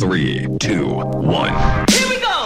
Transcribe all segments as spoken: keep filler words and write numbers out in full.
three, two, one. Here we go.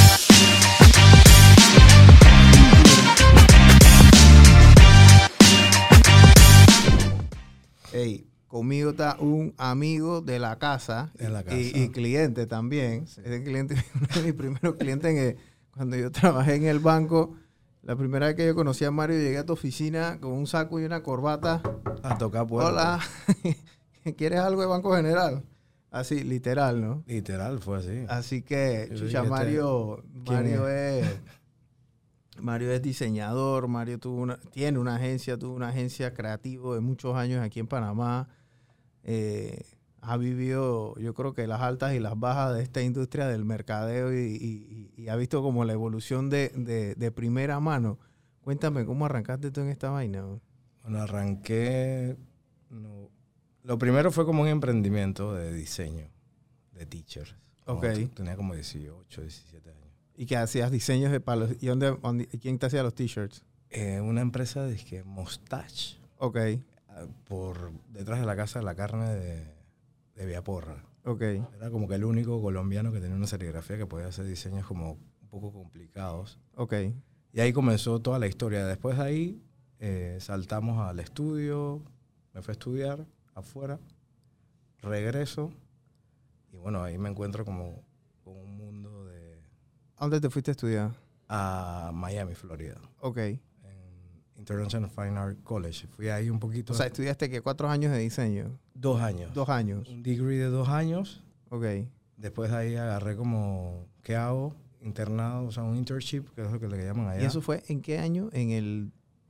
Hey, conmigo está un amigo de la casa, En la casa. Y, y cliente también. Sí. Ese cliente, uno de mis primeros clientes en el, cuando yo trabajé en el banco. La primera vez que yo conocí a Mario, llegué a tu oficina con un saco y una corbata. A tocar puertas. Hola, ¿quieres algo de Banco General? Así, literal, ¿no? Literal, fue así. Así que, Yo chucha, dije, Mario, ¿quién Mario es? Mario es diseñador, Mario tuvo una, tiene una agencia, tuvo una agencia creativa de muchos años aquí en Panamá. Eh, ha vivido, yo creo que las altas y las bajas de esta industria del mercadeo y, y, y ha visto como la evolución de, de, de primera mano. Cuéntame, ¿cómo arrancaste tú en esta vaina? Bueno, arranqué... No, lo primero fue como un emprendimiento de diseño, de teachers. Ok. Como, tenía como dieciocho, diecisiete años. ¿Y que hacías diseños de palos? ¿Y dónde, dónde, quién te hacía los t-shirts? Eh, una empresa de que Mustache, Ok, por detrás de la casa de la carne de, de Villaporra. ok. Era como que el único colombiano que tenía una serigrafía que podía hacer diseños como un poco complicados. Ok. Y ahí comenzó toda la historia. Después de ahí eh, saltamos al estudio, me fui a estudiar afuera, regreso y bueno, ahí me encuentro como con un mundo de... ¿A dónde te fuiste a estudiar? a Miami, Florida, Ok. en International Fine Art College. Fui ahí un poquito... O sea, ¿estudiaste qué? ¿Cuatro años de diseño? dos años. Dos años. Un degree de dos años. Ok. Después de ahí agarré como, ¿qué hago? Internado, o sea, un internship, que es lo que le llaman allá. ¿Y eso fue en qué año? En el...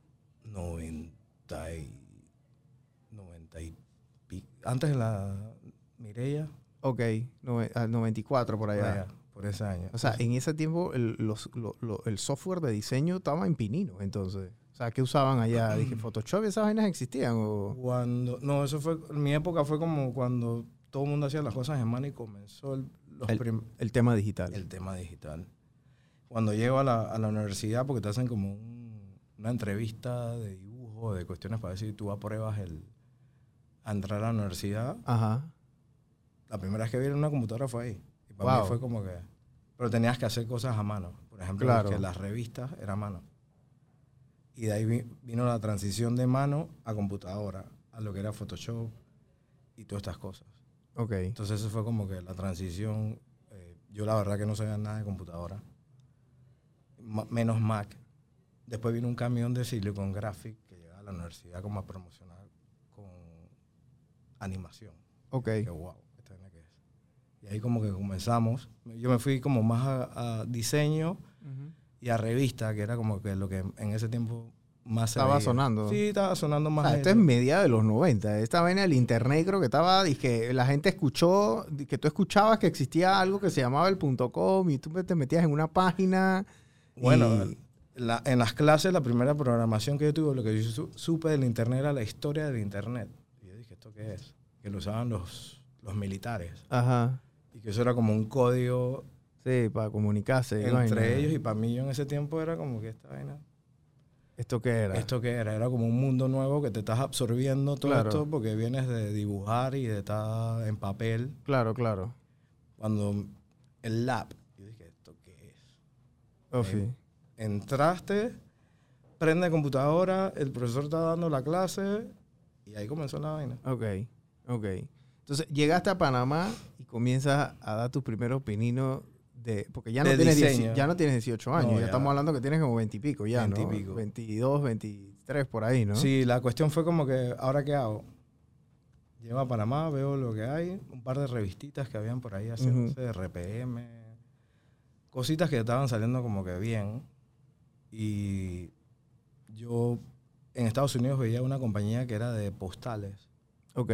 noventa y... noventa y pico. Antes de la Mireya. Ok, nove- al noventa y cuatro por allá. Por allá, por ese año. O sea, en ese tiempo el, los, lo, lo, el software de diseño estaba en Pinino, entonces. O sea, ¿qué usaban allá? Dije, ¿Photoshop y esas vainas existían? O... Cuando, no, eso fue, mi época fue como cuando todo el mundo hacía las cosas en mano y comenzó el, los El, prim- el tema digital. el tema digital. Cuando llego a la, a la universidad, porque te hacen como un- una entrevista de dibujo, de cuestiones para ver si tú apruebas el, a entrar a la universidad, Ajá. la primera vez que vi una computadora fue ahí. Y para Wow. mí fue como que... Pero tenías que hacer cosas a mano. Por ejemplo, Claro. que las revistas era a mano. Y de ahí vi- vino la transición de mano a computadora, a lo que era Photoshop y todas estas cosas. Ok. Entonces eso fue como que la transición. Eh, yo la verdad que no sabía nada de computadora. Ma- menos Mac. Después vino un camión de Silicon Graphic que llegaba a la universidad como a promocionar con animación. Ok. Que wow, esta vaina que es. Y ahí como que comenzamos. Yo me fui como más a, a diseño Ujú. y a revista, que era como que lo que en ese tiempo más se Estaba veía. sonando. Sí, estaba sonando O más. sea, esto eso. es media de los noventa. Esta vaina del internet creo que estaba, que la gente escuchó, que tú escuchabas que existía algo que se llamaba el punto com y tú te metías en una página. Bueno, y- la- en las clases, la primera programación que yo tuve, lo que yo su- supe del internet era la historia del internet. Y yo dije, ¿esto qué es? Que lo usaban los, los militares. Ajá. Y que eso era como un código Sí, para comunicarse. y entre vaina. ellos. Y para mí, yo en ese tiempo era como que esta vaina. ¿Esto qué era? ¿Esto qué era? Era como un mundo nuevo que te estás absorbiendo todo Claro. esto porque vienes de dibujar y de estar en papel. Claro, claro. Cuando el lab, yo dije, ¿esto qué es? Oh, Eh, sí. Entraste, prende computadora, el profesor está dando la clase y ahí comenzó la vaina. Ok, ok. Entonces, llegaste a Panamá y comienzas a dar tus primeros pininos de... Porque ya no, De tienes, diseño. dieci- ya no tienes dieciocho años. No, ya, ya. estamos hablando que tienes como veinte y pico ya, veinte y ¿no? pico. veintidós, veintitrés por ahí, ¿no? Sí, la cuestión fue como que, ¿ahora qué hago? Llego a Panamá, veo lo que hay, un par de revistitas que habían por ahí haciéndose, R P M, cositas que estaban saliendo como que bien. Y yo en Estados Unidos veía una compañía que era de postales. Ok.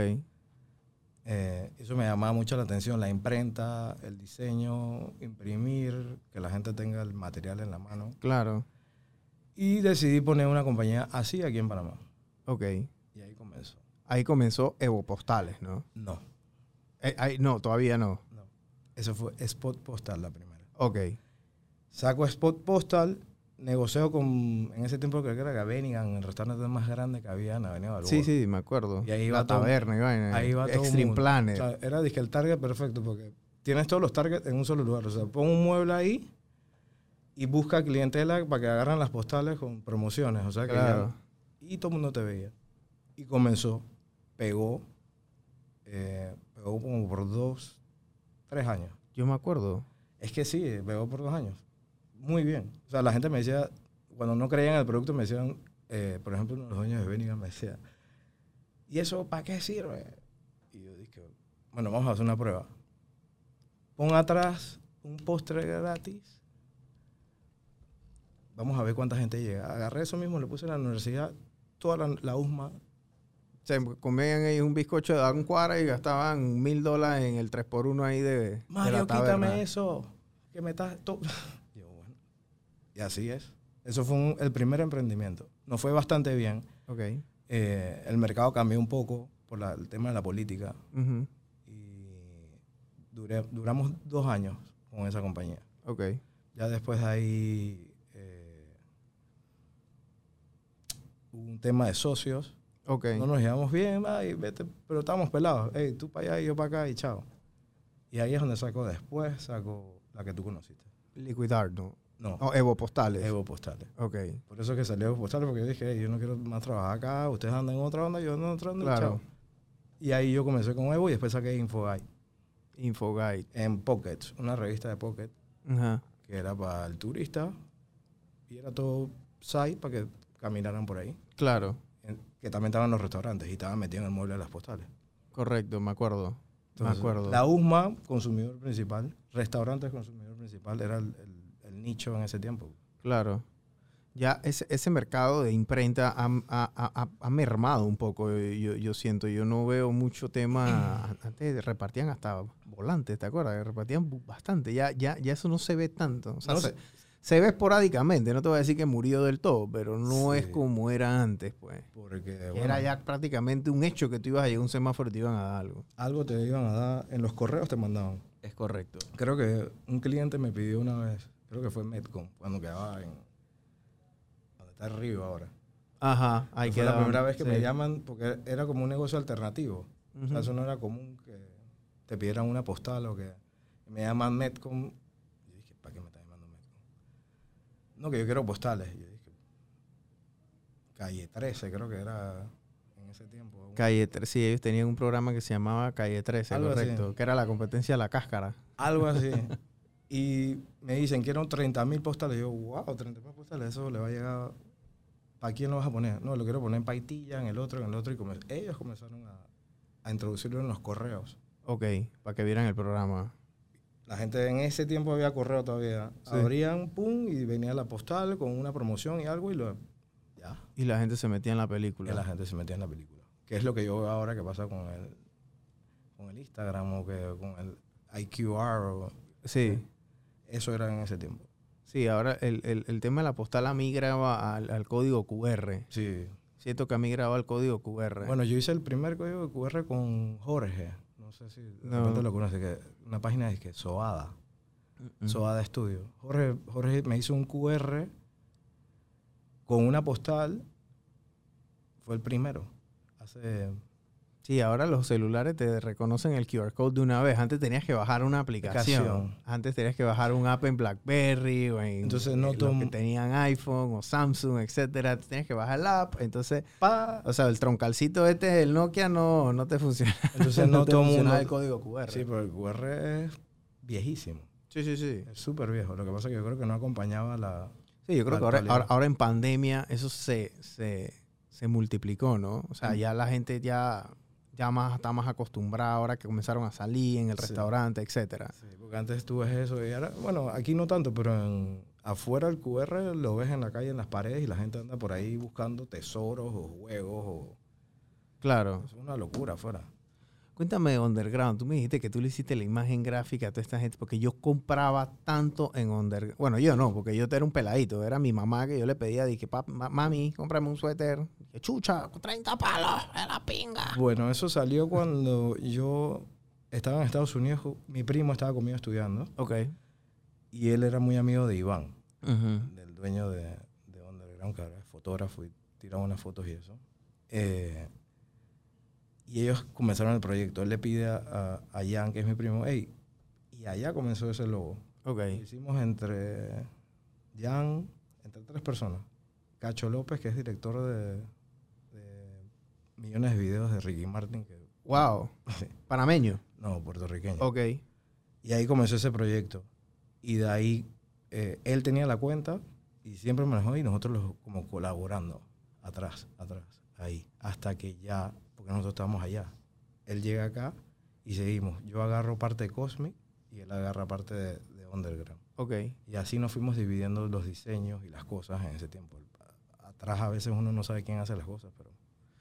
Eh, eso me llamaba mucho la atención, la imprenta, el diseño, imprimir, que la gente tenga el material en la mano. Claro. Y decidí poner una compañía así aquí en Panamá. Ok. Y ahí comenzó. Ahí comenzó Evo Postales, ¿no? No, Eh, ahí- no, todavía no. no. Eso fue Spot Postal la primera. Ok. Saco Spot Postal, negocio con, en ese tiempo creo que era Gavenigan, el restaurante más grande que había en Avenida Balboa. Sí, sí, me acuerdo. Y ahí iba La todo- taberna y vaina. Ahí va todo el Extreme mundo. Planet. O sea, era dizque el target perfecto porque tienes todos los targets en un solo lugar. O sea, pon un mueble ahí y busca clientela para que agarran las postales con promociones. O sea, que Claro. ya- y todo el mundo te veía. Y comenzó, pegó, eh, pegó como por dos, tres años. Yo me acuerdo. Es que sí, pegó por dos años. Muy bien. O sea, la gente me decía, cuando no creían en el producto, me decían, eh, por ejemplo, uno de los dueños de Benigan me decía, ¿y eso para qué sirve? Y yo dije, bueno, vamos a hacer una prueba. Pon atrás un postre gratis. Vamos a ver cuánta gente llega. Agarré eso mismo, le puse en la universidad, toda la, la U S M A. Se comían ellos un bizcocho de un cuadra y gastaban mil dólares en el tres por uno ahí de, de Mario, la taberna. quítame eso. Que me estás... to-". Yo, bueno. Y así es. Eso fue un- el primer emprendimiento. Nos fue bastante bien. Ok. Eh, el mercado cambió un poco por la- el tema de la política. Ujú. Y duré- duramos dos años con esa compañía. Ok. Ya después de ahí eh, hubo un tema de socios. Ok. No nos llevamos bien, ay, vete, pero estábamos pelados. Hey, tú para allá y yo para acá y chao. Y ahí es donde saco después, saco la que tú conociste. Liquid Art, ¿no? No, No, Evo Postales. Evo Postales. Ok. Por eso que salió Evo Postales, porque yo dije, hey, yo no quiero más trabajar acá, ustedes andan en otra onda, yo ando en otra onda, y Claro. chao. Y ahí yo comencé con Evo y después saqué Infoguide Infoguide. en Pocket, una revista de Pocket Ajá. que era para el turista y era todo site para que caminaran por ahí. Claro. En- que también estaban los restaurantes y estaban metidos en el mueble de las postales. Correcto, me acuerdo. Entonces, me acuerdo. La U S M A, consumidor principal, restaurantes, consumidor principal, era el, el- el nicho en ese tiempo. Claro. Ya ese, ese mercado de imprenta ha, ha- ha- ha mermado un poco, yo, yo siento. Yo no veo mucho tema. Antes repartían hasta volantes, ¿te acuerdas? Repartían bu- bastante. Ya, ya, ya eso no se ve tanto. O sea, No se, sé. se ve esporádicamente. No te voy a decir que murió del todo, pero no Sí. es como era antes, pues. Porque, Que bueno, era ya prácticamente un hecho que tú ibas a llegar a un semáforo y te iban a dar algo. algo te iban a dar, en los correos te mandaban. Es correcto. Creo que un cliente me pidió una vez, creo que fue Medcom, cuando quedaba en, donde está el río ahora. Ajá. Ahí Fue la quedaban, primera vez que sí. me llaman, porque era como un negocio alternativo. O sea, Ujú. eso no era común que te pidieran una postal o que me llaman Medcom. Yo dije, ¿para qué me está llamando Medcom? No, que yo quiero postales. Yo dije, Calle trece creo que era en ese tiempo. Calle trece, sí, ellos tenían un programa que se llamaba Calle trece, Algo así. correcto, que era la competencia de la cáscara. Algo así. Y me dicen, quiero treinta mil postales. Yo, wow, treinta mil postales, eso le va a llegar. ¿Para quién lo vas a poner? No, lo quiero poner en Paitilla, en el otro, en el otro. Y come- ellos comenzaron a, a introducirlo en los correos. Ok, para que vieran el programa. La gente en ese tiempo había correo todavía. Sí. Abrían, pum, y venía la postal con una promoción y algo y lo... Ya. Y la gente se metía en la Y película. la gente se metía en la película. Que es lo que yo veo ahora que pasa con el, con el Instagram o que con el I Q R. O, Sí, eso era en ese tiempo. sí, ahora el, el, el tema de la postal ha migrado al, al código Q R. Sí. Siento que ha migrado al código Q R. Bueno, yo hice el primer código de Q R con Jorge. No sé si de No. repente lo conoce. Que una página es que Soada. Mm. Soada Studio. Jorge, Jorge me hizo un Q R con una postal. Fue el primero. Hace... Sí, ahora los celulares te reconocen el Q R code de una vez. Antes tenías que bajar una aplicación. Aplicación. Antes tenías que bajar un app en BlackBerry o en Entonces, no en los tom- que tenían iPhone o Samsung, etcétera. Tenías que bajar la app. Entonces, Pa. o sea, el troncalcito este, el Nokia, no, no te funciona. Entonces no te todo el funcionaba mundo... el código Q R. Sí, pero el Q R es viejísimo. sí, sí, sí. Es súper viejo. Lo que pasa es que yo creo que no acompañaba la... Sí, yo creo La que ahora, actualidad. ahora, ahora en pandemia eso se, se, se multiplicó, ¿no? O sea, Mm. ya la gente ya, ya más, está más acostumbrada ahora que comenzaron a salir en el Sí. restaurante, etcétera. Sí, porque antes tú ves eso y ahora... Bueno, aquí no tanto, pero en, afuera el Q R lo ves en la calle, en las paredes y la gente anda por ahí buscando tesoros o juegos o... Claro. Es una locura afuera. Cuéntame de Underground. Tú me dijiste que tú le hiciste la imagen gráfica a toda esta gente porque yo compraba tanto en Underground. Bueno, yo no, porque yo era un peladito. Era mi mamá que yo le pedía, dije, "Pap- ma- mami, cómprame un suéter. Dije, chucha, treinta palos, es la pinga. Bueno, eso salió cuando yo estaba en Estados Unidos. Mi primo estaba conmigo estudiando Ok. y él era muy amigo de Iván, Ujú. del dueño de, de Underground, que ahora es fotógrafo y tiraba unas fotos y eso. Eh, y ellos comenzaron el proyecto. Él le pide a, a, a Jan, que es mi primo, hey, Y allá comenzó ese logo. Ok. Lo hicimos entre Jan, entre tres personas. Cacho López, que es director de, de millones de videos de Ricky Martin. Que, Wow. sí. Panameño. No, puertorriqueño. Ok. Y ahí comenzó ese proyecto. Y de ahí eh, él tenía la cuenta y siempre manejó y nosotros los, como colaborando. Atrás, atrás, ahí. Hasta que ya, porque nosotros estábamos allá. Él llega acá y seguimos. Yo agarro parte de Cosmic y él agarra parte de, de Underground. Ok. Y así nos fuimos dividiendo los diseños y las cosas en ese tiempo. Atrás a veces uno no sabe quién hace las cosas, pero...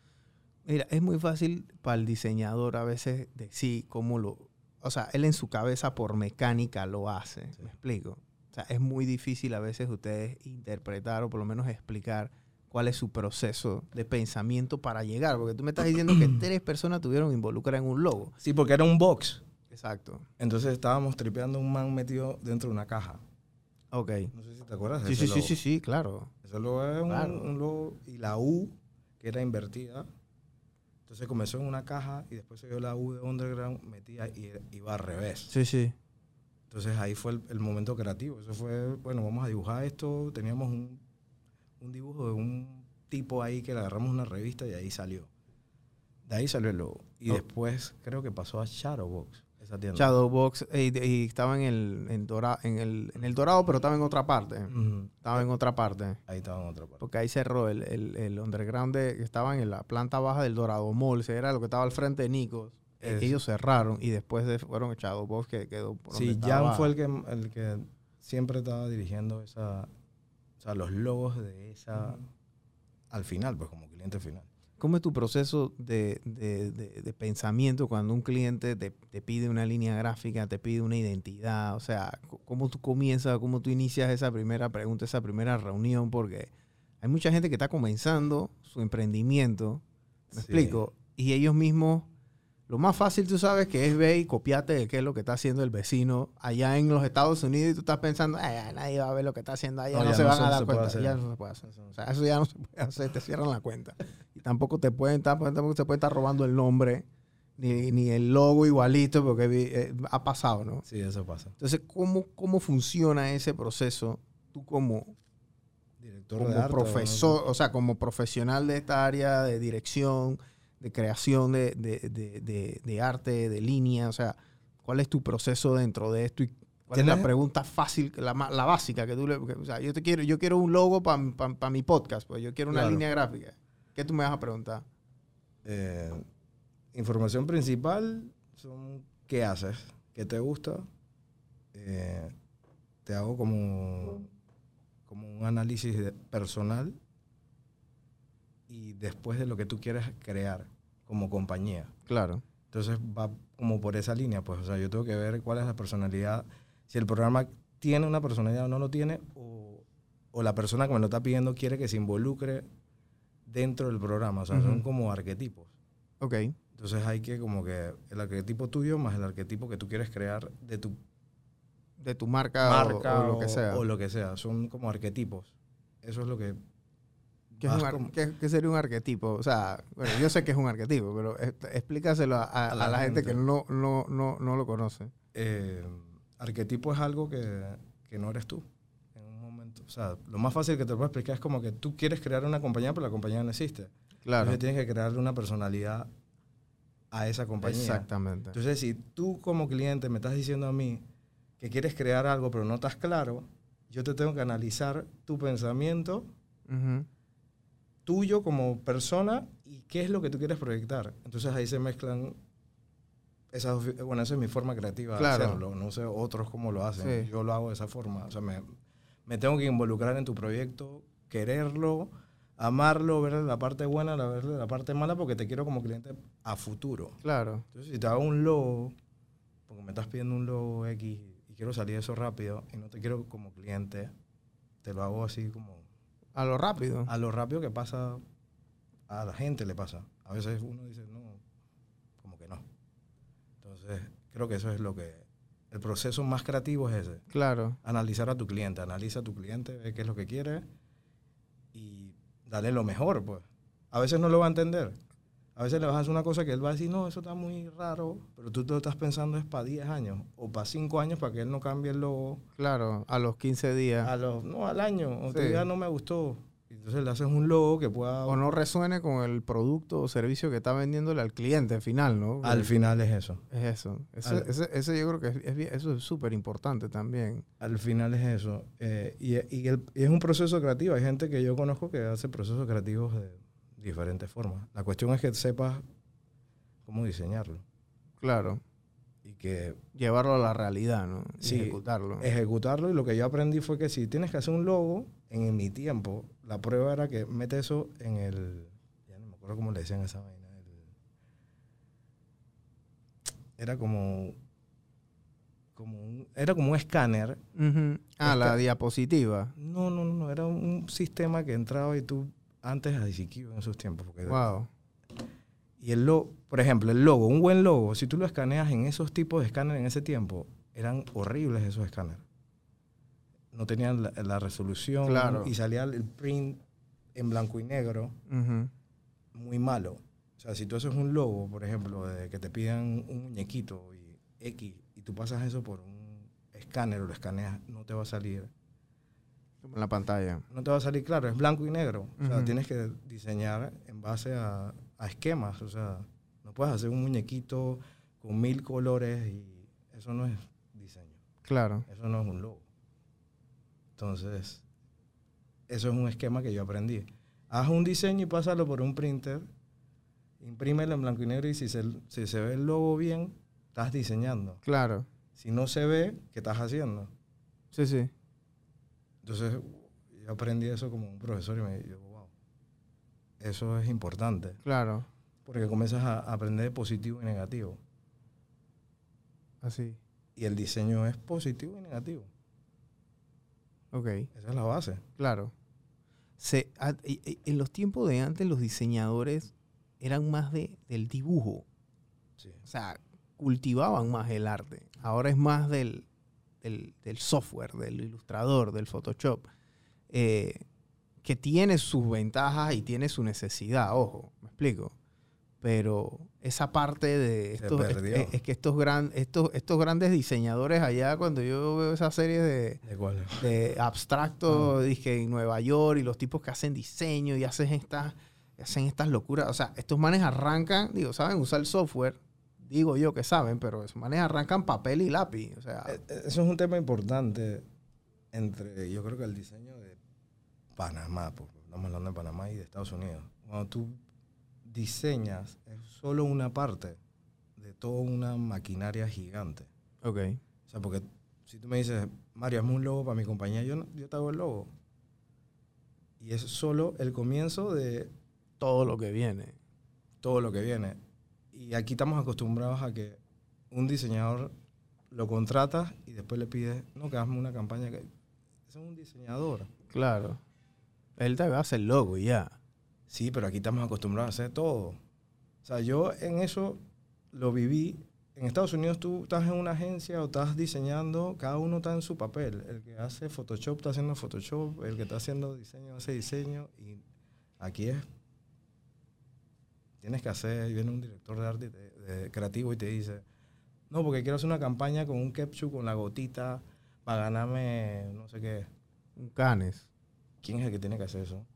Mira, es muy fácil para el diseñador a veces decir cómo lo... O sea, él en su cabeza por mecánica lo hace. Sí. ¿Me explico? O sea, es muy difícil a veces ustedes interpretar o por lo menos explicar cuál es su proceso de pensamiento para llegar. Porque tú me estás diciendo que tres personas tuvieron involucradas en un logo. Sí, porque era un box. Exacto. Entonces estábamos tripeando un man metido dentro de una caja. Ok. No sé si te acuerdas de Sí, ese sí, sí, logo. sí, sí, claro. Ese logo es un, Claro. un logo. Y la U, que era invertida. Entonces comenzó en una caja y después se dio la U de Underground, metía y iba al revés. Sí, sí. Entonces ahí fue el, el momento creativo. Eso fue, bueno, vamos a dibujar esto. Teníamos un, un dibujo de un tipo ahí que le agarramos una revista y ahí salió. De ahí salió el logo. Y Oh. después creo que pasó a Shadowbox, esa tienda. Shadowbox, y, y estaba en el, en, Dora, en, el, en el Dorado, pero estaba en otra parte. Ujú. Estaba en otra parte. Ahí estaba en otra parte. Porque ahí cerró el, el, el underground de, que estaban en la planta baja del Dorado Mall. Ese era lo que estaba al frente de Nikos. Es- Ellos cerraron y después de, fueron Shadowbox que quedó por donde Sí, estaba. Jan fue el que, el que siempre estaba dirigiendo esa, o sea, los logos de esa, Ujú. al final, pues como cliente final. ¿Cómo es tu proceso de, de, de, de pensamiento cuando un cliente te, te pide una línea gráfica, te pide una identidad? O sea, ¿cómo tú comienzas, cómo tú inicias esa primera pregunta, esa primera reunión? Porque hay mucha gente que está comenzando su emprendimiento, ¿me Sí. explico? Y ellos mismos, lo más fácil tú sabes que es ver y copiarte de qué es lo que está haciendo el vecino allá en los Estados Unidos y tú estás pensando, "Ay, nadie va a ver lo que está haciendo allá, No, no, ya se no van se- a dar se puede cuenta, hacer. ya no se puede hacer. O sea, eso ya no se puede hacer, te cierran la cuenta. Y tampoco te pueden estar, tampoco se puede estar robando el nombre, ni, ni el logo igualito, porque eh, ha pasado, ¿no? Sí, eso pasa. Entonces, ¿cómo, cómo funciona ese proceso? Tú como, Director como de arte. profesor, o sea, como profesional de esta área de dirección, de creación de, de, de, de, de arte, de línea, o sea, ¿cuál es tu proceso dentro de esto? Y ¿cuál es la ¿Tienes? pregunta fácil, la, ma- la básica que tú le... que- o sea, yo te quiero, yo quiero un logo para pa, pa mi podcast, pues yo quiero una Claro. línea gráfica. ¿Qué tú me vas a preguntar? Eh, información principal son qué haces, qué te gusta. Eh, te hago como, como un análisis de- personal y después de lo que tú quieres crear como compañía. Claro. Entonces va como por esa línea, pues, o sea, yo tengo que ver cuál es la personalidad, si el programa tiene una personalidad o no lo tiene, o, o la persona que me lo está pidiendo quiere que se involucre dentro del programa, o sea, Ujú. son como arquetipos. Ok. Entonces hay que como que el arquetipo tuyo más el arquetipo que tú quieres crear de tu De tu marca, o- marca o, lo que sea. o lo que sea, son como arquetipos. Eso es lo que... ¿Qué, es un vas ar- como- qué- qué sería un arquetipo? O sea, bueno, yo sé que es un arquetipo, pero eh, explícaselo a, a- A la a la gente, gente. que no, no, no, no lo conoce. eh, arquetipo es algo que, que no eres tú en un momento. O sea, lo más fácil que te puedo explicar es como que tú quieres crear una compañía, pero la compañía no existe. Claro. Entonces tienes que crearle una personalidad a esa compañía. Exactamente. Entonces, si tú como cliente me estás diciendo a mí que quieres crear algo, pero no estás claro, yo te tengo que analizar tu pensamiento Ujú. tuyo como persona y qué es lo que tú quieres proyectar. Entonces ahí se mezclan esas dos, fi- bueno, esa es mi forma creativa Claro. de hacerlo. No sé otros cómo lo hacen. Sí. Yo lo hago de esa forma. O sea, me, me tengo que involucrar en tu proyecto, quererlo, amarlo, ver la parte buena, la- ver la parte mala, porque te quiero como cliente a futuro. Claro. Entonces, si te hago un logo, porque me estás pidiendo un logo X y quiero salir de eso rápido y no te quiero como cliente, te lo hago así como A lo rápido. a lo rápido que pasa, a la gente le pasa. A veces uno dice, no, como que no. Entonces, creo que eso es lo que... El proceso más creativo es ese. Claro. Analizar a tu cliente. Analiza a tu cliente, ve qué es lo que quiere y dale lo mejor, pues. A veces no lo va a entender, A veces le vas a hacer una cosa que él va a decir, no, eso está muy raro, pero tú te lo estás pensando es para diez años o para cinco años para que él no cambie el logo. Claro, a los quince días. A los, no, al año, o Sí. te diga no me gustó. Entonces le haces un logo que pueda... O no resuene con el producto o servicio que está vendiéndole al cliente final, ¿no? Al final es eso. Es eso. Eso, Al- ese, ese yo creo que es, es bien- eso es súper importante también. Al final es eso. Eh, y, y el- y es un proceso creativo. Hay gente que yo conozco que hace procesos creativos de diferentes formas. La cuestión es que sepas cómo diseñarlo. Claro. Y que Llevarlo a la realidad, ¿no? Y Sí, ejecutarlo. ejecutarlo. Y lo que yo aprendí fue que si tienes que hacer un logo, en mi tiempo, la prueba era que mete eso en el... Ya no me acuerdo cómo le decían esa vaina. el- era como... como un, era como un escáner. Ujú. Ah, la Esta- diapositiva. No, no, no. Era un sistema que entraba y tú... Antes a I C Q en esos tiempos. Porque Wow. Y el logo, por ejemplo, el logo, un buen logo, si tú lo escaneas en esos tipos de escáner en ese tiempo, eran horribles esos escáneres. No tenían la, la resolución Claro. y salía el print en blanco y negro Ujú. muy malo. O sea, si tú haces un logo, por ejemplo, de que te pidan un muñequito y X y tú pasas eso por un escáner o lo escaneas, no te va a salir. En la pantalla. No te va a salir claro, es blanco y negro. O sea, Ujú. tienes que diseñar en base a, a esquemas. O sea, no puedes hacer un muñequito con mil colores y eso no es diseño. Claro. Eso no es un logo. Entonces, eso es un esquema que yo aprendí. Haz un diseño y pásalo por un printer, imprímelo en blanco y negro y si se, si se ve el logo bien, estás diseñando. Claro. Si no se ve, ¿qué estás haciendo? Sí, sí. Entonces, yo aprendí eso como un profesor y me dijo, wow, eso es importante. Claro. Porque comienzas a aprender de positivo y negativo. Así. Y el diseño es positivo y negativo. Ok. Esa es la base. Claro. Se, a- y- y- en los tiempos de antes los diseñadores eran más de, del dibujo. Sí. O sea, cultivaban más el arte. Ahora es más del, del, del software, del ilustrador, del Photoshop, eh, que tiene sus ventajas y tiene su necesidad, ojo, me explico. Pero esa parte de Se estos, es, perdió. es- es que estos, gran, estos, estos grandes diseñadores allá, cuando yo veo esa serie de, ¿De cuál? de abstracto, dije, en Nueva York, y los tipos que hacen diseño y hacen estas, hacen estas locuras. O sea, estos manes arrancan, digo, saben usar el software, digo yo que saben, pero esos manes arrancan papel y lápiz. O sea, Eh, eh, Eso es un tema importante entre, yo creo que el diseño de Panamá, porque estamos hablando de Panamá y de Estados Unidos. Cuando tú diseñas, es solo una parte de toda una maquinaria gigante. ok, O sea, porque si tú me dices, Mario, hazme un logo para mi compañía, yo, no- yo te hago el logo. Y es solo el comienzo de todo lo que viene. todo lo que viene. Y aquí estamos acostumbrados a que un diseñador lo contratas y después le pides, no, que hazme una campaña. Que ese es un diseñador. Claro. Él te hace el logo y ya. Sí, pero aquí estamos acostumbrados a hacer todo. O sea, yo en eso lo viví. En Estados Unidos tú estás en una agencia o estás diseñando, cada uno está en su papel. El que hace Photoshop está haciendo Photoshop, el que está haciendo diseño hace diseño. Y aquí es, tienes que hacer, y viene un director de arte y te- de creativo y te dice, no, porque quiero hacer una campaña con un ketchup, con la gotita, para ganarme no sé qué. Un canes, ¿Quién es el que tiene que hacer eso?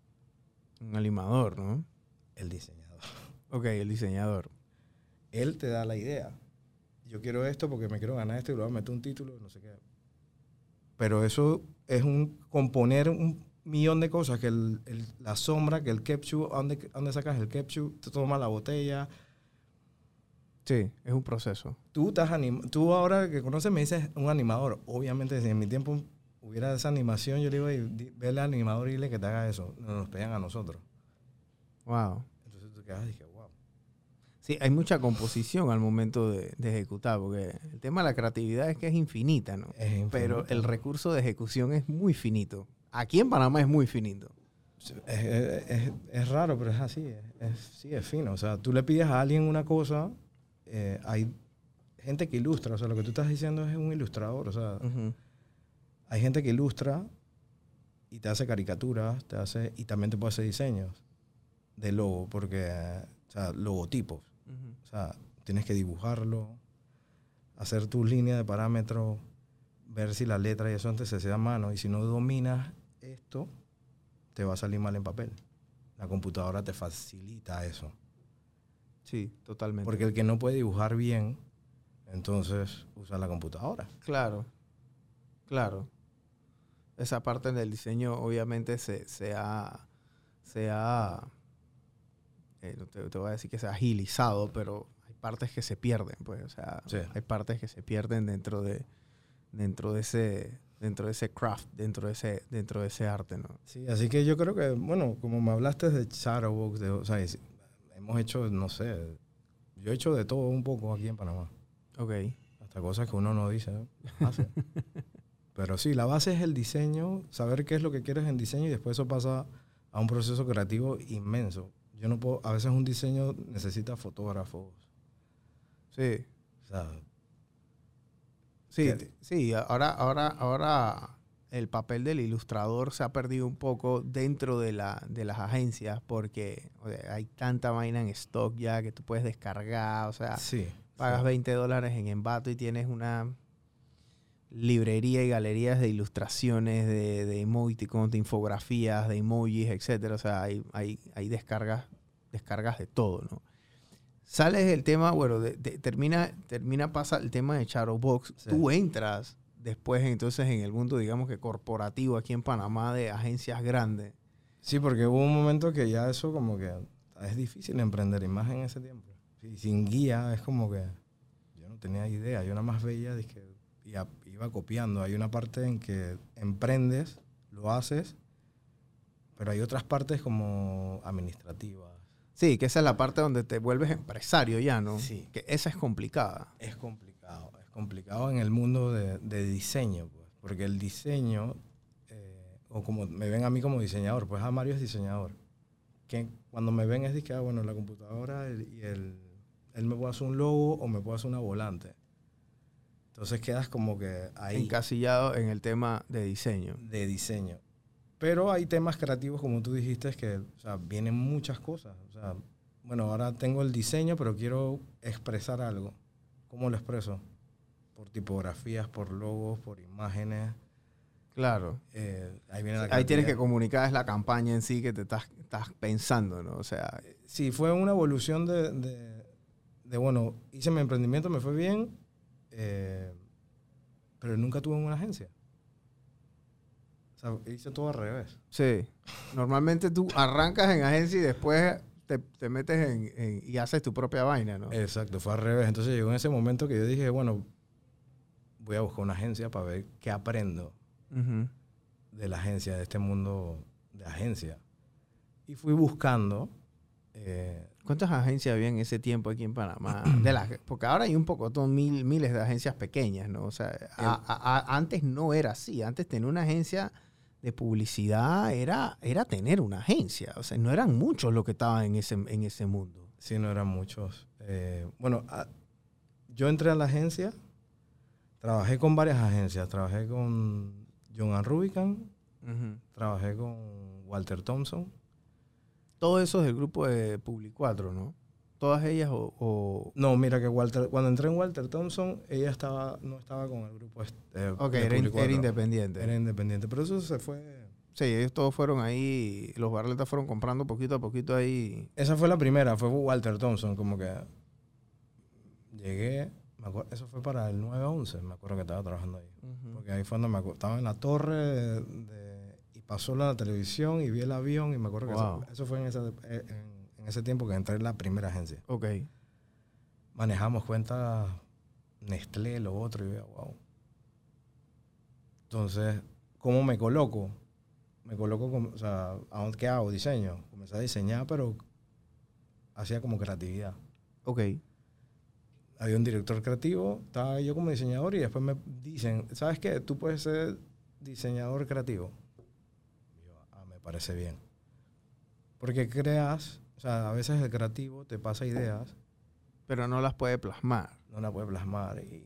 un animador, ¿no? El diseñador. Ok, el diseñador. Él te da la idea. Yo quiero esto porque me quiero ganar esto y le voy a meter un título, no sé qué. Pero eso es un componer un millón de cosas, que el, el- la sombra, que el ketchup, ¿a dónde, a dónde sacas el ketchup? Te tomas la botella. Sí, es un proceso. Tú, estás anim tú ahora que conoces me dices un animador. Obviamente, si en mi tiempo hubiera esa animación, yo le iba a di- verle al animador y dile que te haga eso. Nos pegan a nosotros. Wow. Entonces tú quedas y dije, wow. Sí, hay mucha composición al momento de, de ejecutar, porque el tema de la creatividad es que es infinita, ¿no? Es infinito. Pero el recurso de ejecución es muy finito. Aquí en Panamá es muy finito. Es, es- es- es raro, pero es así. Es, es- sí, es fino. O sea, tú le pides a alguien una cosa, eh, hay gente que ilustra. O sea, lo que tú estás diciendo es un ilustrador. O sea, Ujú. hay gente que ilustra y te hace caricaturas, te hace, y también te puede hacer diseños de logo, porque O sea, logotipos. Ujú. O sea, tienes que dibujarlo, hacer tu línea de parámetro, ver si la letra y eso antes se hacía a mano. Y si no dominas esto, te va a salir mal en papel. La computadora te facilita eso. Sí, totalmente. Porque el que no puede dibujar bien, entonces usa la computadora. Claro, claro. Esa parte del diseño obviamente se, se ha, se ha eh, no te, te voy a decir que se ha agilizado, pero hay partes que se pierden, pues, o sea, Sí. hay partes que se pierden dentro de, dentro de ese, dentro de ese craft, dentro de ese, dentro de ese arte, ¿no? Sí, así que yo creo que, bueno, como me hablaste de Shadowbox, de, o sea, es- hemos hecho, no sé, yo he hecho de todo un poco aquí en Panamá. Ok. Hasta cosas que uno no dice, ¿no? Hace. Pero sí, la base es el diseño, saber qué es lo que quieres en diseño y después eso pasa a un proceso creativo inmenso. Yo no puedo, a veces un diseño necesita fotógrafos. Sí. O sea, Sí, ¿qué? sí, ahora, ahora, ahora el papel del ilustrador se ha perdido un poco dentro de, la, de las agencias porque o sea, hay tanta vaina en stock ya que tú puedes descargar, o sea, sí. pagas sí. veinte dólares en Envato y tienes una librería y galerías de ilustraciones, de, de emoticons, de infografías, de emojis, etcétera. O sea, hay, hay, hay descargas, descargas de todo, ¿no? Sales el tema, bueno, de, de, termina, termina, pasa el tema de Shadowbox. Sí. Tú entras después entonces en el mundo, digamos que corporativo aquí en Panamá de agencias grandes. Sí, porque hubo un momento que ya eso como que es difícil emprender, y más en ese tiempo. Sí, sin guía es como que yo no tenía idea, yo nada más veía dizque, y a- iba copiando. Hay una parte en que emprendes, lo haces, pero hay otras partes como administrativas. Sí, que esa es la parte donde te vuelves empresario ya, ¿no? Sí. Que esa es complicada. Es complicado, es complicado en el mundo de, de diseño, pues, porque el diseño, eh, o como me ven a mí como diseñador, pues a Mario es diseñador. Que cuando me ven es de que, ah, bueno, la computadora el- y el, él me puede hacer un logo o me puede hacer una volante. Entonces quedas como que ahí Encasillado en el tema de diseño. de diseño. Pero hay temas creativos, como tú dijiste, que o sea, vienen muchas cosas. O sea, bueno, ahora tengo el diseño, pero quiero expresar algo. ¿Cómo lo expreso? Por tipografías, por logos, por imágenes. Claro. Eh, ahí viene la Ahí tienes que creatividad. comunicar es la campaña en sí que te estás, estás pensando, ¿no? O sea, Sí, fue una evolución de, de, de, bueno, hice mi emprendimiento, me fue bien, eh, pero nunca tuve una agencia. O sea, hice todo al revés. sí. Normalmente tú arrancas en agencia y después te, te metes en, en- y haces tu propia vaina, ¿no? Exacto, fue al revés. Entonces llegó en ese momento que yo dije, bueno, voy a buscar una agencia para ver qué aprendo Ujú. de la agencia, de este mundo de agencia. Y fui buscando. Eh, ¿Cuántas agencias había en ese tiempo aquí en Panamá? De las, porque ahora hay un poco, son mil, miles de agencias pequeñas, ¿no? O sea, a- a- a- antes no era así. Antes tener una agencia de publicidad era, era tener una agencia. O sea, no eran muchos los que estaban en ese, en ese mundo. sí, no eran muchos. Eh, bueno, a- yo entré a la agencia, trabajé con varias agencias. Trabajé con John and Rubicam, Ujú. trabajé con Walter Thompson. Todo eso es del grupo de Publicuatro, ¿no? Todas ellas o... o- No, mira que Walter, cuando entré en Walter Thompson, ella estaba, no estaba con el grupo. este, eh, ok, de era, in- Publicuatro. era independiente. Era independiente, pero eso se fue. Sí, ellos todos fueron ahí, los Barletas fueron comprando poquito a poquito ahí. Esa fue la primera, fue Walter Thompson, como que llegué, me acuerdo, eso fue para el nueve once, me acuerdo que estaba trabajando ahí. Ujú. Porque ahí fue donde me acuerdo, estaba en la torre de- de- y pasó la televisión y vi el avión y me acuerdo que Wow. eso, eso fue en ese, eh, en, en ese tiempo que entré en la primera agencia. Ok. Manejamos cuentas Nestlé, lo otro, y yo, wow. Entonces, ¿cómo me coloco? Me coloco, como, o sea, ¿a dónde- ¿qué hago? Diseño. Comencé a diseñar, pero hacía como creatividad. Ok. Había un director creativo, estaba yo como diseñador y después me dicen, ¿sabes qué? Tú puedes ser diseñador creativo. Y yo, ah, me parece bien. Porque creas, o sea, a veces el creativo te pasa ideas, Pero no las puede plasmar. no la puedes plasmar y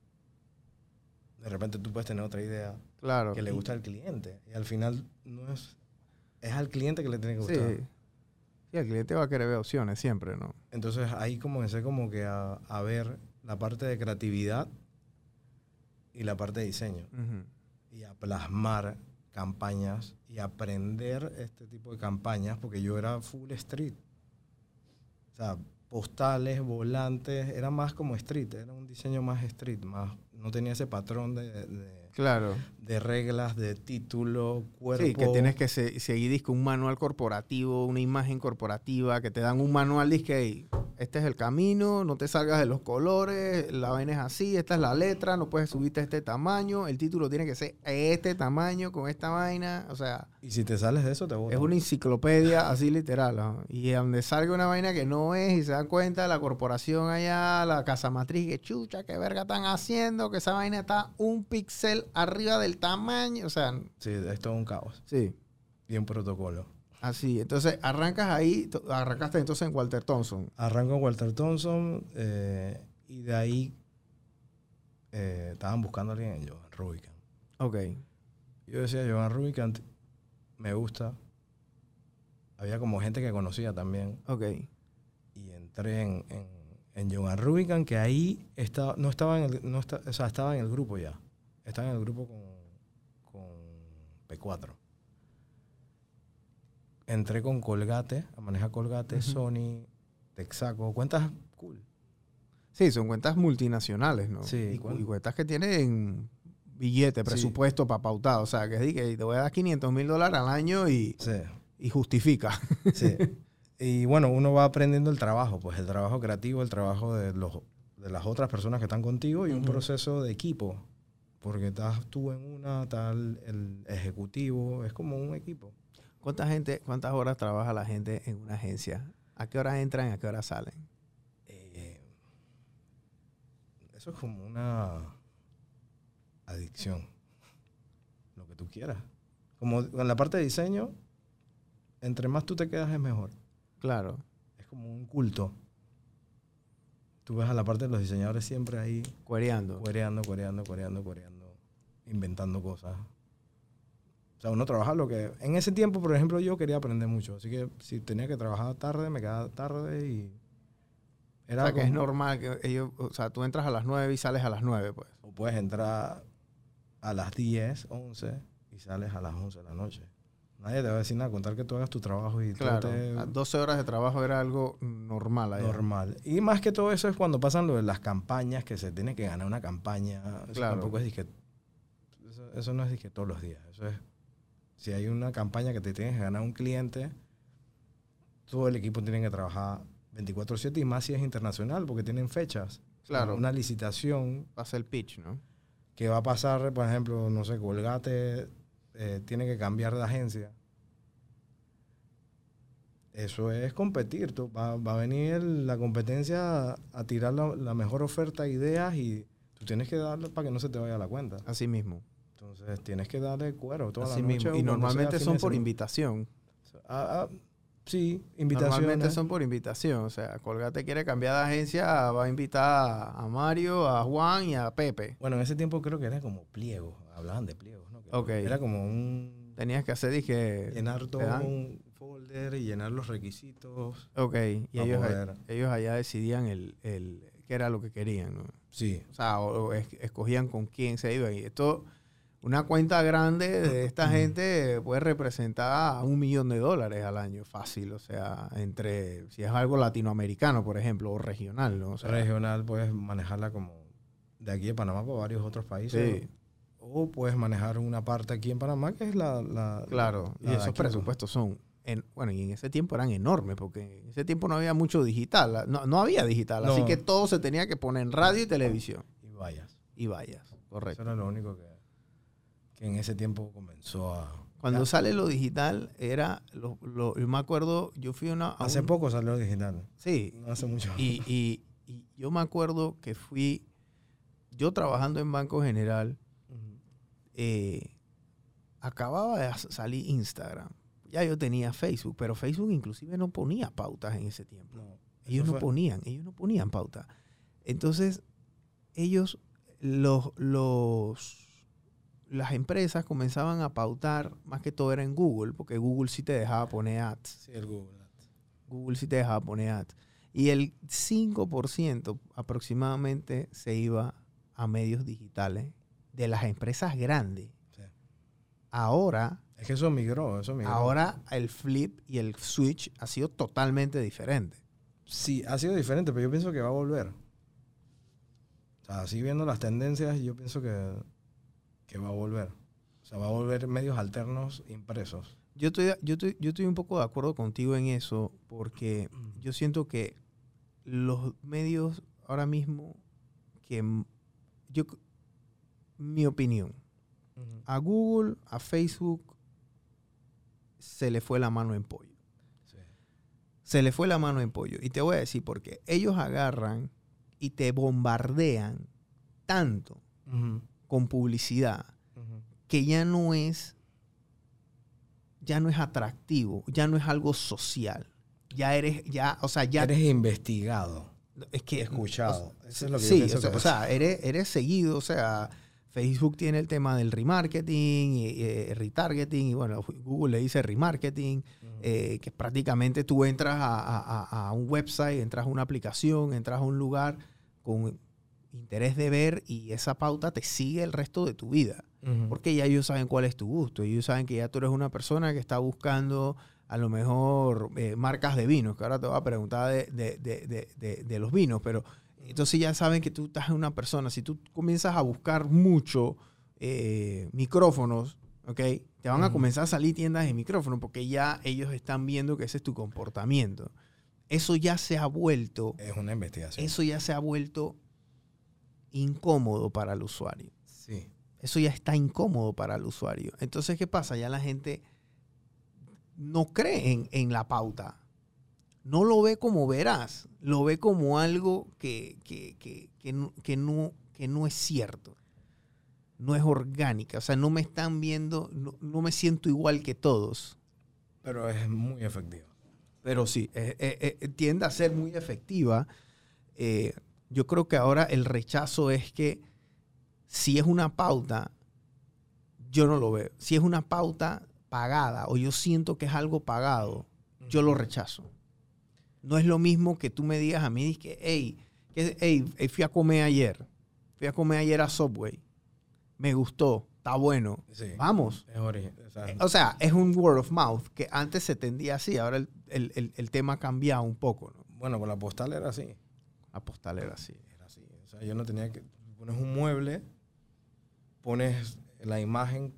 de repente tú puedes tener otra idea Claro. que le y- gusta al cliente. Y al final no es, es al cliente que le tiene que Sí. gustar. Sí, el cliente va a querer ver opciones siempre, ¿no? Entonces ahí comencé como que a, a ver la parte de creatividad y la parte de diseño. Uh-huh. Y a plasmar campañas y aprender este tipo de campañas, porque yo era full street. O sea, postales, volantes, era más como street, era un diseño más street, más, no tenía ese patrón de, de, claro. de reglas, de título, cuerpo. Sí, que tienes que se, seguir disque, un manual corporativo, una imagen corporativa, que te dan un manual, disque, hey, este es el camino, no te salgas de los colores, la vaina es así, esta es la letra, no puedes subirte a este tamaño, el título tiene que ser este tamaño, con esta vaina, o sea... Y si te sales de eso, te botan. Es una enciclopedia así literal, ¿no? Y donde salga una vaina que no es y se dan cuenta la corporación allá, la casa matriz, que chucha, qué verga están haciendo, que esa vaina está un píxel arriba del tamaño, o sea... Sí, es todo un caos. Sí. Y un protocolo. Así, entonces arrancas ahí, arrancaste entonces en Walter Thompson. Arranco en Walter Thompson eh, y de ahí eh, estaban buscando a alguien en Johan Rubicam. Ok. Yo decía, Johan Rubicam me gusta. Había como gente que conocía también. Ok. Y entré en, en, en Johan Rubicam, que ahí estaba, no estaba en el, no está, o sea, estaba en el grupo ya. Estaba en el grupo con, con P cuatro. Entré con Colgate, a manejar Colgate, uh-huh. Sony, Texaco, cuentas cool. Sí, son cuentas multinacionales, ¿no? Sí. Y, y cuentas que tienen billete, presupuesto sí. para pautar. O sea, que, que te voy a dar quinientos mil dólares al año y, sí. y justifica. Sí. Y bueno, uno va aprendiendo el trabajo, pues el trabajo creativo, el trabajo de, los, de las otras personas que están contigo y uh-huh. un proceso de equipo. Porque estás tú en una, tal, el ejecutivo, es como un equipo. ¿Cuánta gente, cuántas horas trabaja la gente en una agencia? ¿A qué horas entran y a qué horas salen? Eh, eso es como una adicción. Lo que tú quieras. Como en la parte de diseño, entre más tú te quedas es mejor. Claro. Es como un culto. Tú ves a la parte de los diseñadores siempre ahí. Cuereando. Cuereando, cuereando, cuereando, cuereando. Inventando cosas. O sea, uno trabaja lo que... En ese tiempo, por ejemplo, yo quería aprender mucho. Así que si tenía que trabajar tarde, me quedaba tarde y... Era o sea, como, que es normal que ellos... O sea, tú entras a las nueve y sales a las nueve, pues. O puedes entrar a las diez, once y sales a las once de la noche. Nadie te va a decir nada, contar que tú hagas tu trabajo y claro, todo te... doce horas de trabajo era algo normal allá. Normal. Y más que todo eso es cuando pasan lo de las campañas, que se tiene que ganar una campaña. Eso claro. tampoco es que... Eso, eso no es que todos los días. Eso es... Si hay una campaña que te tienes que ganar un cliente, todo el equipo tiene que trabajar veinticuatro siete y más si es internacional, porque tienen fechas. Claro. Una licitación. Pasa el pitch, ¿no? Que va a pasar, por ejemplo, no sé, Colgate eh, tiene que cambiar de agencia. Eso es competir. Tú, va, va a venir la competencia a, a tirar la, la mejor oferta, ideas, y tú tienes que darle para que no se te vaya la cuenta. Así mismo. Entonces tienes que darle cuero toda Así la noche. Mismo. Y normalmente son por invitación. Ah, ah, sí, invitación. Normalmente son por invitación. O sea, Colgate quiere cambiar de agencia, va a invitar a Mario, a Juan y a Pepe. Bueno, en ese tiempo creo que era como pliegos. Hablaban de pliegos, ¿no? Okay. Era como un... Tenías que hacer, dije... Llenar todo un folder y llenar los requisitos. Ok. Y ellos, ellos allá decidían el, el qué era lo que querían, ¿no? Sí. O sea, o, o es, escogían con quién se iba. Y esto... Una cuenta grande de esta gente puede representar a un millón de dólares al año, fácil. O sea, entre, si es algo latinoamericano, por ejemplo, o regional, ¿no? O sea, regional puedes manejarla como de aquí de Panamá para varios otros países. Sí. O puedes manejar una parte aquí en Panamá, que es la... la claro, la, y esos presupuestos son... En, bueno, y en ese tiempo eran enormes, porque en ese tiempo no había mucho digital. No, no había digital, no. Así que todo se tenía que poner en radio y televisión. Y vayas. Y vayas, correcto. Eso era lo único que... que en ese tiempo comenzó a... Cuando ya. sale lo digital, era... Lo, lo, yo me acuerdo, yo fui una... A hace un, poco salió digital. Sí. No hace mucho. Y, y, y yo me acuerdo que fui... Yo trabajando en Banco General, uh-huh. eh, acababa de salir Instagram. Ya yo tenía Facebook, pero Facebook inclusive no ponía pautas en ese tiempo. No, ellos no fue. ponían, ellos no ponían pautas. Entonces, ellos, los... los las empresas comenzaban a pautar, más que todo era en Google, porque Google sí te dejaba poner ads. Sí, el Google Ads. Google sí te dejaba poner ads. Y el cinco por ciento aproximadamente se iba a medios digitales de las empresas grandes. Sí. Ahora, Es que eso migró, eso migró. ahora el flip y el switch ha sido totalmente diferente. Sí, ha sido diferente, pero yo pienso que va a volver. O sea, así viendo las tendencias, yo pienso que, que va a volver. O sea, va a volver medios alternos impresos. Yo estoy, yo, estoy, yo estoy un poco de acuerdo contigo en eso, porque yo siento que los medios ahora mismo, que yo, mi opinión, Uh-huh. a Google, a Facebook, se le fue la mano en pollo. Sí. Se le fue la mano en pollo. Y te voy a decir por qué. Ellos agarran y te bombardean tanto Uh-huh. con publicidad Uh-huh. que ya no es ya no es atractivo, ya no es algo social. Ya eres, ya, o sea, ya... Eres investigado, es que, escuchado. O, Eso es lo que yo sí, pienso o sea, que o sea, eres, eres seguido, o sea, Facebook tiene el tema del remarketing, y, eh, retargeting, y bueno, Google le dice remarketing, uh-huh. eh, que prácticamente tú entras a, a, a un website, entras a una aplicación, entras a un lugar con interés de ver y esa pauta te sigue el resto de tu vida. Uh-huh. Porque ya ellos saben cuál es tu gusto. Ellos saben que ya tú eres una persona que está buscando a lo mejor eh, marcas de vinos, que ahora te voy a preguntar de, de, de, de, de, de los vinos, pero entonces ya saben que tú estás en una persona. Si tú comienzas a buscar mucho eh, micrófonos, ¿ok? Te van uh-huh. a comenzar a salir tiendas de micrófonos porque ya ellos están viendo que ese es tu comportamiento. Eso ya se ha vuelto... Es una investigación. Eso ya se ha vuelto incómodo para el usuario. Sí. Eso ya está incómodo para el usuario. Entonces, ¿qué pasa? Ya la gente no cree en, en la pauta. No lo ve como veraz. Lo ve como algo que, que, que, que, no, que, no, que no es cierto. No es orgánica. O sea, no me están viendo, no, no me siento igual que todos. Pero es muy efectiva. Pero sí, eh, eh, eh, tiende a ser muy efectiva. Eh, yo creo que ahora el rechazo es que si es una pauta, yo no lo veo. Si es una pauta pagada o yo siento que es algo pagado, yo lo rechazo. No es lo mismo que tú me digas a mí que, hey, que, hey, fui a comer ayer. Fui a comer ayer a Subway. Me gustó. Está bueno. Sí, vamos. Es origen, o, sea, o sea, es un word of mouth que antes se tendía así. Ahora el, el, el, el tema ha cambiado un poco, ¿no? Bueno, con la postal era así. La postal era así. Era así. O sea, yo no tenía que... Pones un mueble, pones la imagen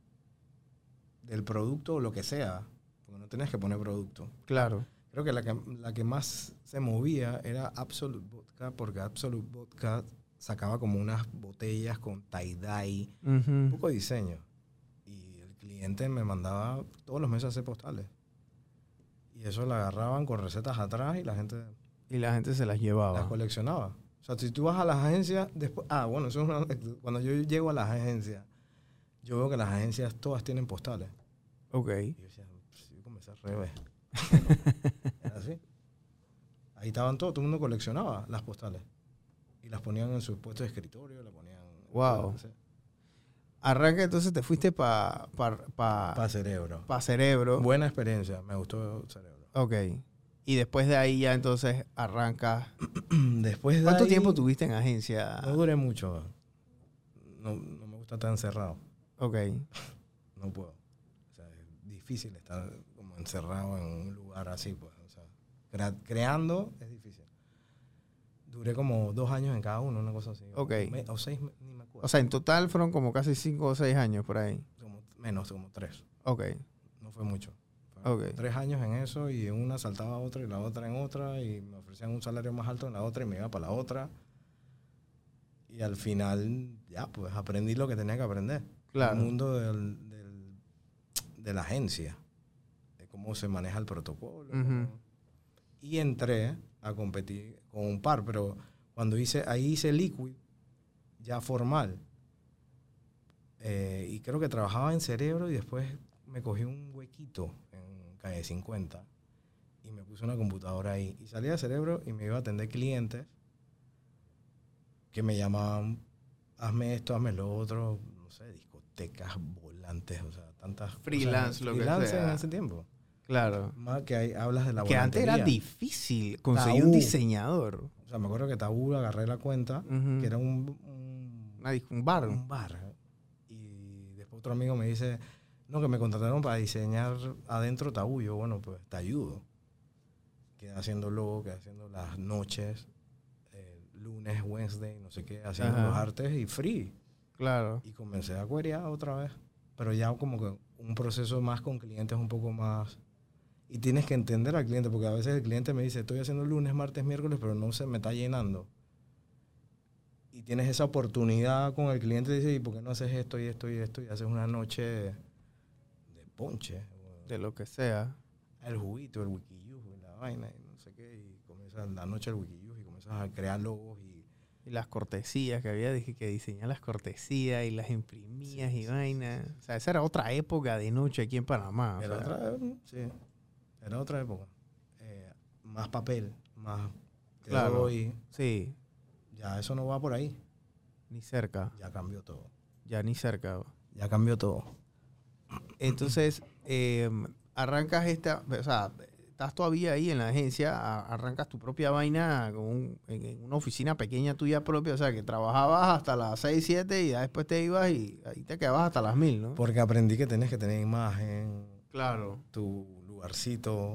del producto o lo que sea, porque no tenías que poner producto. Claro. Creo que la que, la que más se movía era Absolute Vodka, porque Absolute Vodka sacaba como unas botellas con tie-dye, uh-huh. un poco de diseño. Y el cliente me mandaba todos los meses a hacer postales. Y eso la agarraban con recetas atrás y la gente... Y la gente se las llevaba. Las coleccionaba. O sea, si tú vas a las agencias, después... Ah, bueno, eso es una, cuando yo llego a las agencias, yo veo que las agencias todas tienen postales. Ok. Y yo decía, pues, yo comencé al revés. Era así. Ahí estaban todos, todo el mundo coleccionaba las postales. Y las ponían en su puesto de escritorio, la ponían... Wow. ¿sí? Arranca, entonces te fuiste para... Para pa, pa Cerebro. Para Cerebro. Buena experiencia, me gustó Cerebro. Ok. Y después de ahí ya entonces arrancas... Después de ¿Cuánto ahí, tiempo tuviste en agencia? No duré mucho. No, no me gusta estar encerrado. Ok. No puedo. O sea, es difícil estar como encerrado en un lugar así, pues. O sea, crea, creando es difícil. Duré como dos años en cada uno, una cosa así. Ok. O, me, o seis, ni me acuerdo. O sea, en total fueron como casi cinco o seis años por ahí. Como, menos, como tres. Ok. No fue mucho. Okay. Tres años en eso y en una saltaba a otra y la otra en otra y me ofrecían un salario más alto en la otra y me iba para la otra. Y al final, ya, pues aprendí lo que tenía que aprender. Claro. El mundo del, del, de la agencia, de cómo se maneja el protocolo. Uh-huh. Y entré a competir con un par, pero cuando hice, ahí hice Liquid, ya formal. Eh, y creo que trabajaba en Cerebro y después me cogí un huequito en Calle cincuenta y me puse una computadora ahí. Y salía de Cerebro y me iba a atender clientes que me llamaban, hazme esto, hazme lo otro, no sé, discotecas, volantes, o sea, tantas freelance, cosas. lo Freelance que sea. en ese tiempo. Claro. Más que hay, hablas de la Que antes era volantería. difícil conseguir Tabú. un diseñador. O sea, me acuerdo que Tabú agarré la cuenta, Ujú. que era un, un, Una dis- un bar. un bar. Y después otro amigo me dice, no, que me contrataron para diseñar adentro Tabú. Yo, bueno, pues te ayudo. Quedé haciendo logo, quedé haciendo las noches, eh, lunes, Wednesday, no sé qué, haciendo Ajá. los artes y free. Claro. Y comencé a querear otra vez. Pero ya como que un proceso más con clientes un poco más... Y tienes que entender al cliente, porque a veces el cliente me dice, estoy haciendo lunes, martes, miércoles, pero no se me está llenando. Y tienes esa oportunidad con el cliente y dices, ¿y por qué no haces esto y esto y esto? Y haces una noche de ponche. De lo que sea. El juguito, el wikiyuju, la vaina, y no sé qué. Y comienzas la noche del wikiyuju y comienzas a crear logos y... Y las cortesías que había, dije que diseñar las cortesías y las imprimías Sí, y sí, vainas. O sea, esa era otra época de noche aquí en Panamá. o Era sea. otra, sí, era otra época. Eh, más papel, más... te Claro. doy. Sí, Ya eso no va por ahí. ni cerca. Ya cambió todo. Ya ni cerca. Ya cambió todo. Entonces, eh, arrancas esta, o sea, estás todavía ahí en la agencia, a- arrancas tu propia vaina con un- en, en una oficina pequeña tuya propia, o sea, que trabajabas hasta las seis, siete y ya después te ibas y ahí te quedabas hasta las mil, ¿no? Porque aprendí que tenés que tener imagen, Claro. tu lugarcito.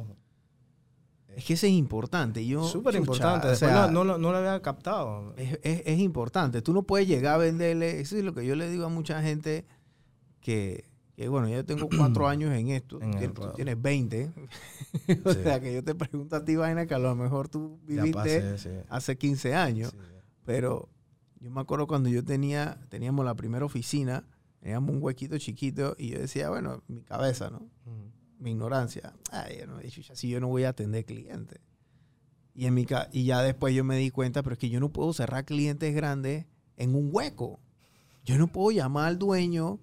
Es que eso es importante. Yo, Súper chucha, importante. o Después sea, no, no, lo- no lo había captado. Es, es- es importante. Tú no puedes llegar a venderle. Eso es lo que yo le digo a mucha gente que, que bueno, yo tengo cuatro años en esto. En el tienes, tú ruedo. tienes veinte. o Sí. sea, que yo te pregunto a ti, vaina, que a lo mejor tú Ya viviste pasé, sí. hace quince años. Sí. Pero yo me acuerdo cuando yo tenía, teníamos la primera oficina, teníamos un huequito chiquito y yo decía, bueno, mi cabeza, ¿no? Mm. Mi ignorancia. Ay, yo no, chucha, si yo no voy a atender clientes. Y, en mi ca- y ya después yo me di cuenta, pero es que yo no puedo cerrar clientes grandes en un hueco. Yo no puedo llamar al dueño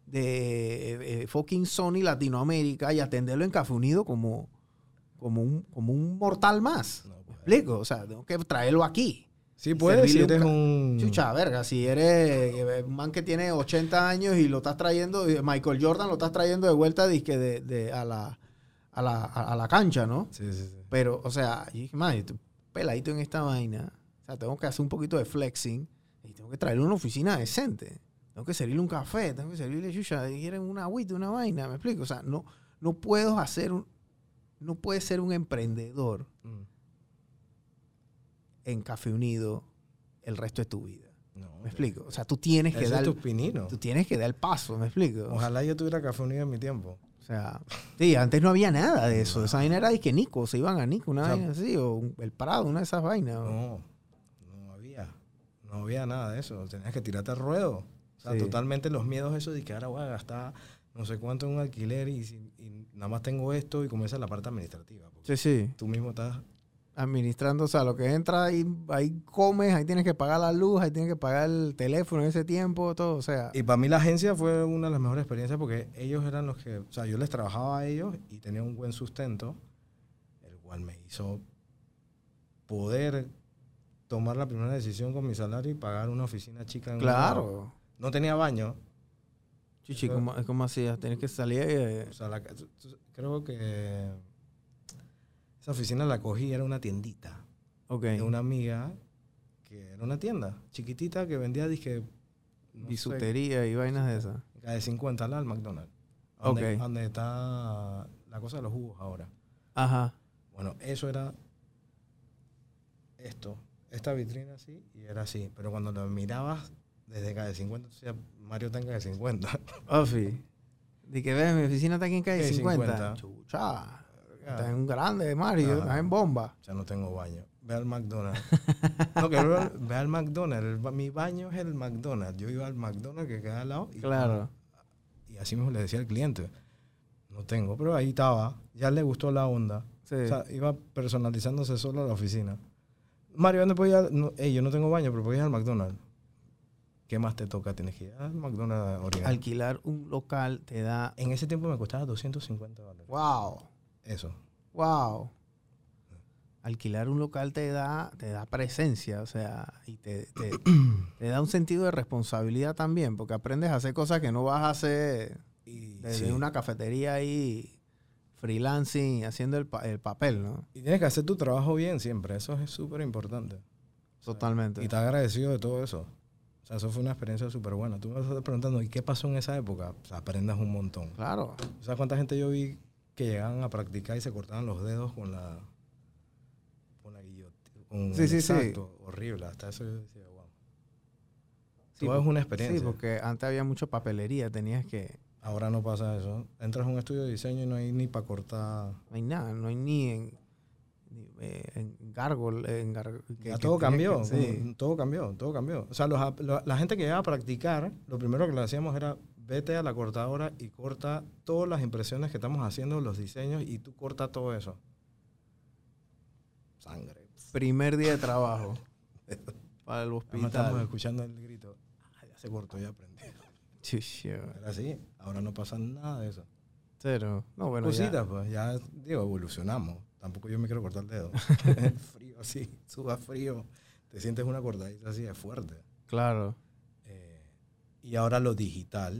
de eh, eh, fucking Sony Latinoamérica y atenderlo en Café Unido como, como, un, como un mortal más. No ¿Me puede. explico? O sea, tengo que traerlo aquí. Sí puedes si servirle eres un un... Chucha, verga, si eres eh, un man que tiene ochenta años y lo estás trayendo, eh, Michael Jordan lo estás trayendo de vuelta dizque de, de, a, la, a, la, a, a la cancha, ¿no? Sí, sí, sí. Pero, o sea, yo dije, man, yo estoy peladito en esta vaina. O sea, tengo que hacer un poquito de flexing y tengo que traerle una oficina decente. Tengo que servirle un café, tengo que servirle chucha, quieren una agüita, una vaina, ¿me explico? O sea, no, no puedo hacer un, no puedes ser un emprendedor Mm. en Café Unido el resto de tu vida. No, ¿Me explico? O sea, tú tienes que ese dar es tu pinino. tú tienes que dar el paso, ¿me explico? Ojalá yo tuviera Café Unido en mi tiempo. O sea, sí, antes no había nada de eso. Esa vaina era de que Nico, se iban a Nico, una O sea, vaina así, o un- el Prado, una de esas vainas. No, no había. No había nada de eso. Tenías que tirarte al ruedo. O sea, Sí. totalmente los miedos esos de que ahora voy a gastar no sé cuánto en un alquiler y, si- y nada más tengo esto y comienza la parte administrativa. Porque Sí, sí. tú mismo estás... Administrando, o sea, lo que entra ahí, ahí comes, ahí tienes que pagar la luz, ahí tienes que pagar el teléfono en ese tiempo, todo, o sea. Y para mí la agencia fue una de las mejores experiencias porque ellos eran los que... O sea, yo les trabajaba a ellos y tenía un buen sustento, el cual me hizo poder tomar la primera decisión con mi salario y pagar una oficina chica en un lado. Claro. No tenía baño. Chichi, ¿cómo, cómo hacías? Tienes que salir. eh, O sea, la- t- t- creo que esa oficina la cogí, era una tiendita ok. de una amiga que era una tienda chiquitita que vendía, dije, no sé, Bisutería y vainas de esas. de cincuenta al McDonald's. Donde, Ok. donde está la cosa de los jugos ahora. Ajá. Bueno, eso era esto, esta vitrina así, y era así. Pero cuando lo mirabas desde calle cincuenta, decía, Mario está en calle cincuenta. Ofi. De que ves, mi oficina está aquí en calle Calle cincuenta. cincuenta. Chucha. Está en un grande, Mario. Ajá. Está en bomba. Ya no tengo baño. Ve al McDonald's. No, que ve, ve al McDonald's. El ba- mi baño es el McDonald's. Yo iba al McDonald's que queda al lado. Y, Claro. Y así mismo le decía al cliente. No tengo, pero ahí estaba. Ya le gustó la onda. Sí. O sea, iba personalizándose solo a la oficina. Mario, ¿dónde puedo ir? al- No, ey, yo no tengo baño, pero puedo ir al McDonald's. ¿Qué más te toca? Tienes que ir al McDonald's original. Alquilar un local te da. En ese tiempo me costaba doscientos cincuenta dólares. Wow. Eso. Wow. Alquilar un local te da, te da presencia, o sea, y te, te, te da un sentido de responsabilidad también, porque aprendes a hacer cosas que no vas a hacer Y, desde sí. una cafetería ahí freelancing, haciendo el, pa- el papel, ¿no? Y tienes que hacer tu trabajo bien siempre. Eso es súper importante. Totalmente. Y estás agradecido de todo eso. O sea, eso fue una experiencia súper buena. Tú me estás preguntando, ¿y qué pasó en esa época? O sea, aprendas un montón. Claro. ¿Sabes cuánta gente yo vi que llegaban a practicar y se cortaban los dedos con la... con la guillotina? Con Sí, el sí, sí. exacto. Horrible. Hasta eso yo decía, wow. Sí, Todo es por- una experiencia. Sí, porque antes había mucha papelería, tenías que... Ahora no pasa eso. Entras a un estudio de diseño y no hay ni para cortar. No hay nada, no hay ni en... ni, eh, en Gargle, en Gar- que- Ya que todo tienes cambió. que- sí. como- todo cambió, todo cambió. O sea, los ap- lo- la gente que llegaba a practicar, lo primero que le hacíamos era vete a la cortadora y corta todas las impresiones que estamos haciendo, los diseños, y tú corta todo eso. Sangre. Primer día de trabajo para el Además estamos hospital. escuchando el grito. Ah, ya se cortó, ya aprendí. Chucho, Era así. Ahora no pasa nada de eso. cero. No, bueno, Cositas, ya. pues. Ya, digo, evolucionamos. Tampoco yo me quiero cortar el dedo. Frío así, suba frío. Te sientes una cortadita así, es fuerte. Claro. Eh, y ahora lo digital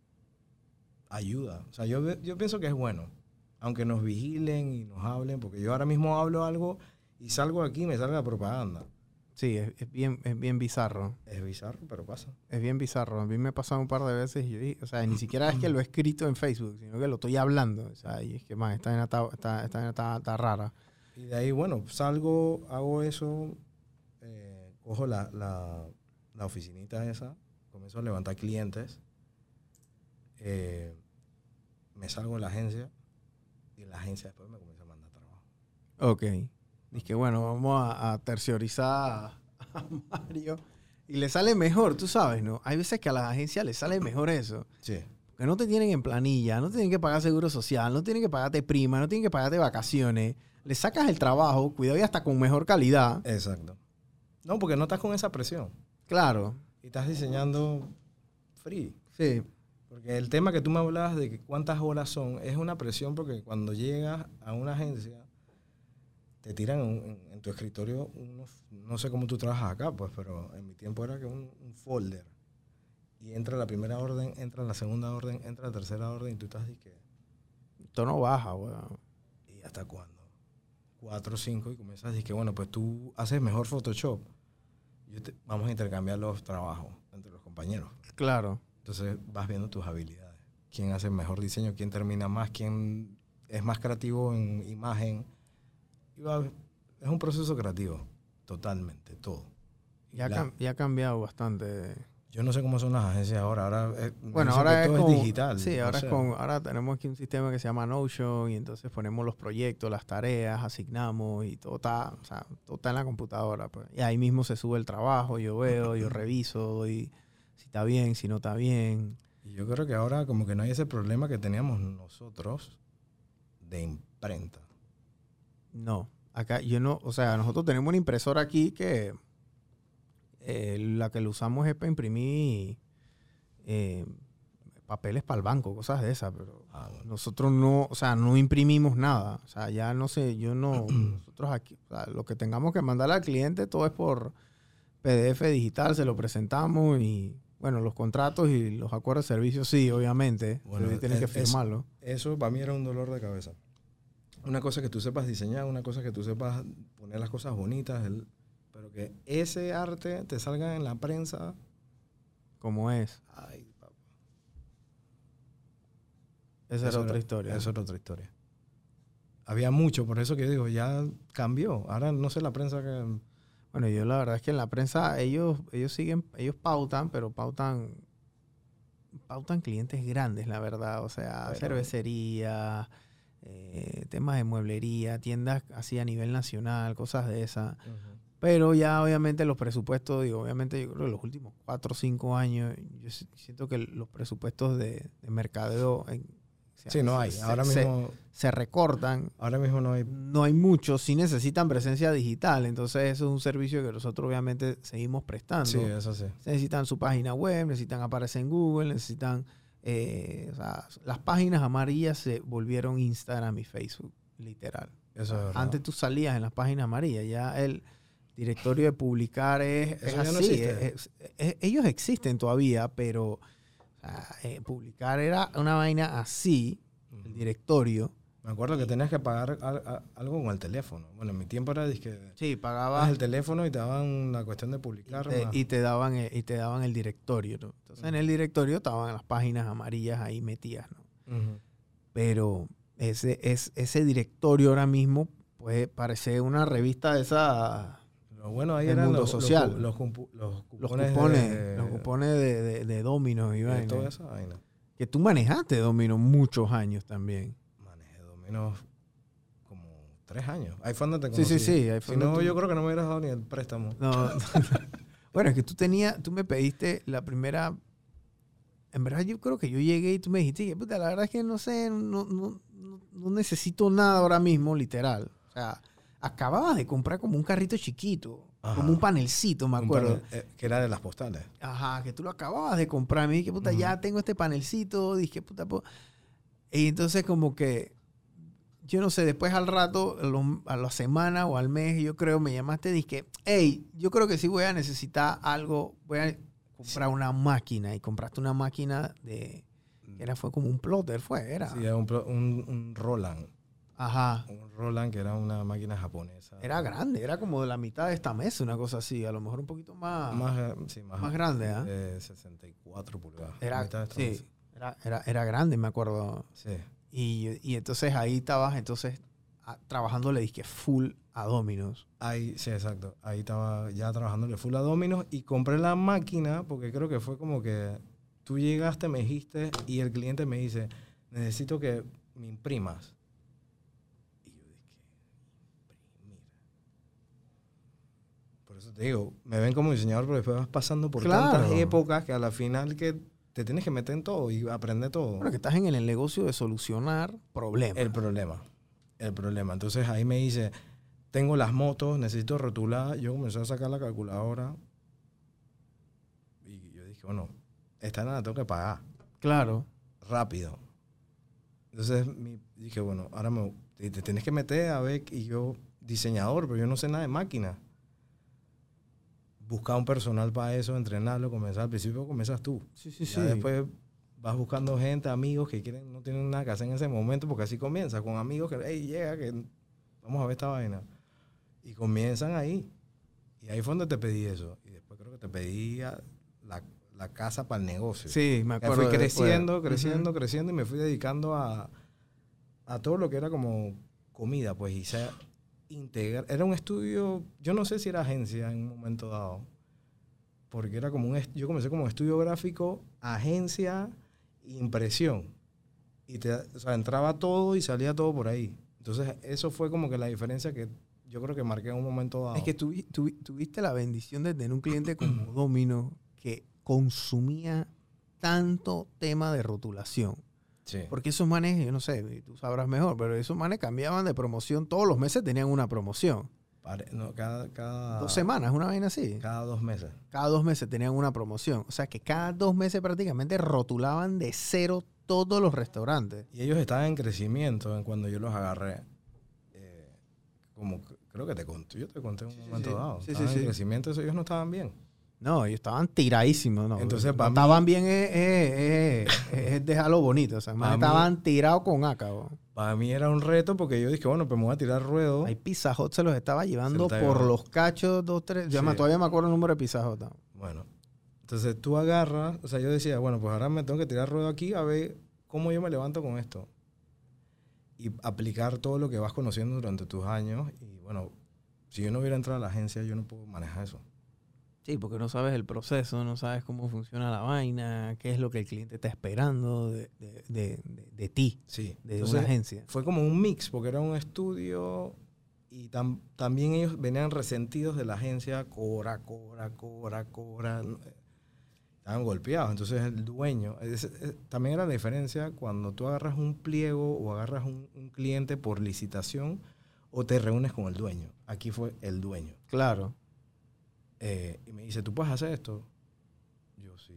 ayuda. O sea, yo, ve- yo pienso que es bueno. Aunque nos vigilen y nos hablen, porque yo ahora mismo hablo algo y salgo aquí y me sale la propaganda. Sí, es, es bien, es bien bizarro. Es bizarro, pero pasa. Es bien bizarro. A mí me ha pasado un par de veces y yo dije, o sea, ni siquiera es que lo he escrito en Facebook, sino que lo estoy hablando. O sea, y es que, man, esta vaina está, esta, esta vaina está, está rara. Y de ahí, bueno, salgo, hago eso, eh, cojo la, la, la oficinita esa, comienzo a levantar clientes, eh, me salgo de la agencia y la agencia después me comienza a mandar trabajo. Ok. Y que bueno, vamos a, a terciorizar a Mario. Y le sale mejor, tú sabes, ¿no? Hay veces que a las agencias les sale mejor eso. Sí. Que no te tienen en planilla, no te tienen que pagar seguro social, no tienen que pagarte prima, no tienen que pagarte vacaciones. Le sacas el trabajo, cuidado y hasta con mejor calidad. Exacto. No, porque no estás con esa presión. Claro. Y estás diseñando free. Sí. Porque el tema que tú me hablabas de que cuántas horas son, es una presión porque cuando llegas a una agencia, te tiran en, en- en tu escritorio unos, no sé cómo tú trabajas acá, pues, pero en mi tiempo era que un, un folder. Y entra la primera orden, entra la segunda orden, entra la tercera orden y tú estás de que, Esto no baja, weón. ¿y hasta cuándo? Cuatro o cinco y comienzas a decir que, bueno, pues tú haces mejor Photoshop. Yo te- vamos a intercambiar los trabajos entre los compañeros. Claro. Entonces vas viendo tus habilidades. Quién hace mejor diseño, quién termina más, quién es más creativo en imagen. Y va- es un proceso creativo, totalmente, todo. Y Ya, ha la- cam- ya ha cambiado bastante. yo no sé cómo son las agencias ahora. Ahora eh, me Bueno, dicen ahora que es, todo con, es digital. Sí, no ahora sé. es con, ahora tenemos aquí un sistema que se llama Notion y entonces ponemos los proyectos, las tareas, asignamos y todo está, o sea, todo está en la computadora. Pues. Y ahí mismo se sube el trabajo, yo veo, yo reviso, doy si está bien, si no está bien. Y yo creo que ahora como que no hay ese problema que teníamos nosotros de imprenta. No, acá yo no, o sea, nosotros tenemos una impresora aquí que eh, la que lo usamos es para imprimir eh, papeles para el banco, cosas de esas, pero Ah, bueno. nosotros no, o sea, no imprimimos nada. O sea, ya no sé, yo no, nosotros aquí, o sea, lo que tengamos que mandarle al cliente, todo es por P D F digital, se lo presentamos y, bueno, los contratos y los acuerdos de servicio, sí, obviamente, Bueno, pero tienen que es- es- firmarlo. Eso para mí era un dolor de cabeza. Una cosa es que tú sepas diseñar, una cosa es que tú sepas poner las cosas bonitas, el- pero que ese arte te salga en la prensa. Como es. Ay, papá. Esa Eso era otra historia. Eso era otra historia. Había mucho, por eso que yo digo, ya cambió. Ahora no sé la prensa que... Bueno, yo la verdad es que en la prensa ellos, ellos siguen, ellos pautan, pero pautan, pautan clientes grandes, la verdad. O sea, Bueno. cervecería, eh, temas de mueblería, tiendas así a nivel nacional, cosas de esas. Pero ya obviamente los presupuestos, digo, obviamente yo creo que los últimos cuatro o cinco años, yo si- siento que los presupuestos de, de mercadeo en, o sea, Sí, no hay. se- Ahora se- mismo, se recortan. ahora mismo no hay... No hay muchos, sí necesitan presencia digital, entonces eso es un servicio que nosotros obviamente seguimos prestando. Sí, eso sí. Necesitan su página web, necesitan aparecer en Google, necesitan... eh, o sea, las páginas amarillas se volvieron Instagram y Facebook, literal. Eso es verdad. Antes tú salías en las páginas amarillas, ya el directorio de publicar es, es Eso ya no así. existe. es- es- es- ellos existen todavía, pero o sea, eh, publicar era una vaina así, el directorio, Me acuerdo que tenías que pagar al, a, algo con el teléfono. Bueno, en mi tiempo era que sí, pagabas el teléfono y te daban la cuestión de publicar. y te, más. y te daban el, y te daban el directorio, ¿no? Entonces, uh-huh. en el directorio estaban las páginas amarillas ahí metidas, ¿no? Uh-huh. Pero ese, es, ese directorio ahora mismo puede parecer una revista de esa... Lo bueno ahí del eran mundo los, social. Los, los, cupo, los cupones, los cupones de, los cupones de, de, de Domino's y vaina. Toda esa vaina. Que tú manejaste Domino's muchos años también. Manejé Domino's como tres años. Ahí fue donde te conocí. Sí, sí, sí. Ahí fue si no, tú... yo creo que no me hubieras dado ni el préstamo. No. Bueno, es que tú tenías, tú me pediste la primera... En verdad yo creo que yo llegué y tú me dijiste, puta, la verdad es que no sé, no, no, no, no necesito nada ahora mismo, literal. O sea, acababas de comprar como un carrito chiquito. Ajá. Como un panelcito, me acuerdo. Un panel, eh, que era de las postales. Ajá, que tú lo acababas de comprar. Me dije, puta, uh-huh. ya tengo este panelcito. Dije, puta, po... Y entonces como que, yo no sé, después al rato, a la semana o al mes, yo creo, me llamaste y dije, hey, yo creo que sí voy a necesitar algo, voy a comprar sí. una máquina. Y compraste una máquina de, era, fue como un plotter, fue, era. Sí, era un, un, un Roland. Ajá. Un Roland, que era una máquina japonesa. Era grande, era como de la mitad de esta mesa, una cosa así. A lo mejor un poquito más... Más, sí, más, más grande, ¿ah? ¿eh? De sesenta y cuatro pulgadas. Era, sí, era, era, era grande, me acuerdo. Sí. Y, y entonces ahí estabas, entonces, a, trabajándole, dije, full a Domino's. Ahí, sí, exacto. Ahí estaba ya trabajándole full a Domino's y compré la máquina porque creo que fue como que tú llegaste, me dijiste, y el cliente me dice, necesito que me imprimas. Eso te digo, me ven como diseñador, pero después vas pasando por claro. tantas épocas que a la final que te tienes que meter en todo y aprender todo. Bueno, que estás en el negocio de solucionar problemas. El problema, el problema. Entonces ahí me dice, tengo las motos, necesito rotular. Yo comencé a sacar la calculadora y yo dije, bueno, esta nada la tengo que pagar. Claro. Rápido. Entonces mi, dije, bueno, ahora me, te, te tienes que meter a ver, y yo, diseñador, pero yo no sé nada de máquina. Buscar un personal para eso, entrenarlo, comenzar. Al principio comienzas tú. Sí, sí, ya sí. Después vas buscando gente, amigos que quieren, no tienen nada que hacer en ese momento, porque así comienza, con amigos que, hey, llega, que vamos a ver esta vaina. Y comienzan ahí. Y ahí fue donde te pedí eso. Y después creo que te pedí la, la casa para el negocio. Sí, me acuerdo. Ya fui creciendo, después. creciendo, uh-huh. creciendo, y me fui dedicando a, a todo lo que era como comida, pues, y se integrar. Era un estudio, yo no sé si era agencia en un momento dado, porque era como un, yo comencé como estudio gráfico, agencia, impresión. Y te, o sea, entraba todo y salía todo por ahí. Entonces, eso fue como que la diferencia que yo creo que marqué en un momento dado. Es que tuvi, tuvi, tuviste la bendición de tener un cliente como Domino que consumía tanto tema de rotulación. Sí. Porque esos manes, yo no sé, tú sabrás mejor, pero esos manes cambiaban de promoción. Todos los meses tenían una promoción. Pare, no, cada, cada... Dos semanas, una vaina así. Cada dos meses. Cada dos meses tenían una promoción. O sea que cada dos meses prácticamente rotulaban de cero todos los restaurantes. Y ellos estaban en crecimiento en cuando yo los agarré. Eh, como creo que te conté, yo te conté en un sí, momento sí, dado. Sí, estaban sí, en sí. crecimiento, ellos no estaban bien. No, ellos estaban tiradísimos. No, Entonces, no estaban bien, es, es, es, es dejarlo bonito. O sea, más estaban mí, tirados con acá. Bro. Para mí era un reto porque yo dije, bueno, pues me voy a tirar ruedo. Hay Pizza Hut se los estaba llevando por llevando. los cachos, dos, tres. Sí. Me, todavía me acuerdo el número de Pizza Hut. No. Bueno, entonces tú agarras, o sea, yo decía, bueno, pues ahora me tengo que tirar ruedo aquí a ver cómo yo me levanto con esto. Y aplicar todo lo que vas conociendo durante tus años. Y bueno, si yo no hubiera entrado a la agencia, yo no puedo manejar eso. Sí, porque no sabes el proceso, no sabes cómo funciona la vaina, qué es lo que el cliente está esperando de, de, de, de, de ti, sí. de Entonces, una agencia. Fue como un mix, porque era un estudio y tam, también ellos venían resentidos de la agencia, cobra, cobra, cobra, cobra. Estaban golpeados. Entonces el dueño, es, es, también era la diferencia cuando tú agarras un pliego o agarras un, un cliente por licitación o te reúnes con el dueño. Aquí fue el dueño. Claro. Eh, y me dice, ¿tú puedes hacer esto? Yo sí.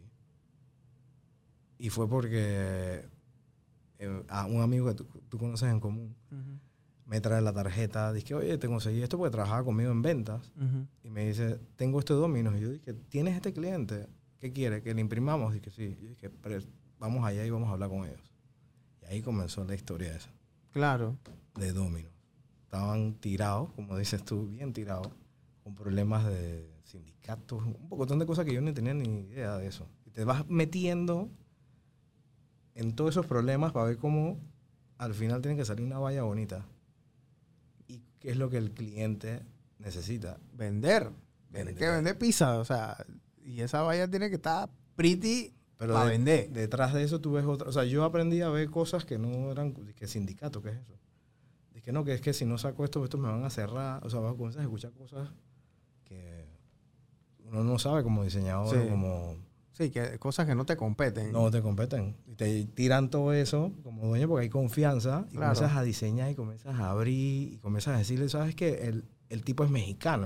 Y fue porque eh, a un amigo que tú, tú conoces en común uh-huh. me trae la tarjeta. Dice, oye, te conseguí esto porque trabajaba conmigo en ventas. Uh-huh. Y me dice, tengo este Domino's. Y yo dije, ¿tienes este cliente? ¿Qué quiere? ¿Que le imprimamos? Dije, sí. Y yo dije, pero vamos allá y vamos a hablar con ellos. Y ahí comenzó la historia esa. Claro. de Domino's. Estaban tirados, como dices tú, bien tirados, con problemas de sindicatos, un montón de cosas que yo no tenía ni idea de eso. Y te vas metiendo en todos esos problemas para ver cómo al final tiene que salir una valla bonita. Y qué es lo que el cliente necesita. Vender. Tienes que vender pizza, o sea, y esa valla tiene que estar pretty Pero para de- vender. detrás de eso tú ves otra. O sea, yo aprendí a ver cosas que no eran. Que sindicato, ¿qué es eso? Dije, no, que es que si no saco esto, estos me van a cerrar. O sea, vas a comenzar a escuchar cosas que uno no sabe como diseñador, Sí. o como Sí, que cosas que no te competen. no te competen. Y te tiran todo eso como dueño porque hay confianza. Y Claro. comienzas a diseñar y comienzas a abrir y comienzas a decirle, ¿sabes qué? El, el tipo es mexicano.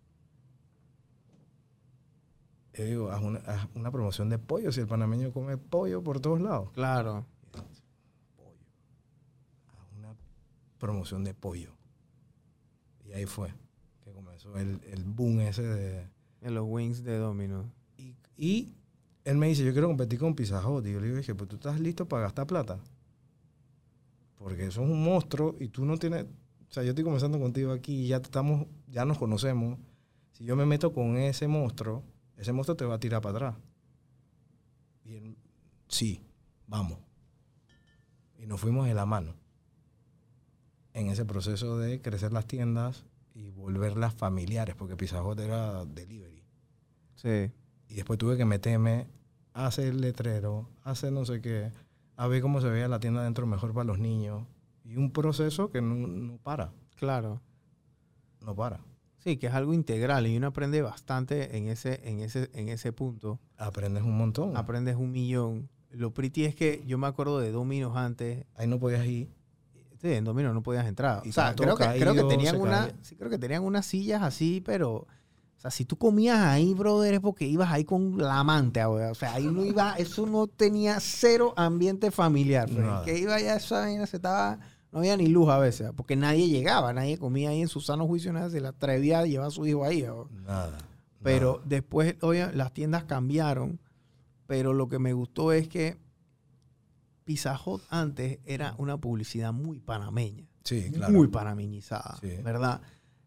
Yo digo, haz una, haz una promoción de pollo. Si el panameño come pollo por todos lados. Claro. Pollo. Haz una promoción de pollo. Y ahí fue que comenzó el, el boom ese de... En los wings de Domino's. Y, y él me dice, yo quiero competir con Pizza Hut. Y yo le digo, dije, pues tú estás listo para gastar plata. Porque eso es un monstruo y tú no tienes... O sea, yo estoy comenzando contigo aquí y ya estamos, ya nos conocemos. Si yo me meto con ese monstruo, ese monstruo te va a tirar para atrás. Y él, sí, vamos. Y nos fuimos de la mano en ese proceso de crecer las tiendas y volverlas familiares, porque Pizza Hut era delivery. Sí. Y después tuve que meterme a hacer el letrero, a hacer no sé qué, a ver cómo se veía la tienda dentro mejor para los niños. Y un proceso que no, no para, Claro. no para. Sí, que es algo integral y uno aprende bastante en ese, en ese, en ese punto. Aprendes un montón. Aprendes un millón. Lo pretty es que yo me acuerdo de Domino's antes. Ahí no podías ir. Sí, en Domino's no podías entrar. Y O sea, estaba todo creo que, creo que caído, tenían se una, caía. sí, creo que tenían unas sillas así, pero o sea, si tú comías ahí, brother, es porque ibas ahí con la amante, güey. O sea, ahí no iba, eso no tenía cero ambiente familiar. Pero Nada. el que iba allá, esa vaina se estaba, no había ni luz a veces, porque nadie llegaba, nadie comía ahí en su sano juicio, nadie se le atrevía a llevar a su hijo ahí. güey. Nada. Pero nada. después, oye, las tiendas cambiaron, pero lo que me gustó es que Pizza Hut antes era una publicidad muy panameña, Sí, claro. muy panameñizada, Sí. ¿verdad?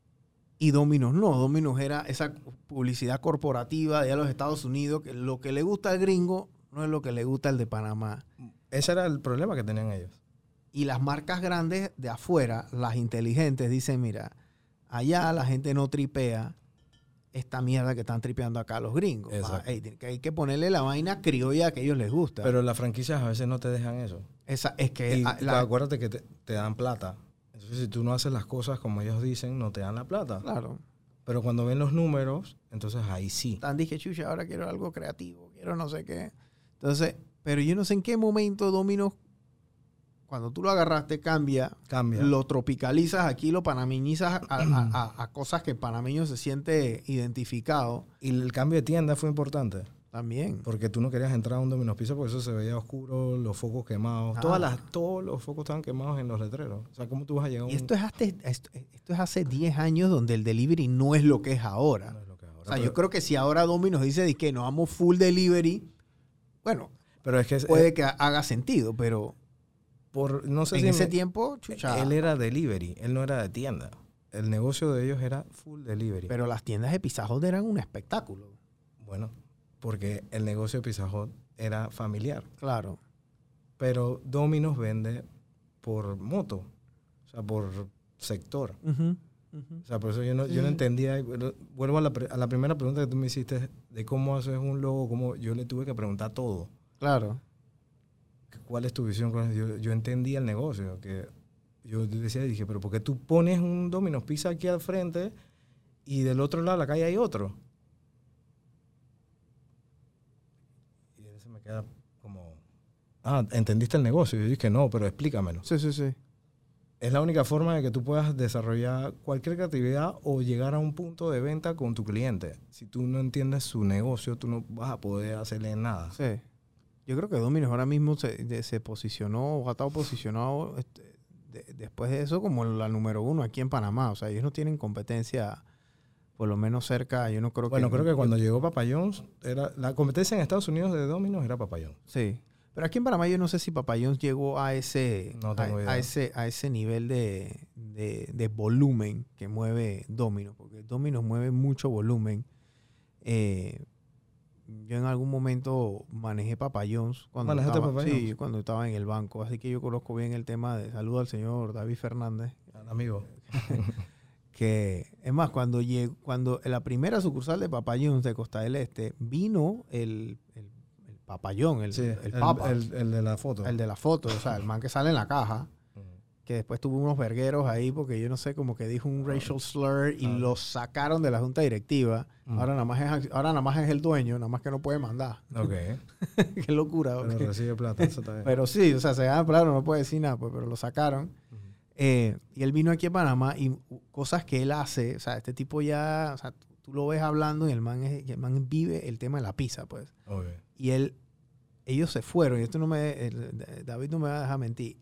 Y Domino's no, Domino's era esa publicidad corporativa de los Estados Unidos, que lo que le gusta al gringo no es lo que le gusta al de Panamá. Ese era el problema que tenían ellos. Y las marcas grandes de afuera, las inteligentes, dicen, mira, allá la gente no tripea esta mierda que están tripeando acá los gringos. Exacto. Ey, que hay que ponerle la vaina criolla que a ellos les gusta. Pero las franquicias a veces no te dejan eso. Esa, es que Y a- la- acuérdate que te, te dan plata. Entonces, si tú no haces las cosas como ellos dicen, no te dan la plata. claro, Pero cuando ven los números, entonces ahí sí. tan dije, chucha, ahora quiero algo creativo, quiero no sé qué. Entonces, pero yo no sé en qué momento Domino's, cuando tú lo agarraste, cambia, Cambia. lo tropicalizas aquí, lo panameñizas a, a- a- a cosas que el panameño se siente identificado Y el cambio de tienda fue importante. también. Porque tú no querías entrar a un Domino's Pizza porque eso se veía oscuro, los focos quemados. Ah. Todas las, todos los focos estaban quemados en los letreros. O sea, ¿cómo tú vas a llegar a un... Y esto es, hasta, esto, esto es hace diez años donde el delivery no es lo que es ahora. No es lo que es ahora. O sea, pero, yo creo que si ahora Domino's dice que nos vamos full delivery, bueno, pero es que es- puede eh, que haga sentido, pero por, no sé en si ese me- tiempo, chucha. él era delivery, él no era de tienda. El negocio de ellos era full delivery. Pero las tiendas de Pizza Hut eran un espectáculo. bueno, porque el negocio de Pizza Hut era familiar. Claro. Pero Domino's vende por moto, o sea, por sector. Ujú, ujú. O sea, por eso yo no, yo no Sí. entendía. y bueno, Vuelvo a la, pre- a la primera pregunta que tú me hiciste de cómo haces un logo, cómo yo le tuve que preguntar todo. Claro. ¿Cuál es tu visión? con eso? Yo, yo entendía el negocio. Que yo decía, dije, pero ¿por qué tú pones un Domino's Pizza aquí al frente y del otro lado de la calle hay otro? Y él se me queda como, ah, ¿entendiste el negocio? Y yo dije, no, pero explícamelo. Sí, sí, sí. Es la única forma de que tú puedas desarrollar cualquier creatividad o llegar a un punto de venta con tu cliente. Si tú no entiendes su negocio, tú no vas a poder hacerle nada. Sí. Yo creo que Domino's ahora mismo se, de- se posicionó o ha estado posicionado este, de- después de eso como la número uno aquí en Panamá. O sea, ellos no tienen competencia, por lo menos cerca. Yo no creo Bueno, que. creo que cuando llegó Papa John's, era, la competencia en Estados Unidos de Domino's era Papa John's. Sí. Pero aquí en Panamá yo no sé si Papa John's llegó a ese, No tengo a, idea. a ese, a ese nivel de, de, de volumen que mueve Domino's, porque Domino's mueve mucho volumen. Eh, yo en algún momento manejé Papa John's cuando ¿Manejaste estaba, Papa sí, John's? cuando estaba en el banco, así que yo conozco bien el tema de saludo al señor David Fernández. Amigo. Que es más, cuando llegó, cuando en la primera sucursal de Papa John's de Costa del Este vino el, el, el papayón, el, Sí, el, el, papa, el, el, el de la foto. de la foto, o sea, el man que sale en la caja, Ujú. que después tuvo unos vergueros ahí porque yo no sé, como que dijo un racial slur y Ah. lo sacaron de la junta directiva. Ujú. Ahora nada más es, ahora nada más es el dueño, nada más que no puede mandar. Ok. Qué locura. Pero ok. recibe plata, eso está bien. Pero sí, o sea, se gana plata, no puede decir nada, pues, pero lo sacaron. Ujú. Eh, y él vino aquí a Panamá y cosas que él hace, o sea, este tipo ya, o sea, tú, tú lo ves hablando y el man, es, el man vive el tema de la pizza, pues. Ok. Y él, ellos se fueron, y esto no me, el- David no me va a dejar mentir,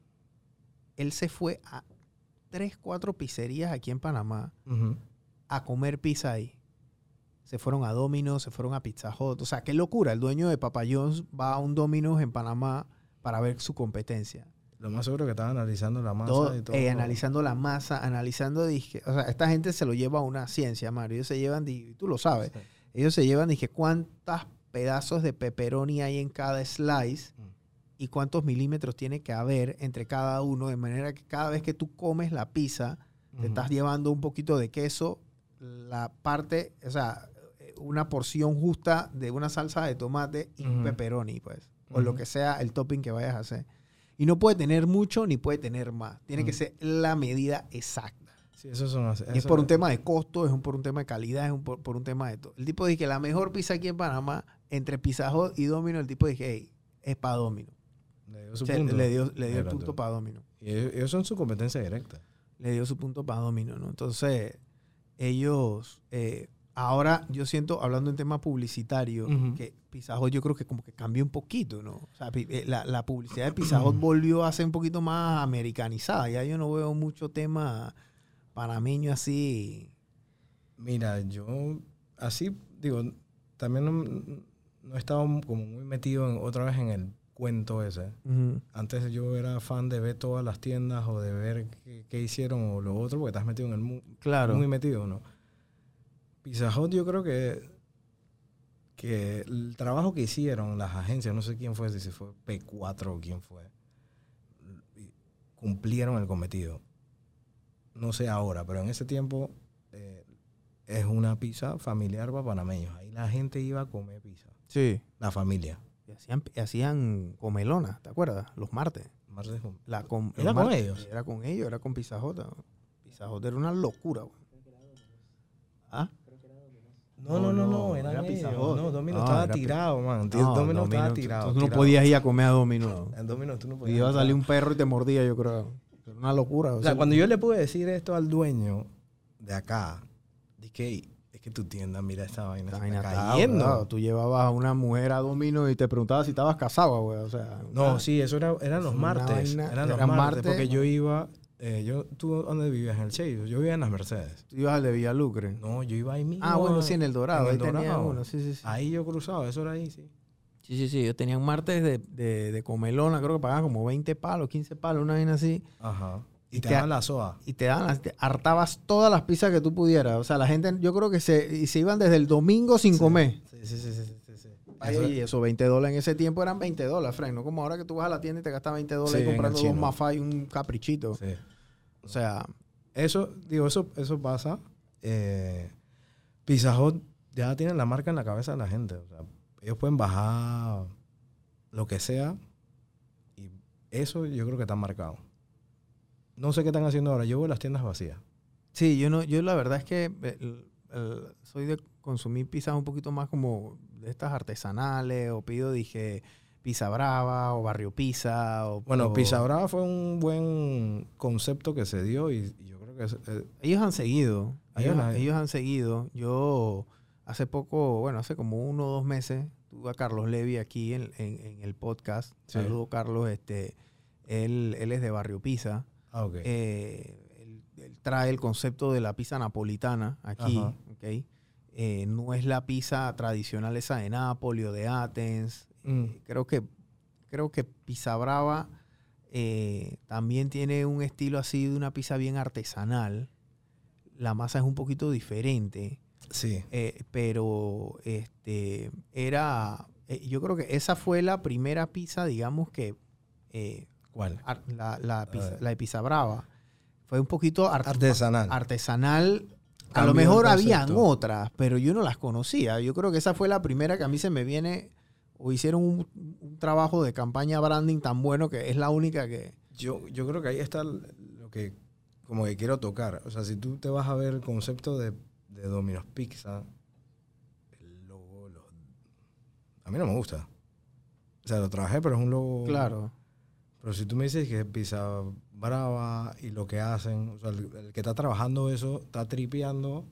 él se fue a tres, cuatro pizzerías aquí en Panamá Ujú. a comer pizza ahí. Se fueron a Domino's, se fueron a Pizza Hut, o sea, qué locura, el dueño de Papa John's va a un Domino's en Panamá para ver su competencia. Lo más seguro que estaba analizando la masa Todo, y todo. eh, analizando la masa, analizando, dije, o sea, esta gente se lo lleva a una ciencia, Mario. Ellos se llevan, di- tú lo sabes, Sí. ellos se llevan, dije, cuántos pedazos de pepperoni hay en cada slice Mm. y cuántos milímetros tiene que haber entre cada uno, de manera que cada vez que tú comes la pizza, te Ujú. estás llevando un poquito de queso, la parte, o sea, una porción justa de una salsa de tomate y un Ujú. pepperoni, pues, o lo Ujú. que sea el topping que vayas a hacer. Y no puede tener mucho ni puede tener más. Tiene que Mm. ser la medida exacta. Sí, eso son así. Y es por un tema de costo, es un, por un tema de calidad, es un, por, por un tema de todo. El tipo dice que la mejor pizza aquí en Panamá, entre Pizza Hut y Domino, el tipo dice, hey, es para Domino. Le dio su O sea, punto. le dio, le dio el Mira punto tú. para Domino. Y ellos, ellos son su competencia directa. Le dio su punto para Domino, ¿no? Entonces, ellos, eh, ahora yo siento, hablando en tema publicitario, Ujú. que Pizza Hut yo creo que como que cambió un poquito, ¿no? O sea, pi- eh, la, la publicidad de Pizza Hut volvió a ser un poquito más americanizada. Ya yo no veo mucho tema panameño así. Mira, yo así, digo, también no, no he estado como muy metido en, otra vez en el cuento ese. Ujú. Antes yo era fan de ver todas las tiendas o de ver qué, qué hicieron o lo otro, porque estás metido en el mu- Claro. muy metido, ¿no? Pizza Hut yo creo que, que el trabajo que hicieron las agencias, no sé quién fue, si fue P cuatro o quién fue, cumplieron el cometido. No sé ahora, pero en ese tiempo eh, es una pizza familiar para panameños. Ahí la gente iba a comer pizza. Sí. La familia. Y hacían, y hacían comelona, ¿te acuerdas? Los martes. Martes con- La com- ¿Era los con martes, ellos? Era con ellos, era con Pizza Hut. Pizza Hut era una locura, güey. ¿Ah? No, no, no, no, era eran Pizza ellos. Hut. No, Domino No, estaba era pi- tirado, man. No, Domino estaba Domino, tirado. tú no tirado. podías ir a comer a Domino. En Domino tú no podías. Iba a entrar. salir un perro y te mordía, yo creo. Era una locura. O sea, cuando yo le pude decir esto al dueño de acá, dije, es que tu tienda, mira esta vaina, esta se vaina está estaba, cayendo. bravo. Tú llevabas a una mujer a Domino y te preguntabas si estabas casado, güey. O sea, No, una- sí, eso era, eran los una martes. vaina- eran los eran martes, martes. porque yo iba, eh, yo, ¿tú dónde vivías? En el Chase. Yo vivía en las Mercedes. Tú ibas al de Villalucre. No, yo iba ahí mismo. Ah, bueno, sí, en el Dorado. en Ahí el tenían Dorado. uno, sí, sí, sí. Ahí yo cruzaba, eso era ahí, sí. Sí, sí, sí. Ellos tenían martes de, de, de comelona. Creo que pagaban como veinte palos, quince palos, una vaina así. Ajá. Y, Y te te- daban la soda. Y te daban, las- te hartabas todas las pizzas que tú pudieras. O sea, la gente, yo creo que se, y se iban desde el domingo sin comer. Sí, sí, sí, sí, sí, sí, sí. Ay, Eso- y esos veinte dólares en ese tiempo eran veinte dólares, Frank. No como ahora que tú vas a la tienda y te gastas veinte dólares Sí, en el comprando dos chino. mafás y un caprichito. sí. O sea, Eso, digo, eso, eso pasa. Eh, Pizza Hut ya tienen la marca en la cabeza de la gente. O sea, ellos pueden bajar lo que sea y eso yo creo que está marcado. No sé qué están haciendo ahora. Yo veo las tiendas vacías. sí, yo no, yo la verdad es que el- el- soy de consumir pizzas un poquito más como de estas artesanales, o pido, dije, Pizza Brava, o Barrio Pizza, o... Bueno, o- Pizza Brava fue un buen concepto que se dio y, y yo creo que... es- eh, Ellos han seguido, Hay ellos, una- ellos han seguido. Yo hace poco, bueno, hace como uno o dos meses, tuve a Carlos Levy aquí en, en- en el podcast. Sí. Saludo, Carlos. Este, él, él es de Barrio Pizza. ah, ok. Eh, él, él trae el concepto de la pizza napolitana aquí. Ajá. ¿Ok? Eh, no es la pizza tradicional esa de Nápoles o de Athens. Mm. Creo que creo que Pizza Brava eh, también tiene un estilo así de una pizza bien artesanal. La masa es un poquito diferente. Sí. Eh, pero este era... Eh, yo creo que esa fue la primera pizza, digamos que... Eh, ¿Cuál? ar- la, la, pizza, la de Pizza Brava. Fue un poquito art- Artesanal. artesanal. A Cambió lo mejor el habían concepto. otras, pero yo no las conocía. Yo creo que esa fue la primera que a mí se me viene, o hicieron un, un trabajo de campaña branding tan bueno que es la única que... Yo, yo creo que ahí está lo que como que quiero tocar. O sea, si tú te vas a ver el concepto de, de Domino's Pizza, el logo, lo- a mí no me gusta. O sea, lo trabajé, pero es un logo... Claro. Pero si tú me dices que es Pizza Brava y lo que hacen, o sea, el, el que está trabajando eso está tripeando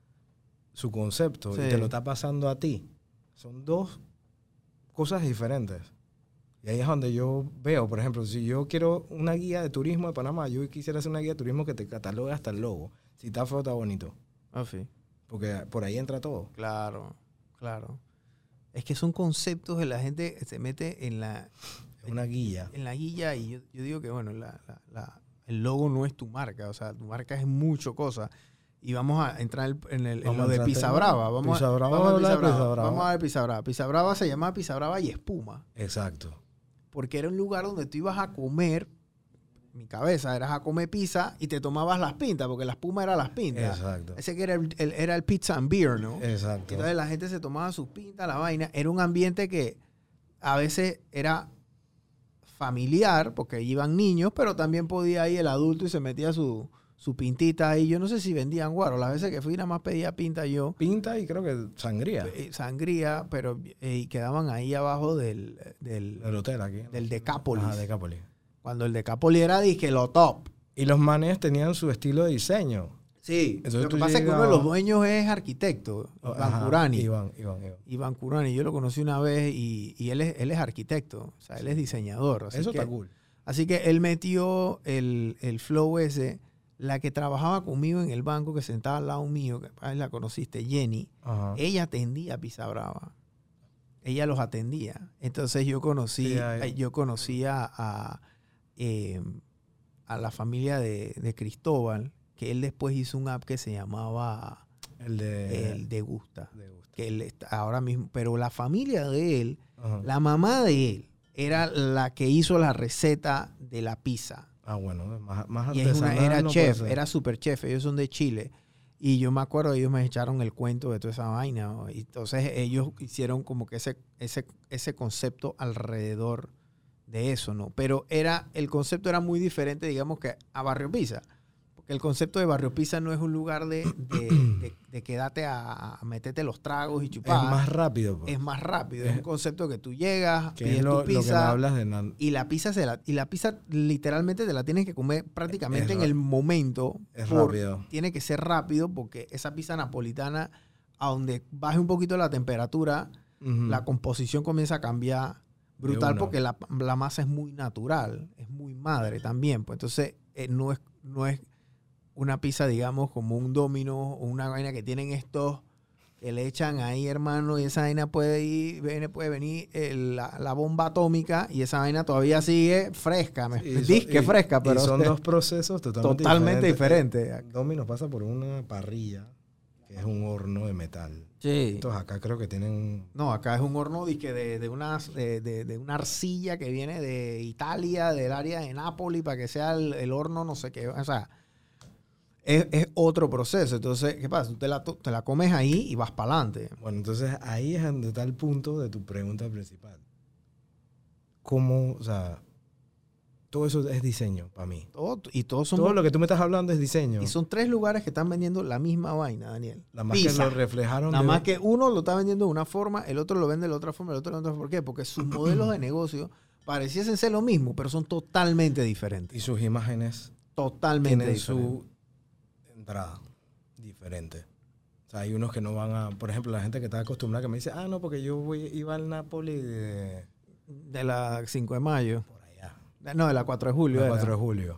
su concepto Sí. y te lo está pasando a ti. Son dos cosas diferentes. Y ahí es donde yo veo, por ejemplo, si yo quiero una guía de turismo de Panamá, yo quisiera hacer una guía de turismo que te catalogue hasta el logo. Si está feo, está bonito. Ah, sí. Porque por ahí entra todo. Claro, claro. Es que son conceptos que la gente se mete en la, Es una guía. en la guía y yo, yo digo que, bueno, la, la, la, el logo no es tu marca. O sea, tu marca es mucho cosa. Y vamos a entrar en, el, en Vamos lo a de entrar en Pizza tema. Brava. Vamos, Pizza a, Brava, vamos a habla Pizza de Pizza Brava. Brava. Vamos a ver Pizza Brava. Pizza Brava se llamaba Pizza Brava y Espuma. Exacto. Porque era un lugar donde tú ibas a comer, mi cabeza, eras a comer pizza y te tomabas las pintas, porque la espuma era las pintas. Exacto. Ese que era el, el- era el pizza and beer, ¿no? Exacto. Entonces la gente se tomaba sus pintas, la vaina. Era un ambiente que a veces era familiar, porque iban niños, pero también podía ir el adulto y se metía su, su pintita ahí. Yo no sé si vendían guaro. Las veces que fui nada más pedía pinta yo. Pinta y creo que sangría. eh, Sangría, pero eh, y quedaban ahí abajo del, del, El hotel aquí. del Decápolis. Ajá, Decápolis. Cuando el Decápolis era, dije, lo top. Y los manes tenían su estilo de diseño. Sí. Entonces Lo que tú pasa es que uno de llegabas- los dueños es arquitecto, Iván Ajá, Curani. Iván, Iván, Iván. Iván Curani, yo lo conocí una vez y, y él, es, él es arquitecto, o sea, él es diseñador. Así Eso que, está cool. Así que él metió el, el flow ese. La que trabajaba conmigo en el banco, que sentaba al lado mío, que ahí la conociste, Jenny, Ajá. ella atendía a Pizza Brava. Ella los atendía. Entonces yo conocí, Sí, ahí- yo conocía a, eh, a la familia de, de Cristóbal, que él después hizo un app que se llamaba El de... El Degusta. de gusto. Que él está ahora mismo, pero la familia de él, Ajá. la mamá de él, era la que hizo la receta de la pizza. Ah, bueno, más, más Y es una- artesanal era no chef, puede ser. era super chef, ellos son de Chile. Y yo me acuerdo, ellos me echaron el cuento de toda esa vaina, ¿no? Y entonces ellos hicieron como que ese, ese, ese concepto alrededor de eso, ¿no? Pero era, el concepto era muy diferente, digamos, que a Barrio Pizza. Porque el concepto de Barrio Pizza no es un lugar de, de, de, de quedarte a, a meterte los tragos y Es chupar. más rápido. Pues. Es más rápido. Es- Es un concepto que tú llegas, que pides es lo, tu lo que me pizza. hablas de... nan- Y la pizza se la, y la pizza literalmente te la tienes que comer prácticamente Es en ra- el momento. Es por- rápido. Tiene que ser rápido porque esa pizza napolitana, a donde baje un poquito la temperatura, Ujú. la composición comienza a cambiar De brutal una. porque la, la masa es muy natural, es muy madre también. Pues entonces eh, no, es, no es una pizza, digamos, como un domino o una vaina que tienen estos que le echan ahí, hermano, y esa vaina puede ir, viene, puede venir el- la, la bomba atómica y esa vaina todavía sigue fresca. Me Y son- disque y- fresca, pero y son dos procesos totalmente, totalmente diferentes. diferentes. Domino's pasa por una parrilla, que es un horno de metal. Sí. Entonces acá creo que tienen... No, acá es un horno disque de, de, una, de, de- de una arcilla que viene de Italia, del área de Nápoles, para que sea el, el horno, no sé qué. O sea, es, es otro proceso. Entonces, ¿qué pasa? Tú te la, te la comes ahí y vas para adelante. Bueno, entonces ahí es donde está el punto de tu pregunta principal. ¿Cómo, o sea, todo eso es diseño para mí? Todo, y todos son, Todo lo que tú me estás hablando es diseño. y son tres lugares que están vendiendo la misma vaina, Daniel. Nada más que Pizza. lo reflejaron. Nada de- más que uno lo está vendiendo de una forma, el otro lo vende de la otra forma, el otro de la otra forma. ¿Por qué? Porque sus modelos de negocio pareciesen ser lo mismo, pero son totalmente diferentes. Y sus imágenes Totalmente tienen diferentes. su entrada diferente. O sea, hay unos que no van a... Por ejemplo, la gente que está acostumbrada que me dice, ah, no, porque yo voy, iba al Napoli de... De la cinco de mayo. por allá, No, de la cuatro de julio. el era. cuatro de julio.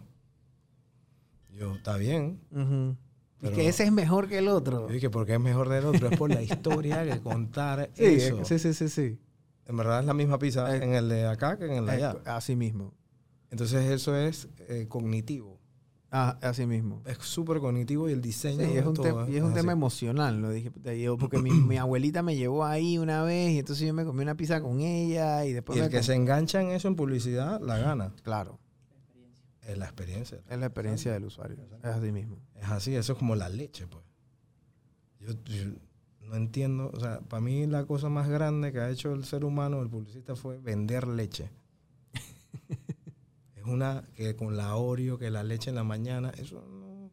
Yo, está bien. Ujú. Pero- Es que ese es mejor que el otro. Yo dije, porque es mejor del otro, es por la historia que contar Sí, eso. es- sí, sí, sí, sí. En verdad es la misma pizza Eh, en el de acá que en el de allá. Eh, así mismo. Entonces eso es eh, cognitivo. Ah, así mismo. Es súper cognitivo y el diseño Sí, de es un, todo te- y es un así. tema emocional, lo dije, te digo, porque mi, mi abuelita me llevó ahí una vez y entonces yo me comí una pizza con ella y después Y el me que com- se engancha en eso en publicidad, la gana. Claro, Es la experiencia. es la experiencia del usuario. Es así mismo. Es así, eso es como la leche, pues. Yo, yo no entiendo, o sea, para mí la cosa más grande que ha hecho el ser humano, el publicista, fue vender leche. Es una que con la Oreo, que la leche en la mañana, eso no...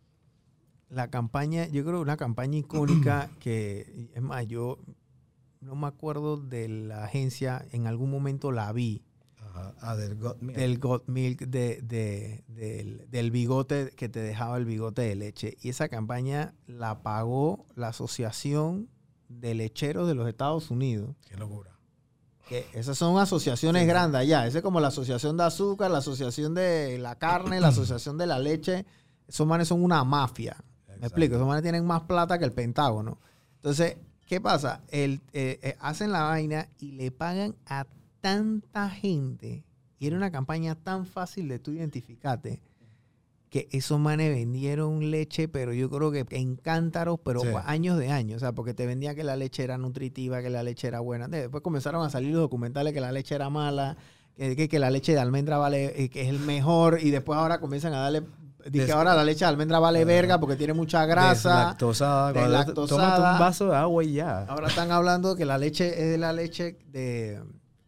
La campaña, yo creo una campaña icónica que, es más, yo no me acuerdo de la agencia, en algún momento la vi, Ajá. Ah, del Got Milk. del Got Milk, de, de- del, del bigote que te dejaba el bigote de leche. Y esa campaña la pagó la Asociación de Lecheros de los Estados Unidos. Qué locura. Que esas son asociaciones Sí. grandes allá. Esa es como la asociación de azúcar, la asociación de la carne, la asociación de la leche. Esos manes son una mafia. Me Exacto. explico. Esos manes tienen más plata que el Pentágono. Entonces, ¿qué pasa? El, eh, eh, hacen la vaina y le pagan a tanta gente. Y era una campaña tan fácil de tú identificarte que esos manes vendieron leche, pero yo creo que en cántaros, pero Sí. años de años. O sea, porque te vendía que la leche era nutritiva, que la leche era buena. Después comenzaron a salir los documentales que la leche era mala, que, que, que la leche de almendra vale, eh, que es el mejor. Y después ahora comienzan a darle... Dice que Des- ahora la leche de almendra vale verga porque tiene mucha grasa. Deslactosada. Cuando deslactosada. Tómate un vaso de agua y ya. Ahora están hablando que la leche es de la leche de,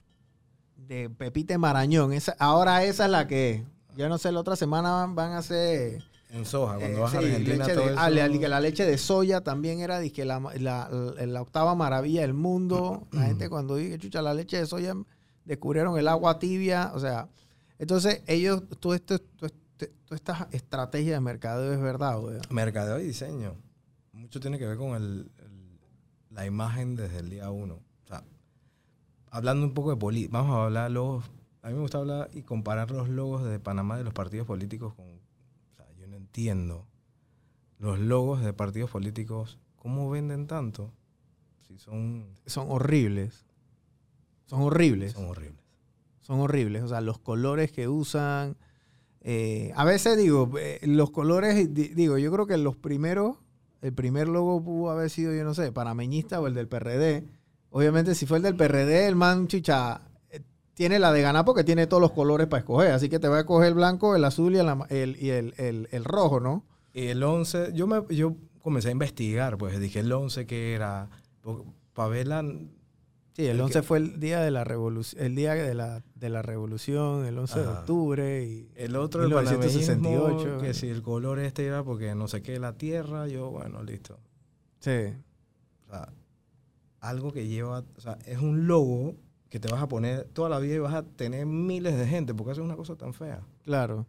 de Pepita Marañón. Esa, ahora esa es la que es. Ya no sé, la otra semana van a hacer... En soja, cuando eh, vas a sí, Argentina, leche todo de, eso... ah, le- que la leche de soya también era dizque, la, la, la, la octava maravilla del mundo. La gente cuando dice, chucha, la leche de soya, descubrieron el agua tibia. O sea, entonces ellos, todo esto, todo este- toda esta estrategia de mercadeo es verdad. ¿Verdad? Mercadeo y diseño. Mucho tiene que ver con el, el- la imagen desde el día uno. O sea, hablando un poco de política, vamos a hablar logos. A mí me gusta hablar y comparar los logos de Panamá de los partidos políticos con... O sea, yo no entiendo los logos de partidos políticos, ¿cómo venden tanto? Si son... Son horribles. Son horribles. Son horribles. Son horribles. O sea, los colores que usan. eh, a veces digo, eh, los colores, di- digo, yo creo que los primeros, el primer logo pudo haber sido, yo no sé, panameñista o el del P R D. Obviamente, si fue el del P R D, el man, chicha, eh, tiene la de ganar porque tiene todos los colores para escoger. Así que te va a escoger el blanco, el azul y el, ama- el, y el, el- el rojo, ¿no? Y el once, yo, me, yo comencé a investigar, pues dije el once que era, para ver la... Sí, el El once que- fue el día de la revolución, el día de la, de la revolución, el once de Ajá. octubre. Y El otro, el mil novecientos sesenta y ocho. panameñismo, que si el color este era porque no sé qué, la tierra, yo, bueno, listo. Sí. O sea, algo que lleva, o sea, es un logo que te vas a poner toda la vida y vas a tener miles de gente, porque eso es una cosa tan fea. Claro.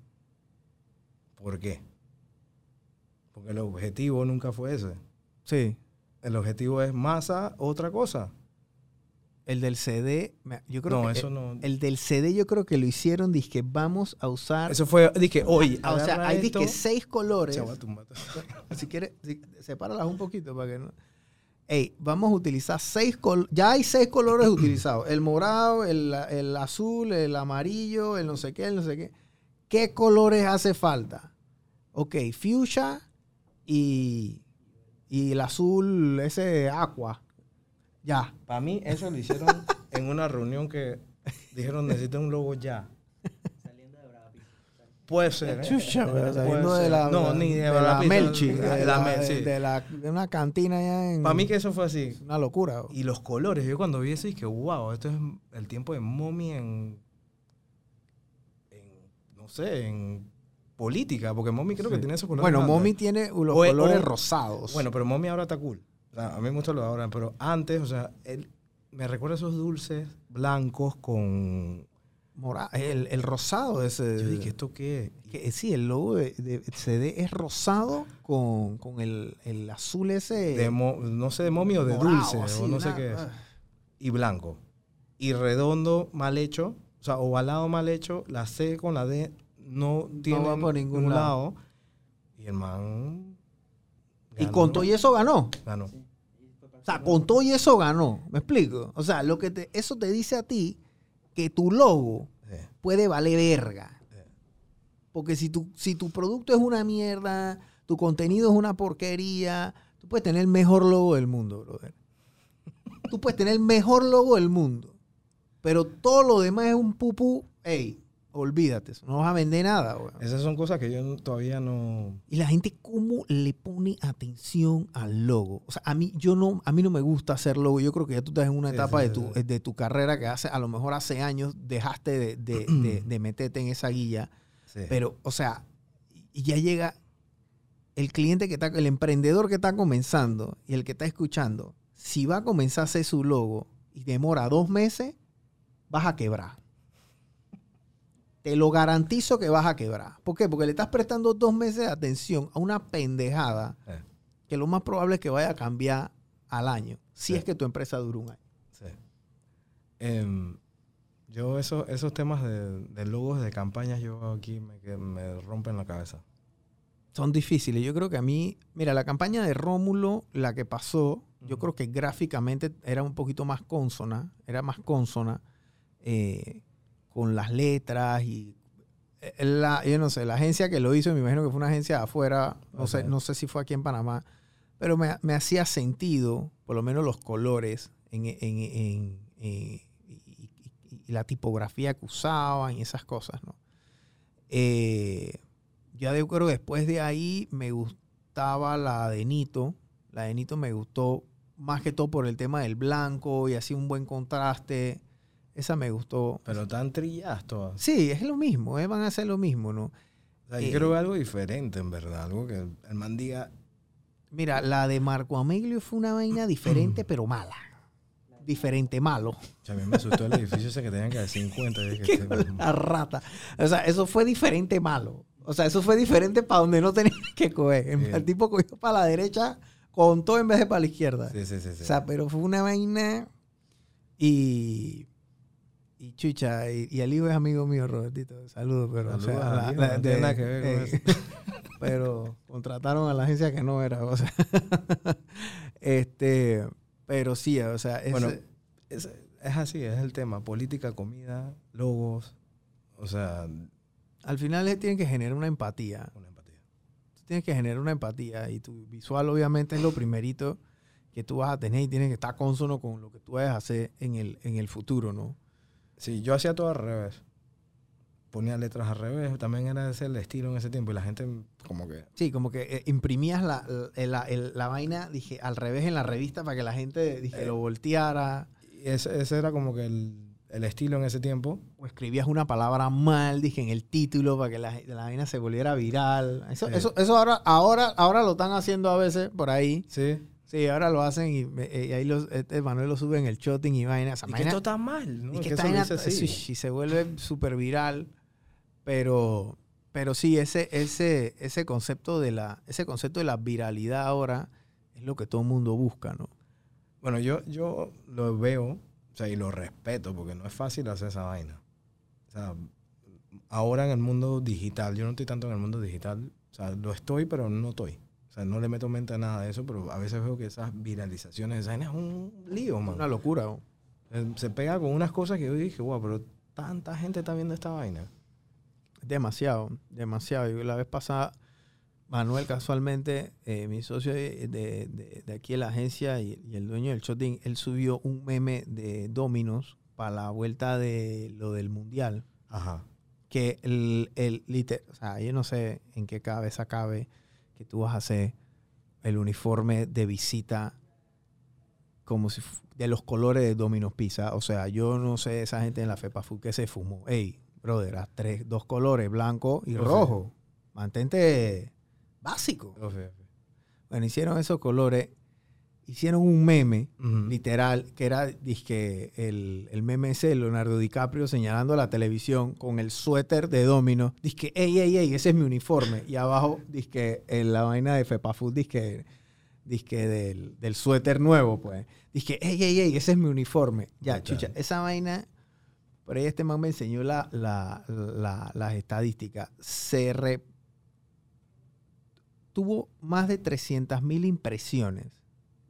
¿Por qué? Porque el objetivo nunca fue ese. Sí. El objetivo es masa, otra cosa. El del C D, me- yo creo No, que eso el, no. el del C D yo creo que lo hicieron, dizque vamos a usar... Eso fue, dije, oye, Ah, o sea, agarra hay esto. dizque seis colores. Se va a tumbar. Si quieres, si- sepáralas un poquito para que no... Ey, vamos a utilizar seis colores. Ya hay seis colores utilizados. El morado, el, el azul, el amarillo, el no sé qué, el no sé qué. ¿Qué colores hace falta? Ok, fuchsia y, y el azul, ese aqua. Ya. Para mí, eso lo hicieron en una reunión que dijeron, necesito un logo ya. Puede ser, ¿eh? Chucha, pero Puede saliendo de ser. la, No, ni de, de la la pizza, Melchi, de de, la la- Mel- sí. de la- de una cantina allá en... Para mí que eso fue así. Es una locura. Y los colores, yo cuando vi eso dije, wow, esto es el tiempo de Mommy en, en no sé, en política, porque Mommy creo que Sí. tiene esos colores. Bueno, antes. Mommy tiene los O- colores o- rosados. Bueno, pero Mommy ahora está cool. O sea, a mí me gusta lo de ahora, pero antes, o sea, él me recuerda esos dulces blancos con... Mora- el, el rosado de ese... Yo dije, ¿esto qué es? que, sí, el logo de, de C D es rosado con, con el, el azul ese... De mo- no sé, de Mommy o de morado, dulce, así, o no sé una- qué es. ah. Y blanco. Y redondo, mal hecho. O sea, ovalado, mal hecho. La C con la D no tiene va por ningún lado. Y el man... Y ganó, con todo y eso ganó. Ganó. O sea, con todo y eso ganó. ¿Me explico? O sea, lo que te, eso te dice a ti que tu logo Sí. puede valer verga. Sí. Porque si tu, si tu producto es una mierda, tu contenido es una porquería, tú puedes tener el mejor logo del mundo, brother. Tú puedes tener el mejor logo del mundo. Pero todo lo demás es un pupú. Ey, olvídate. Eso no vas a vender nada, güey. Esas son cosas que yo no- todavía no... Y la gente cómo le pone atención al logo. O sea, a mí, yo no, a mí no me gusta hacer logo. Yo creo que ya tú estás en una Sí, etapa sí, de, sí, tu, sí. de tu carrera que hace, a lo mejor hace años dejaste de, de, de, de meterte en esa guilla. Sí. Pero, o sea, y ya llega el cliente que está, el emprendedor que está comenzando y el que está escuchando. Si va a comenzar a hacer su logo y demora dos meses, vas a quebrar. Te lo garantizo que vas a quebrar. ¿Por qué? Porque le estás prestando dos meses de atención a una pendejada Eh, que lo más probable es que vaya a cambiar al año, si Sí. es que tu empresa dura un año. sí. Em, yo esos, esos temas de, de logos de campañas, yo aquí me, que me rompen la cabeza. Son difíciles. Yo creo que a mí, mira, la campaña de Rómulo, la que pasó, yo Ujú. creo que gráficamente era un poquito más consona, era más consona eh, con las letras y eh, la, yo no sé, la agencia que lo hizo, me imagino que fue una agencia de afuera, no, sé, Ok. no sé si fue aquí en Panamá, pero me, me hacía sentido, por lo menos los colores en, en- en- en- y, y- y la tipografía que usaban y esas cosas, ¿no? Eh, ya yo creo que después de ahí me gustaba la de Nito. La de Nito me gustó más que todo por el tema del blanco y así un buen contraste. Esa me gustó. Pero tan trilladas todas. Sí, es lo mismo, eh, van a hacer lo mismo, ¿no? O sea, yo Eh, quiero algo diferente, en verdad. Algo que el man diga, Mira, la de Marco Ameglio fue una vaina diferente, pero mala. Diferente, malo. o sea, a mí me asustó el edificio ese que tenían que dar cincuenta. Y dije, Qué este- la rata. O sea, eso fue diferente, malo. O sea, eso fue diferente para donde no tenía que coger. Bien. El tipo cogió para la derecha con todo en vez de para la izquierda. sí, sí, sí, sí. O sea, pero fue una vaina y... Y chucha, y, y el hijo es amigo mío, Robertito. Saludos, pero... Saludos o sea, al la- hijo, la- no tiene nada que ver con eh, pero contrataron a la agencia que no era, o sea... este... Pero sí, o sea... ese- Bueno, es, es así, es el tema. Política, comida, logos. O sea, al final le tienen que generar una empatía. una empatía. Tú tienes que generar una empatía y tu visual obviamente es lo primerito que tú vas a tener y tiene que estar consono con lo que tú vayas a hacer en el, en el futuro, ¿no? Sí, yo hacía todo al revés. Ponía letras al revés. También era ese el estilo en ese tiempo. Y la gente como que... Sí, como que eh, imprimías la, la, la- el- la vaina, dije, al revés en la revista para que la gente, dije, Eh. lo volteara. y ese, ese era como que el, el estilo en ese tiempo. O escribías una palabra mal, dije, en el título para que la, la vaina se volviera viral. Eso, Eh. eso, eso ahora, ahora, ahora lo están haciendo a veces por ahí. Sí. Sí, ahora lo hacen y, eh, y ahí los, este Manuel lo sube en el shotting y vaina. Esa Y que vaina- esto está mal, ¿no? y que Que esta eso lo vaina hice así. sí, se vuelve súper viral. Pero, pero sí, ese, ese, ese concepto de la, ese concepto de la viralidad ahora es lo que todo el mundo busca, ¿no? Bueno, yo, yo lo veo, o sea, y lo respeto, porque no es fácil hacer esa vaina. O sea, ahora en el mundo digital, yo no estoy tanto en el mundo digital, o sea, lo estoy, pero no estoy. O sea, no le meto mente a nada de eso, pero a veces veo que esas viralizaciones, esa vaina es un lío, man. Una locura, ¿no? Eh, Se pega con unas cosas que yo dije, wow, pero tanta gente está viendo esta vaina. Demasiado, demasiado. Y la vez pasada, Manuel casualmente, eh, mi socio de, de, de- de aquí en la agencia y, y el dueño del shotting, él subió un meme de Domino's para la vuelta de lo del Mundial. Ajá. Que el, el liter- o sea, yo no sé en qué cabeza cabe que tú vas a hacer el uniforme de visita como si fu- de los colores de Domino's Pizza. O sea, yo no sé esa gente en la FEPA Food que se fumó. Ey, brother, haz tres, dos colores, blanco y Lo sé. rojo. Mantente básico. Lo sé. Bueno, hicieron esos colores, hicieron un meme Ujú. literal, que era dizque, el, el meme ese de Leonardo DiCaprio señalando a la televisión con el suéter de Domino. Dice, ey, ey, ey, ese es mi uniforme. Y abajo, dice, en la vaina de FEPAFUT, dice, dice del, del suéter nuevo, pues. Dice, ey, ey, ey, ese es mi uniforme. Ya, Brutal. chucha, esa vaina, por ahí este man me enseñó la, la, la- las estadísticas. Se re- tuvo más de trescientas mil impresiones.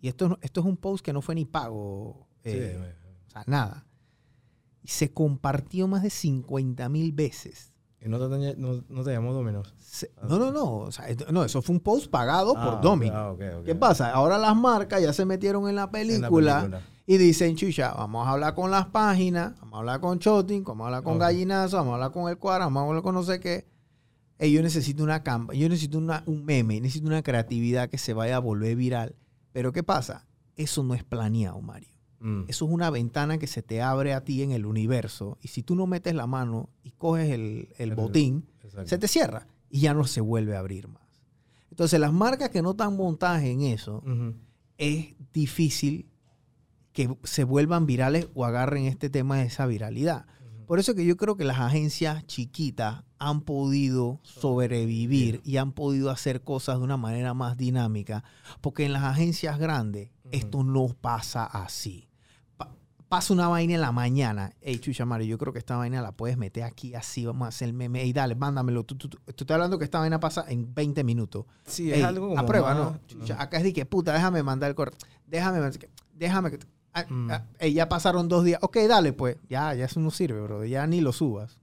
y esto, esto es un post que no fue ni pago, eh, Sí. o sea, nada. Y se compartió más de cincuenta mil veces. Y no te, no, no te llamó Domino's. Se, no, no, no. O sea, no, eso fue un post pagado Ah, por ok, Domino's. ah, okay, okay. ¿Qué pasa? Ahora las marcas ya se metieron en la película, En la película. y dicen, chucha, vamos a hablar con las páginas, vamos a hablar con Shoting, vamos a hablar con Ok. Gallinazo, vamos a hablar con el Cuadra, vamos a hablar con no sé qué. Ey, yo necesito una campaña, yo necesito una, un meme, necesito una creatividad que se vaya a volver viral. Pero ¿qué pasa? Eso no es planeado, Mario. Mm. Eso es una ventana que se te abre a ti en el universo. Y si tú no metes la mano y coges el, el El- botín, Exacto. se te cierra y ya no se vuelve a abrir más. Entonces, las marcas que no están montadas en eso, Ujú. es difícil que se vuelvan virales o agarren este tema de esa viralidad. Por eso que yo creo que las agencias chiquitas han podido sobrevivir y han podido hacer cosas de una manera más dinámica, porque en las agencias grandes esto no pasa así. Pa- pasa una vaina en la mañana. Hey, chucha, Mario, yo creo que esta vaina la puedes meter aquí así, vamos a hacer el meme. Hey, dale, mándamelo. Tú, tú, tú. Estoy hablando que esta vaina pasa en veinte minutos. Sí, Ey, es algo como a prueba, más- ¿no? Chucha, acá es de que, puta, déjame mandar el correo. Déjame, déjame. Ah, Mm. ah, ey, ya pasaron dos días. Ok, dale, pues. Ya, ya eso no sirve, bro. Ya ni lo subas.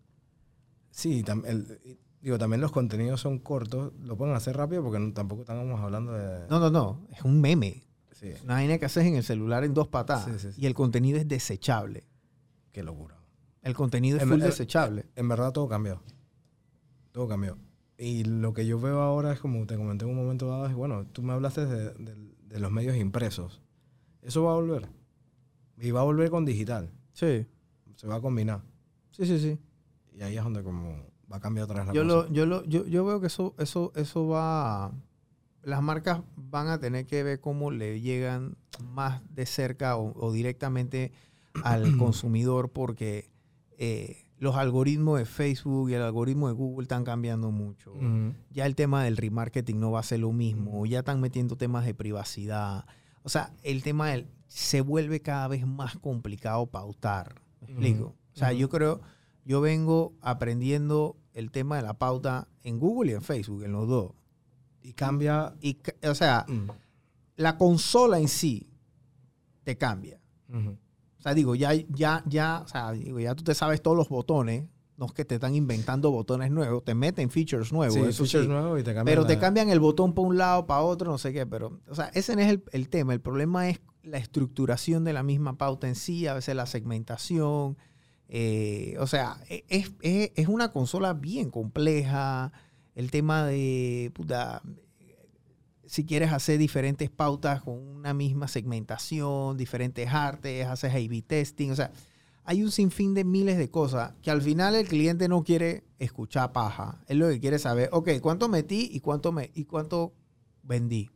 Sí, tam- el- y- digo, también los contenidos son cortos. Lo pueden hacer rápido porque no- tampoco estamos hablando de... No, no, no. Es un meme. Sí, Una vaina que haces en el celular en dos patadas. Sí, sí, sí. Y el contenido es desechable. qué locura. El contenido es En- full en- desechable. En verdad todo cambió. Todo cambió. Y lo que yo veo ahora es como te comenté en un momento dado, es bueno, tú me hablaste de, de- de los medios impresos. Eso va a volver. Y va a volver con digital. Sí. Se va a combinar. Sí, sí, sí. Y ahí es donde como va a cambiar otra vez la Yo, cosa. lo, yo, lo, yo, yo veo que eso, eso, eso va... a- las marcas van a tener que ver cómo le llegan más de cerca o, o directamente al consumidor, porque eh, los algoritmos de Facebook y el algoritmo de Google están cambiando mucho. Ujú. Ya el tema del remarketing no va a ser lo mismo. Ya están metiendo temas de privacidad. O sea, el tema del, se vuelve cada vez más complicado pautar. ¿Me explico? Ujú. O sea, Ujú. yo creo, yo vengo aprendiendo el tema de la pauta en Google y en Facebook, en los dos. Y cambia... Y, ca- o sea, Mm. la consola en sí te cambia. Ujú. O sea, digo, ya, ya, ya, o sea, digo, ya tú te sabes todos los botones. No es que te están inventando botones nuevos, te meten features nuevos. Sí, eso features sí. nuevos y te cambian Pero te la- cambian el botón para un lado, para otro, no sé qué. Pero, o sea, ese no es el, el tema. El problema es la estructuración de la misma pauta en sí, a veces la segmentación. Eh, o sea, e- es, es, es una consola bien compleja. El tema de, puta, si quieres hacer diferentes pautas con una misma segmentación, diferentes artes, haces A B testing. O sea, hay un sinfín de miles de cosas que al final el cliente no quiere escuchar paja. Él lo que quiere saber, ok, ¿cuánto metí y cuánto, me, y cuánto vendí?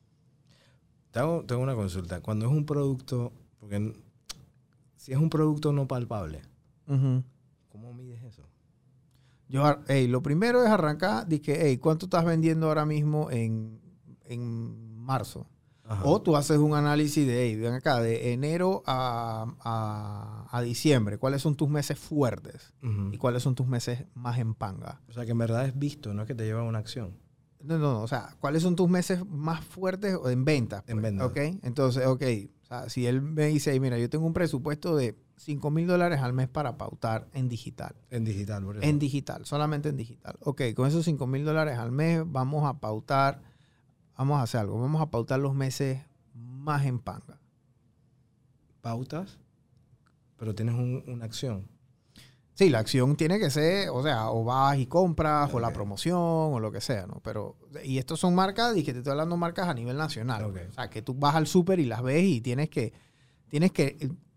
Tengo, tengo una consulta. Cuando es un producto, porque n- si es un producto no palpable, Ujú. ¿cómo mides eso? Yo, ar- ey, lo primero es arrancar, dije, hey, ¿cuánto estás vendiendo ahora mismo en, en marzo? Ajá. O tú haces un análisis de, hey, ven acá, de enero a, a, a diciembre, ¿cuáles son tus meses fuertes? Ujú. ¿Y cuáles son tus meses más en panga? O sea, que en verdad es visto, no es que te lleva a una acción. No, no, no, o sea, ¿cuáles son tus meses más fuertes en ventas? En pues? ventas. ¿Ok? Entonces, ok, o sea, si él me dice, hey, mira, yo tengo un presupuesto de cinco mil dólares al mes para pautar en digital. En digital, por eso. En digital, solamente en digital. Ok, con esos cinco mil dólares al mes vamos a pautar, vamos a hacer algo, vamos a pautar los meses más en panga. Pautas, pero tienes un- una acción. Sí, la acción tiene que ser, o sea, o vas y compras, o la Ok. promoción, o lo que sea, ¿no? Pero, y estos son marcas, y que te estoy hablando de marcas a nivel nacional. Ok. O sea, que tú vas al súper y las ves y tienes que, tienes que,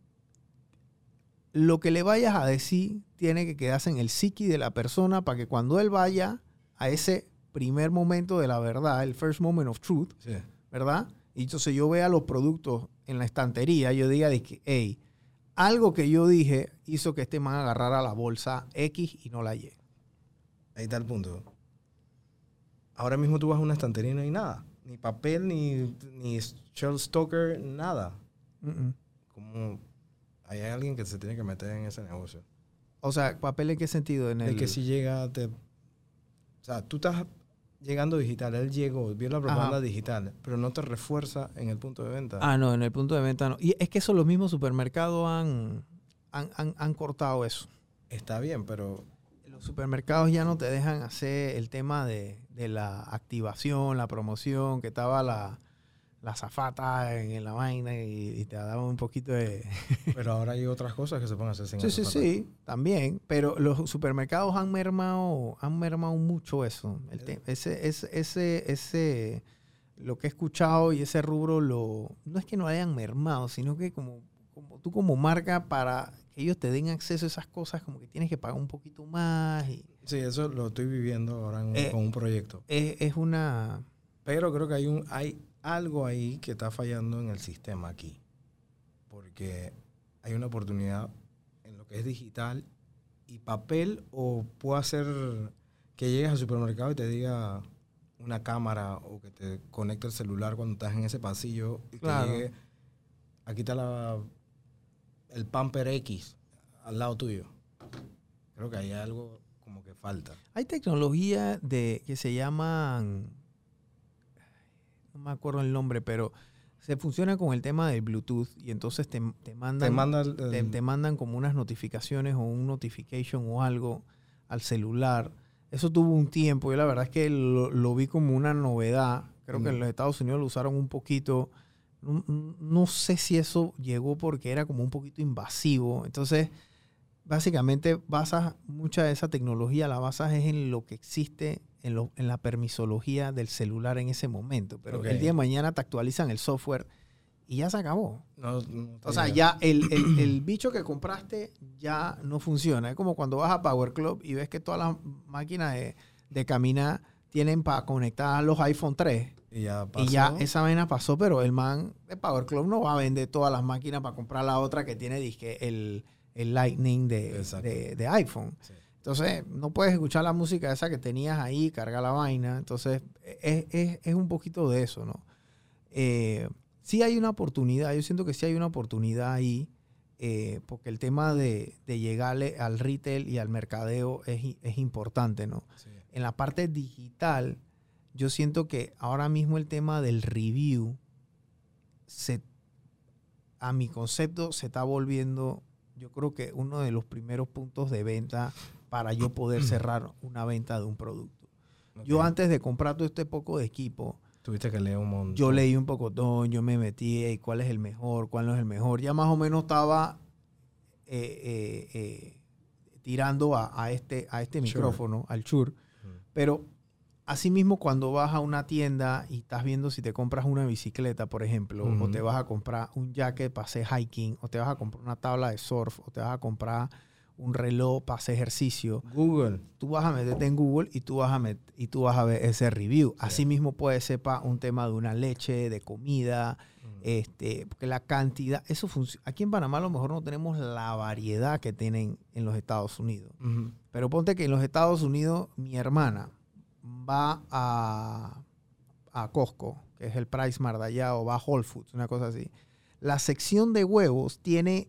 lo que le vayas a decir tiene que quedarse en el psiqui de la persona para que cuando él vaya a ese primer momento de la verdad, el first moment of truth, Sí. ¿verdad? Y entonces yo vea los productos en la estantería, yo diga de que, hey, algo que yo dije hizo que este man agarrara la bolsa X y no la Y. Ahí está el punto. Ahora mismo tú vas a una estantería y no hay nada. Ni papel, ni, ni Charles Stoker, nada. Mm, mm. Como hay alguien que se tiene que meter en ese negocio. O sea, ¿papel en qué sentido? En El el que si llega, te... O sea, tú estás llegando digital. Él llegó, vio la propaganda Ajá. digital, pero no te refuerza en el punto de venta. Ah, no, en el punto de venta no. Y es que eso los mismos supermercados han, han, han, han cortado eso. Está bien, pero... Los supermercados ya no te dejan hacer el tema de, de la activación, la promoción, que estaba la, la azafata en, en la vaina y, y te daba un poquito de... Pero ahora hay otras cosas que se pueden hacer sin Sí, sí, azafata. sí, también. Pero los supermercados han mermado, han mermado mucho eso. El te- ese, ese, ese, ese, lo que he escuchado y ese rubro, lo, no es que no hayan mermado, sino que como, como tú como marca, para que ellos te den acceso a esas cosas, como que tienes que pagar un poquito más. Y Sí, eso lo estoy viviendo ahora en- Eh, con un proyecto. es, es una... Pero creo que hay un hay algo ahí que está fallando en el sistema aquí. Porque hay una oportunidad en lo que es digital y papel, o puede ser que llegues al supermercado y te diga una cámara o que te conecte el celular cuando estás en ese pasillo y Claro. te llegue, aquí está la, el Pamper X al lado tuyo. Creo que hay algo como que falta. Hay tecnología de, que se llaman, no me acuerdo el nombre, pero se funciona con el tema del Bluetooth y entonces te, te mandan... Te manda el, te, te mandan como unas notificaciones o un notification o algo al celular. Eso tuvo un tiempo. Yo la verdad es que lo, lo vi como una novedad. Creo mm. que en los Estados Unidos lo usaron un poquito. No, no sé si eso llegó porque era como un poquito invasivo. Entonces, básicamente, basas mucha de esa tecnología, la basas es en lo que existe, en, lo, en la permisología del celular en ese momento. Pero okay. el día de mañana te actualizan el software y ya se acabó. No, no o sea, ya el, el, el bicho que compraste ya no funciona. Es como cuando vas a Power Club y ves que todas las máquinas de, de caminar tienen para conectar los iPhone tres. Y ya pasó. Y ya esa vaina pasó, pero el man de Power Club no va a vender todas las máquinas para comprar la otra que tiene disque el, el Lightning de, de, de iPhone. Sí. Entonces, no puedes escuchar la música esa que tenías ahí, cargar la vaina. Entonces, es, es, es un poquito de eso, ¿no? Eh... Sí hay una oportunidad, yo siento que sí hay una oportunidad ahí, eh, porque el tema de, de llegarle al retail y al mercadeo es, es importante, ¿no? Sí. En la parte digital, yo siento que ahora mismo el tema del review, se, a mi concepto, se está volviendo, yo creo que uno de los primeros puntos de venta para yo poder cerrar una venta de un producto. Okay. Yo antes de comprar todo este poco de equipo, tuviste que leer un montón. Yo leí un pocotón, yo me metí, hey, ¿cuál es el mejor? ¿Cuál no es el mejor? Ya más o menos estaba eh, eh, eh, tirando a, a este, a este micrófono, sure. al Shure. Uh-huh. Pero asimismo, cuando vas a una tienda y estás viendo si te compras una bicicleta, por ejemplo, uh-huh. o te vas a comprar un jacket para hacer hiking, o te vas a comprar una tabla de surf, o te vas a comprar un reloj para hacer ejercicio. Google. Tú vas a meterte en Google y tú vas a, met- y tú vas a ver ese review. Sí. Así mismo puede ser para un tema de una leche, de comida, mm. este, porque la cantidad, eso funciona. Aquí en Panamá a lo mejor no tenemos la variedad que tienen en los Estados Unidos. Mm-hmm. Pero ponte que en los Estados Unidos mi hermana va a, a Costco, que es el Price Mart de allá, o va a Whole Foods, una cosa así. La sección de huevos tiene,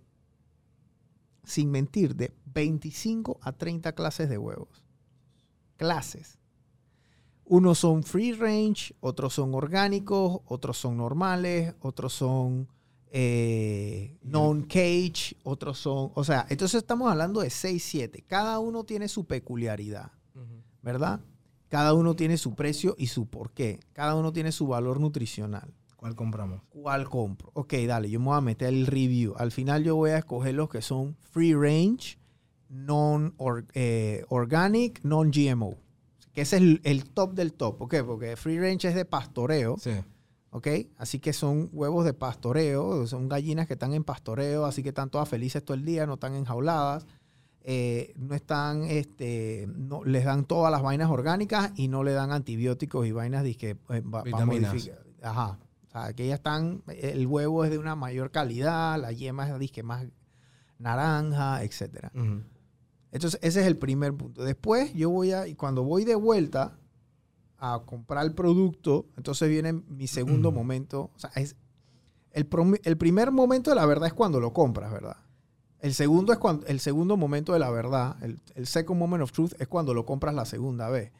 sin mentir, de veinticinco a treinta clases de huevos. Clases. Unos son free range, otros son orgánicos, otros son normales, otros son eh, non-cage, otros son... O sea, entonces estamos hablando de seis, siete. Cada uno tiene su peculiaridad, uh-huh. ¿verdad? Cada uno tiene su precio y su porqué. Cada uno tiene su valor nutricional. ¿Cuál compramos? ¿Cuál compro? Ok, dale, yo me voy a meter el review. Al final yo voy a escoger los que son free range, non or, eh, organic, non G M O. Que ese es el, el top del top. ¿Por qué? Porque free range es de pastoreo. Sí. Ok, así que son huevos de pastoreo, son gallinas que están en pastoreo, así que están todas felices todo el día, no están enjauladas. Eh, no están, este, no, les dan todas las vainas orgánicas y no le dan antibióticos y vainas que eh, para modificar. Ajá. O sea, que ellas están, el huevo es de una mayor calidad, la yema es disque más naranja, etcétera. Uh-huh. Entonces, ese es el primer punto. Después, yo voy a, y cuando voy de vuelta a comprar el producto, entonces viene mi segundo uh-huh. momento. O sea, es el, prom- el primer momento de la verdad es cuando lo compras, ¿verdad? El segundo es cuando, el segundo momento de la verdad, el, el second moment of truth, es cuando lo compras la segunda vez.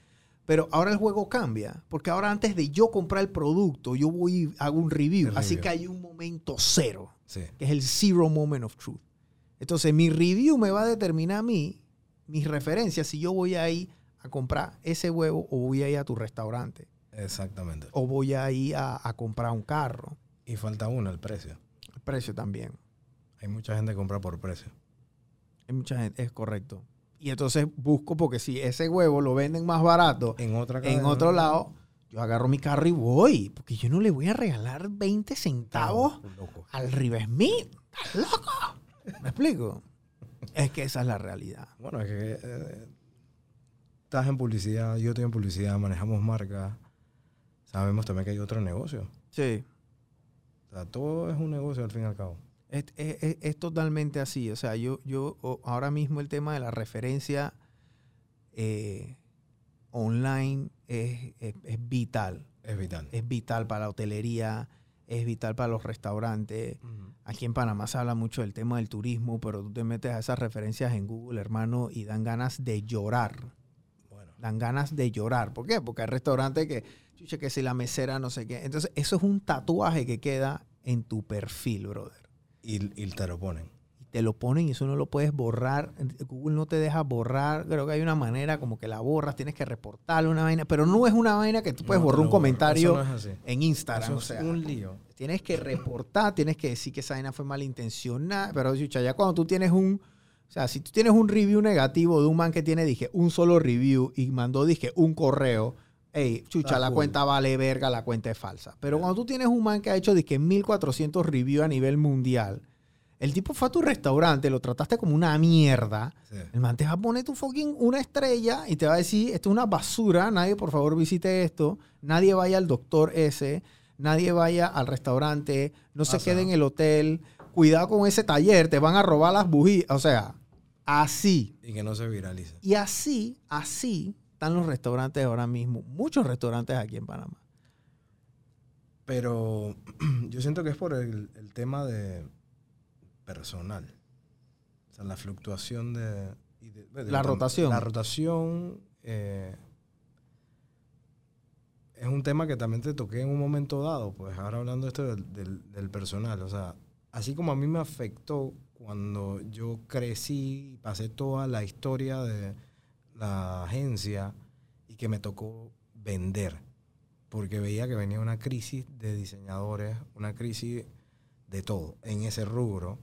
Pero ahora el juego cambia, porque ahora antes de yo comprar el producto, yo voy y hago un review. El Así review. que hay un momento cero, Sí. que es el zero moment of truth. Entonces mi review me va a determinar a mí, mis referencias, si yo voy a ir a comprar ese huevo o voy a ir a tu restaurante. Exactamente. O voy a ir a, a comprar un carro. Y falta uno, el precio. El precio también. Hay mucha gente que compra por precio. Hay mucha gente, es correcto. Y entonces busco, porque si ese huevo lo venden más barato En otra en cadena, otro lado, yo agarro mi carro y voy. Porque yo no le voy a regalar veinte centavos Claro, loco. al River Smith. ¿Estás loco? ¿Me explico? Es que esa es la realidad. Bueno, es que eh, estás en publicidad, yo estoy en publicidad, manejamos marcas. Sabemos también que hay otro negocio. Sí. O sea, todo es un negocio al fin y al cabo. Es, es- es- es totalmente así. O sea, yo, yo o- ahora mismo el tema de la referencia eh, online es, es- es vital. Es vital. Es vital para la hotelería, es vital para los restaurantes. Ujú. Aquí en Panamá se habla mucho del tema del turismo, pero tú te metes a esas referencias en Google, hermano, y dan ganas de llorar. Bueno, Dan ganas de llorar. ¿Por qué? Porque hay restaurantes que, chucha, que si la mesera no sé qué. Entonces, eso es un tatuaje que queda en tu perfil, brother. y, y te lo ponen. Y te lo ponen y eso no lo puedes borrar. Google no te deja borrar. Creo que hay una manera como que la borras, tienes que reportarle una vaina, pero no es una vaina que tú puedes No te borrar lo un borran. comentario Eso no es así. en Instagram. Eso O es sea, un lío. tienes que reportar, tienes que decir que esa vaina fue malintencionada, pero chucha, ya cuando tú tienes un, o sea, si tú tienes un review negativo de un man que tiene, dije, un solo review y mandó, dije, un correo, hey, chucha, Está la cool. cuenta vale verga, la cuenta es falsa. Pero cuando tú tienes un man que ha hecho, dije, mil cuatrocientos reviews a nivel mundial, el tipo fue a tu restaurante, lo trataste como una mierda, Sí. el man te va a poner tu fucking una estrella y te va a decir, esto es una basura, nadie por favor visite esto, nadie vaya al doctor ese, nadie vaya al restaurante, no se Pasa. quede en el hotel, cuidado con ese taller, te van a robar las bujías, o sea, así. Y que no se viralice. Y así, así están los restaurantes ahora mismo, muchos restaurantes aquí en Panamá. Pero yo siento que es por el, el tema de personal. O sea, la fluctuación de... y de- de- La rotación. La rotación eh, es un tema que también te toqué en un momento dado. Pues ahora hablando de esto del, del, del personal. O sea, así como a mí me afectó cuando yo crecí y pasé toda la historia de la agencia y que me tocó vender. Porque veía que venía una crisis de diseñadores, una crisis de todo en ese rubro.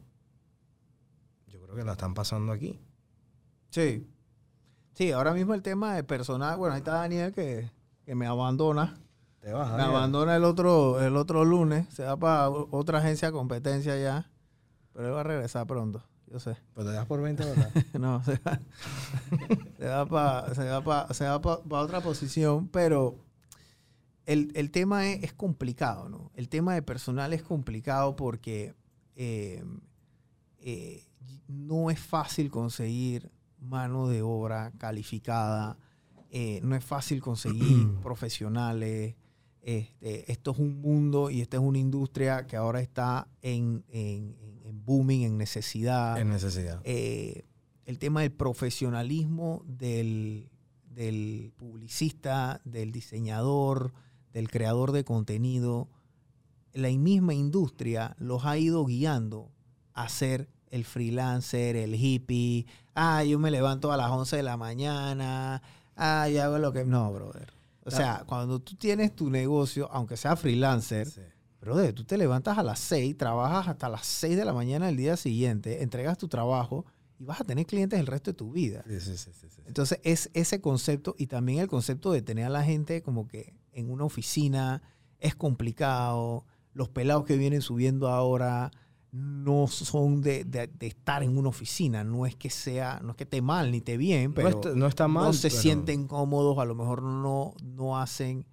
Yo creo que la están pasando aquí. Sí. Sí, ahora mismo el tema de personal, bueno, ahí está Daniel que, que me abandona. Te vas, Me Daniel. abandona el otro, el otro lunes, se va para otra agencia de competencia ya, pero él va a regresar pronto, yo sé. Pues te das por veinte horas. No, se va, se va para se va pa- se va pa- pa otra posición, pero el, el tema es, es complicado, ¿no? El tema de personal es complicado porque eh, eh, no es fácil conseguir mano de obra calificada, eh, no es fácil conseguir profesionales. Este, esto es un mundo y esta es una industria que ahora está en, en, en booming, en necesidad. En necesidad. Eh, el tema del profesionalismo del, del publicista, del diseñador, del creador de contenido, la misma industria los ha ido guiando a ser el freelancer, el hippie. Ah, yo me levanto a las once de la mañana. Ah, yo hago lo que... No, brother. O sea, cuando tú tienes tu negocio, aunque sea freelancer, Sí. brother, tú te levantas a las seis, trabajas hasta las seis de la mañana del día siguiente, entregas tu trabajo y vas a tener clientes el resto de tu vida. Sí, sí, sí, sí, sí. Entonces, es ese concepto y también el concepto de tener a la gente como que en una oficina es complicado. Los pelados que vienen subiendo ahora no son de, de- de estar en una oficina. No es que sea, no es que esté mal ni esté bien, pero no, está, no está mal. no se pero- sienten cómodos, a lo mejor no, no hacen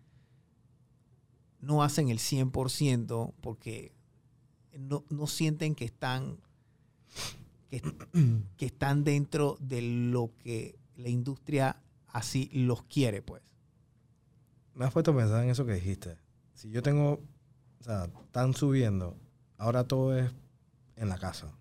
no hacen el cien por ciento porque no, no sienten que están que, que están dentro de lo que la industria así los quiere, pues. Me has puesto a pensar en eso que dijiste. Si yo tengo, o sea, están subiendo, ahora todo es en la casa.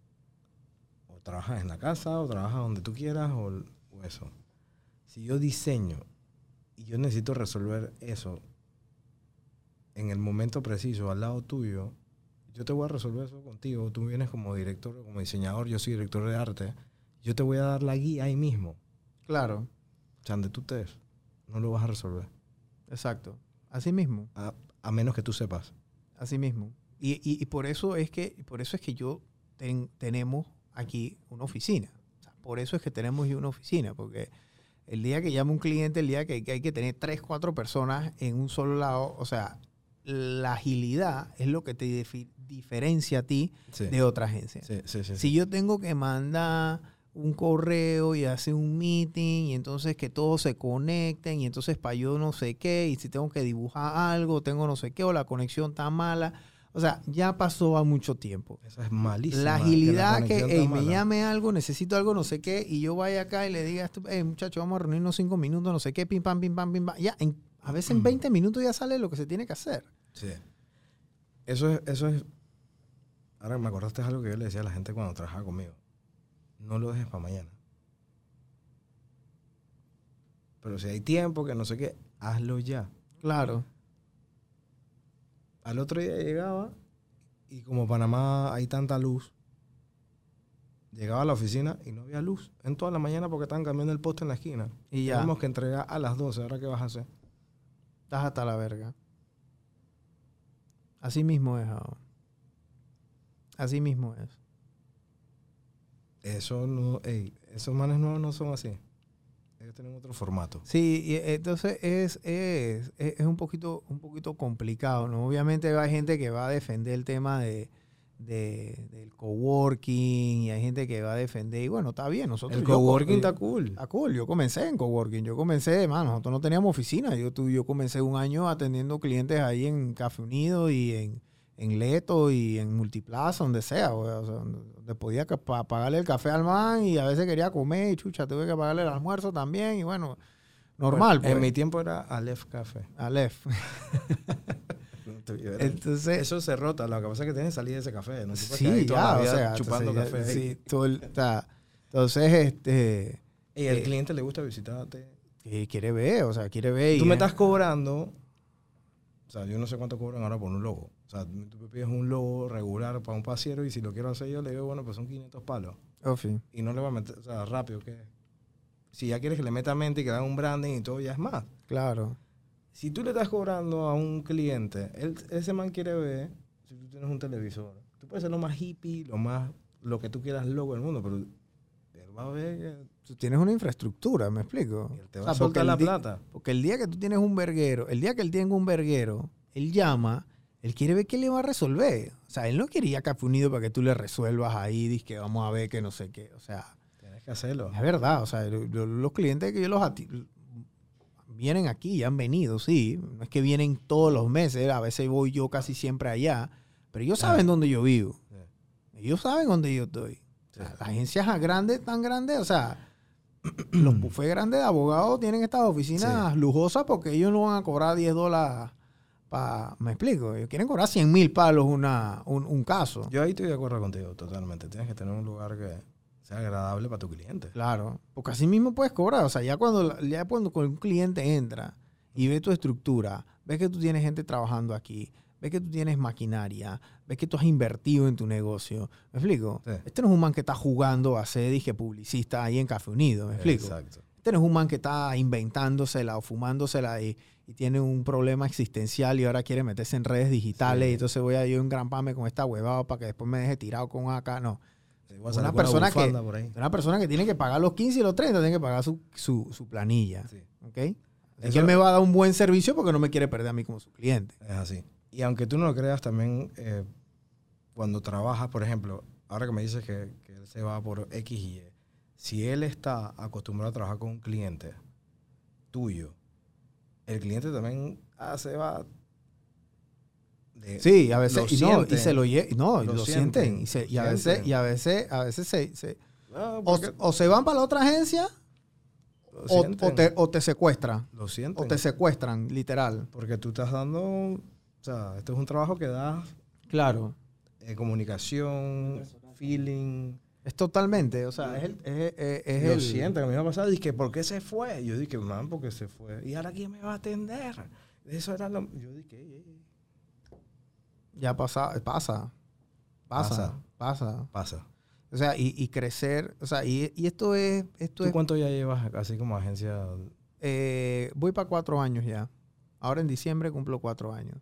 O trabajas en la casa, o trabajas donde tú quieras, o, o eso. Si yo diseño y yo necesito resolver eso en el momento preciso, al lado tuyo, yo te voy a resolver eso contigo. Tú vienes como director o como diseñador, yo soy director de arte. Yo te voy a dar la guía ahí mismo. Claro. O sea, donde tú estés, no lo vas a resolver. Exacto. Así mismo. A, a menos que tú sepas. Así mismo. Y, y, y por eso es que por eso es que yo ten, tenemos aquí una oficina. O sea, por eso es que tenemos una oficina, porque el día que llama un cliente, el día que, que hay que tener tres, cuatro personas en un solo lado, o sea, la agilidad es lo que te dif- diferencia a ti Sí. de otra agencia. Sí, sí, sí. Si sí. yo tengo que mandar un correo y hacer un meeting y entonces que todos se conecten y entonces para yo no sé qué y si tengo que dibujar algo, tengo no sé qué o la conexión está mala. O sea, ya pasó a mucho tiempo. Eso es malísimo. La agilidad que, que hey, me llame algo, necesito algo, no sé qué, y yo vaya acá y le diga, hey, muchacho, vamos a reunirnos cinco minutos, no sé qué, pim, pam, pim, pam, pim, pam. Ya, en, a veces en veinte minutos ya sale lo que se tiene que hacer. Sí. Eso es, eso es... Ahora me acordaste de algo que yo le decía a la gente cuando trabajaba conmigo. No lo dejes para mañana. Pero si hay tiempo, que no sé qué, hazlo ya. Claro. Al otro día llegaba y como Panamá hay tanta luz, llegaba a la oficina y no había luz en toda la mañana porque estaban cambiando el poste en la esquina. Y ya. Tenemos que entregar a las doce. ¿Ahora qué vas a hacer? Estás hasta la verga. Así mismo es ahora. Así mismo es. Eso no... Ey, esos manes nuevos no son así. Ellos tienen otro formato. Sí, y entonces es, es, es un poquito, un poquito complicado, ¿no? Obviamente hay gente que va a defender el tema de, de, del coworking y hay gente que va a defender, y bueno, está bien, nosotros... El yo- coworking yo- está cool. Está cool, yo comencé en coworking, yo comencé, man, nosotros no teníamos oficina, yo, tu- yo comencé un año atendiendo clientes ahí en Café Unido y en, en Leto y en Multiplaza, donde sea, güey, o sea, donde donde podía que pa- pagarle el café al man y a veces quería comer y chucha, tuve que pagarle el almuerzo también y bueno, normal, Bueno, en pues. mi tiempo era Aleph Café. Aleph. Entonces, Eso se rota. Lo que pasa es que tienes que salir de ese café. ¿No? Tú puedes sí, quedar ahí toda ya, la o vida sea, chupando entonces, café. ya- ahí. sí, todo el- o sea, entonces, este, Y al eh, cliente le gusta visitarte. que quiere ver, o sea, quiere ver. Tú y, me eh, estás cobrando. O sea, yo no sé cuánto cobran ahora por un logo. O sea, tú me pides un logo regular para un pasiero y si lo quiero hacer yo, le digo, bueno, pues son quinientos palos. oh, sí. Y no le voy a meter, o sea, rápido, que si ya quieres que le meta mente y que le haga un branding y todo, ya es más. Claro. Si tú le estás cobrando a un cliente, él, ese man quiere ver, si tú tienes un televisor, tú puedes ser lo más hippie, lo más, lo que tú quieras loco del mundo, pero él va a ver que Tú tienes una infraestructura, ¿me explico? y él te O va sea, a porque soltar el la di- plata. Porque el día que tú tienes un verguero, el día que él tiene un verguero, él llama, él quiere ver qué le va a resolver. O sea, él no quería Café Unido para que tú le resuelvas ahí, dices que vamos a ver que no sé qué. O sea, Tienes que hacerlo. es verdad. O sea, lo- lo- los clientes que yo los ati- vienen aquí, ya han venido, sí. No es que vienen todos los meses, a veces voy yo casi siempre allá, pero ellos saben dónde yo vivo. Sí. Ellos saben dónde yo estoy. O sea, las agencias grandes, tan grandes, o sea, los bufés grandes de abogados tienen estas oficinas lujosas porque ellos no van a cobrar diez dólares para... ¿Me explico? Ellos quieren cobrar cien mil palos una, un, un caso. Yo ahí estoy de acuerdo contigo, totalmente. Tienes que tener un lugar que sea agradable para tu cliente. Claro, porque así mismo puedes cobrar. O sea, ya cuando, ya cuando un cliente entra y ve tu estructura, ves que tú tienes gente trabajando aquí, ves que tú tienes maquinaria, ves que tú has invertido en tu negocio. ¿Me explico? Sí. Este no es un man que está jugando a ser dije, publicista ahí en Café Unido. ¿Me explico? Exacto. Este no es un man que está inventándosela o fumándosela y, y tiene un problema existencial y ahora quiere meterse en redes digitales Sí. y entonces voy a yo engramparme con esta huevada para que después me deje tirado con acá. No. Sí, voy a Una salir con persona que- bufanda por ahí. Una persona que tiene que pagar los quince y los treinta tiene que pagar su, su, su planilla. Sí, ¿Ok? Así Eso- que él me va a dar un buen servicio porque no me quiere perder a mí como su cliente. es así. Y aunque tú no lo creas, también eh, cuando trabajas, por ejemplo, ahora que me dices que, que él se va por X y Y, si él está acostumbrado a trabajar con un cliente tuyo, el cliente también ah, se va... de- Sí, a veces lo y no, y sienten, se lo lle- no, y lo lo, sienten, sienten, y, se- lo y a veces sienten. y a veces a veces se, se- Ah, o, porque o se van para la otra agencia lo o, sienten, o te, o te secuestran lo sienten. o te secuestran literal. Porque tú estás dando... O sea, esto es un trabajo que da Claro. eh, comunicación, feeling, Es totalmente, o sea, es el... Es, es, es Yo el siento que me iba a pasar, dije, ¿por qué se fue? Yo dije, man, ¿por qué se fue? ¿Y ahora quién me va a atender? Eso era lo... Yo dije, ey, ey. Ya pasa, pasa, pasa, Pasa. pasa. Pasa. O sea, y, y crecer, o sea, y, y esto es... Esto ¿Tú es cuánto ya llevas así como agencia? eh, voy para cuatro años ya. Ahora en diciembre cumplo cuatro años.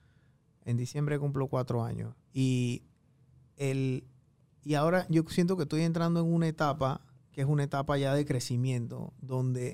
En diciembre cumplo cuatro años. Y, el, y ahora yo siento que estoy entrando en una etapa que es una etapa ya de crecimiento, donde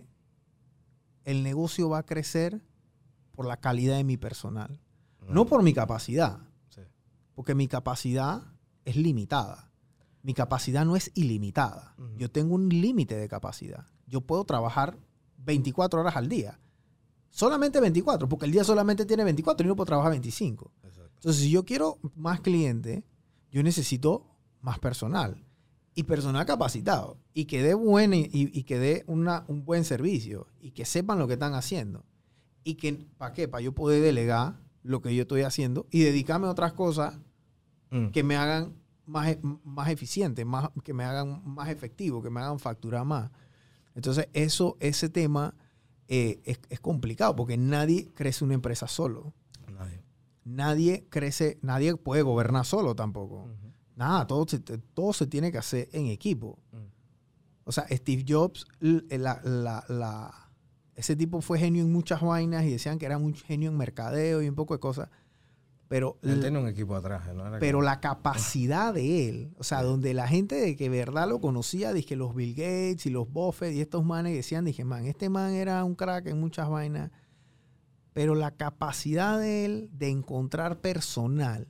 el negocio va a crecer por la calidad de mi personal. Mm. No por mi capacidad, Sí. porque mi capacidad es limitada. Mi capacidad no es ilimitada. Ujú. Yo tengo un límite de capacidad. Yo puedo trabajar veinticuatro horas al día. Solamente veinticuatro, porque el día solamente tiene veinticuatro y no puedo trabajar veinticinco. Exacto. Entonces, si yo quiero más clientes, yo necesito más personal. Y personal capacitado. Y que dé buen, y, y que dé una, un buen servicio. Y que sepan lo que están haciendo. Y que, ¿para qué? Para yo poder delegar lo que yo estoy haciendo y dedicarme a otras cosas Mm. que me hagan más, e- más eficiente, más, que me hagan más efectivo, que me hagan facturar más. Entonces, eso, ese tema eh, es, es complicado porque nadie crece una empresa solo. Nadie. Nadie crece, nadie puede gobernar solo tampoco. Ujú. Nada, todo se, todo se tiene que hacer en equipo. Mm. O sea, Steve Jobs, l- la, la, la, ese tipo fue genio en muchas vainas y decían que era un genio en mercadeo y un poco de cosas. Pero, Él l- tenía un equipo atrás, ¿no? Era pero que- la capacidad de él, o sea, Sí. donde la gente de que verdad lo conocía, dije los Bill Gates y los Buffett y estos manes decían, dije, man, este man era un crack en muchas vainas. Pero la capacidad de él de encontrar personal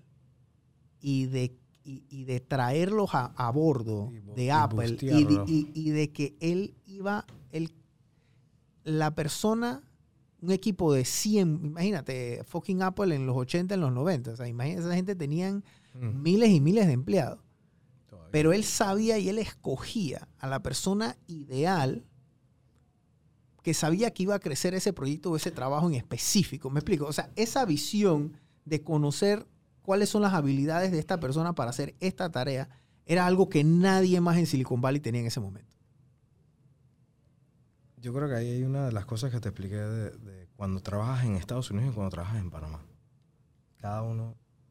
y de, y, y de traerlos a, a bordo Y bu- de y Apple y de, bustearlo. y- y de que él iba, él, la persona, un equipo de cien, imagínate, fucking Apple en los ochenta, en los noventa, o sea, imagínate, esa gente tenían Mm. miles y miles de empleados. Todavía. Pero él sabía y él escogía a la persona ideal que sabía que iba a crecer ese proyecto o ese trabajo en específico. ¿Me explico? O sea, esa visión de conocer cuáles son las habilidades de esta persona para hacer esta tarea era algo que nadie más en Silicon Valley tenía en ese momento. Yo creo que ahí hay una de las cosas que te expliqué de, de cuando trabajas en Estados Unidos y cuando trabajas en Panamá. Cada uno...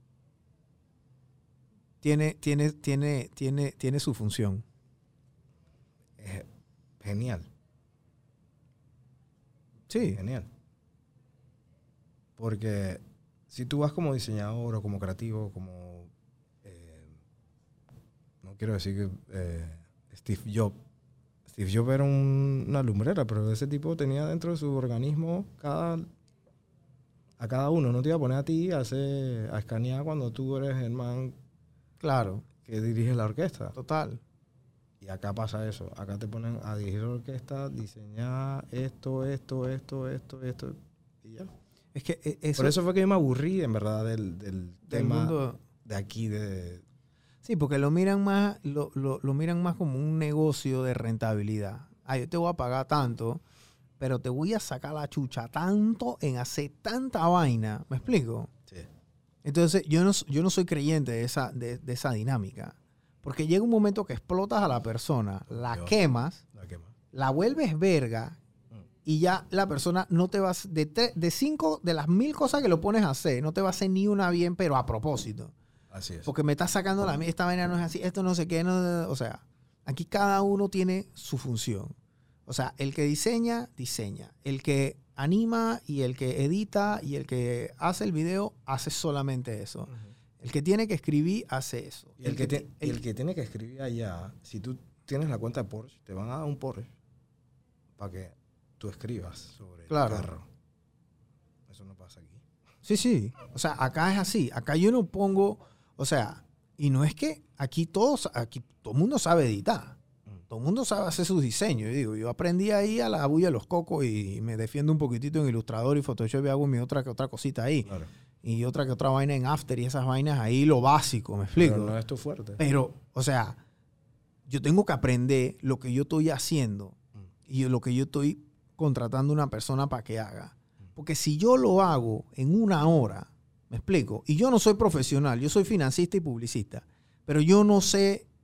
Tiene, tiene, tiene, tiene, tiene su función. Es genial. Sí. Genial. Porque si tú vas como diseñador o como creativo, como... eh, no quiero decir que eh, Steve Jobs. Steve Jobs era un- una lumbrera, pero ese tipo tenía dentro de su organismo cada... A cada uno. No te iba a poner a ti a, hacer, a escanear cuando tú eres el man Claro, que dirige la orquesta. total. Y acá pasa eso. Acá te ponen a dirigir la orquesta, diseñar esto, esto, esto, esto, esto. Y ya. Es que eh, eso, Por eso fue que yo me aburrí, en verdad, del, del del tema mundo... de aquí. De, Sí, porque lo miran más, lo, lo, lo miran más como un negocio de rentabilidad. Ah, yo te voy a pagar tanto, pero te voy a sacar la chucha tanto en hacer tanta vaina. ¿Me explico? sí. Entonces, yo no, yo no soy creyente de esa, de, de esa dinámica. Porque llega un momento que explotas a la persona, la Yo. quemas, La quema. la vuelves verga Mm. y ya la persona no te va a... hacer- De, tre- de cinco, de las mil cosas que lo pones a hacer, no te va a hacer ni una bien, pero a propósito. Así es. Porque me estás sacando la... Esta vaina no es así, esto no sé qué. No, o sea, aquí cada uno tiene su función. O sea, el que diseña, diseña. El que anima y el que edita y el que hace el video, hace solamente eso. Ujú. El que tiene que escribir, hace eso. Y el, que, ti- ti- y el que tiene que escribir allá, si tú tienes la cuenta de Porsche, te van a dar un Porsche para que tú escribas sobre Claro. el carro. Eso no pasa aquí. Sí, sí. O sea, acá es así. Acá yo no pongo... O sea, y no es que aquí todos... Aquí todo el mundo sabe editar. Mm. Todo el mundo sabe hacer sus diseños. Yo digo, yo aprendí ahí a la bulla de los cocos y me defiendo un poquitito en Illustrator y Photoshop y hago mi otra que otra cosita ahí. Claro. Y otra que otra vaina en After y esas vainas ahí, lo básico, ¿me explico? Pero no es tu fuerte. Pero, o sea, yo tengo que aprender lo que yo estoy haciendo Mm. y lo que yo estoy contratando a una persona para que haga. Porque si yo lo hago en una hora, ¿me explico? Y yo no soy profesional, yo soy financista y publicista, pero yo no sé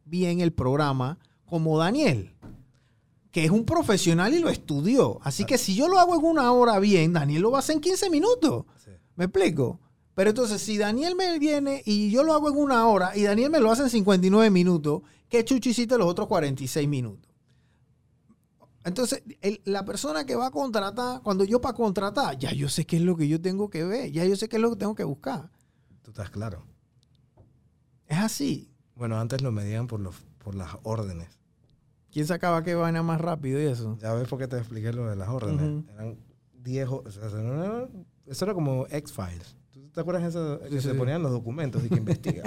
bien el programa como Daniel, que es un profesional y lo estudió. Así que si yo lo hago en una hora bien, Daniel lo va a hacer en quince minutos. Sí. ¿Me explico? Pero entonces, si Daniel me viene y yo lo hago en una hora y Daniel me lo hace en cincuenta y nueve minutos, ¿qué chucho hiciste los otros cuarenta y seis minutos? Entonces, el, la persona que va a contratar, cuando yo para contratar, ya yo sé qué es lo que yo tengo que ver, ya yo sé qué es lo que tengo que buscar. Tú estás claro. Es así. Bueno, antes lo medían por, los, por las órdenes. ¿Quién sacaba qué vaina más rápido y eso? Ya ves por qué te expliqué lo de las órdenes. Uh-huh. Eran diez, o sea, eso era como X-Files. ¿Tú te acuerdas de eso? Que sí, se sí. ponían los documentos y que investiga.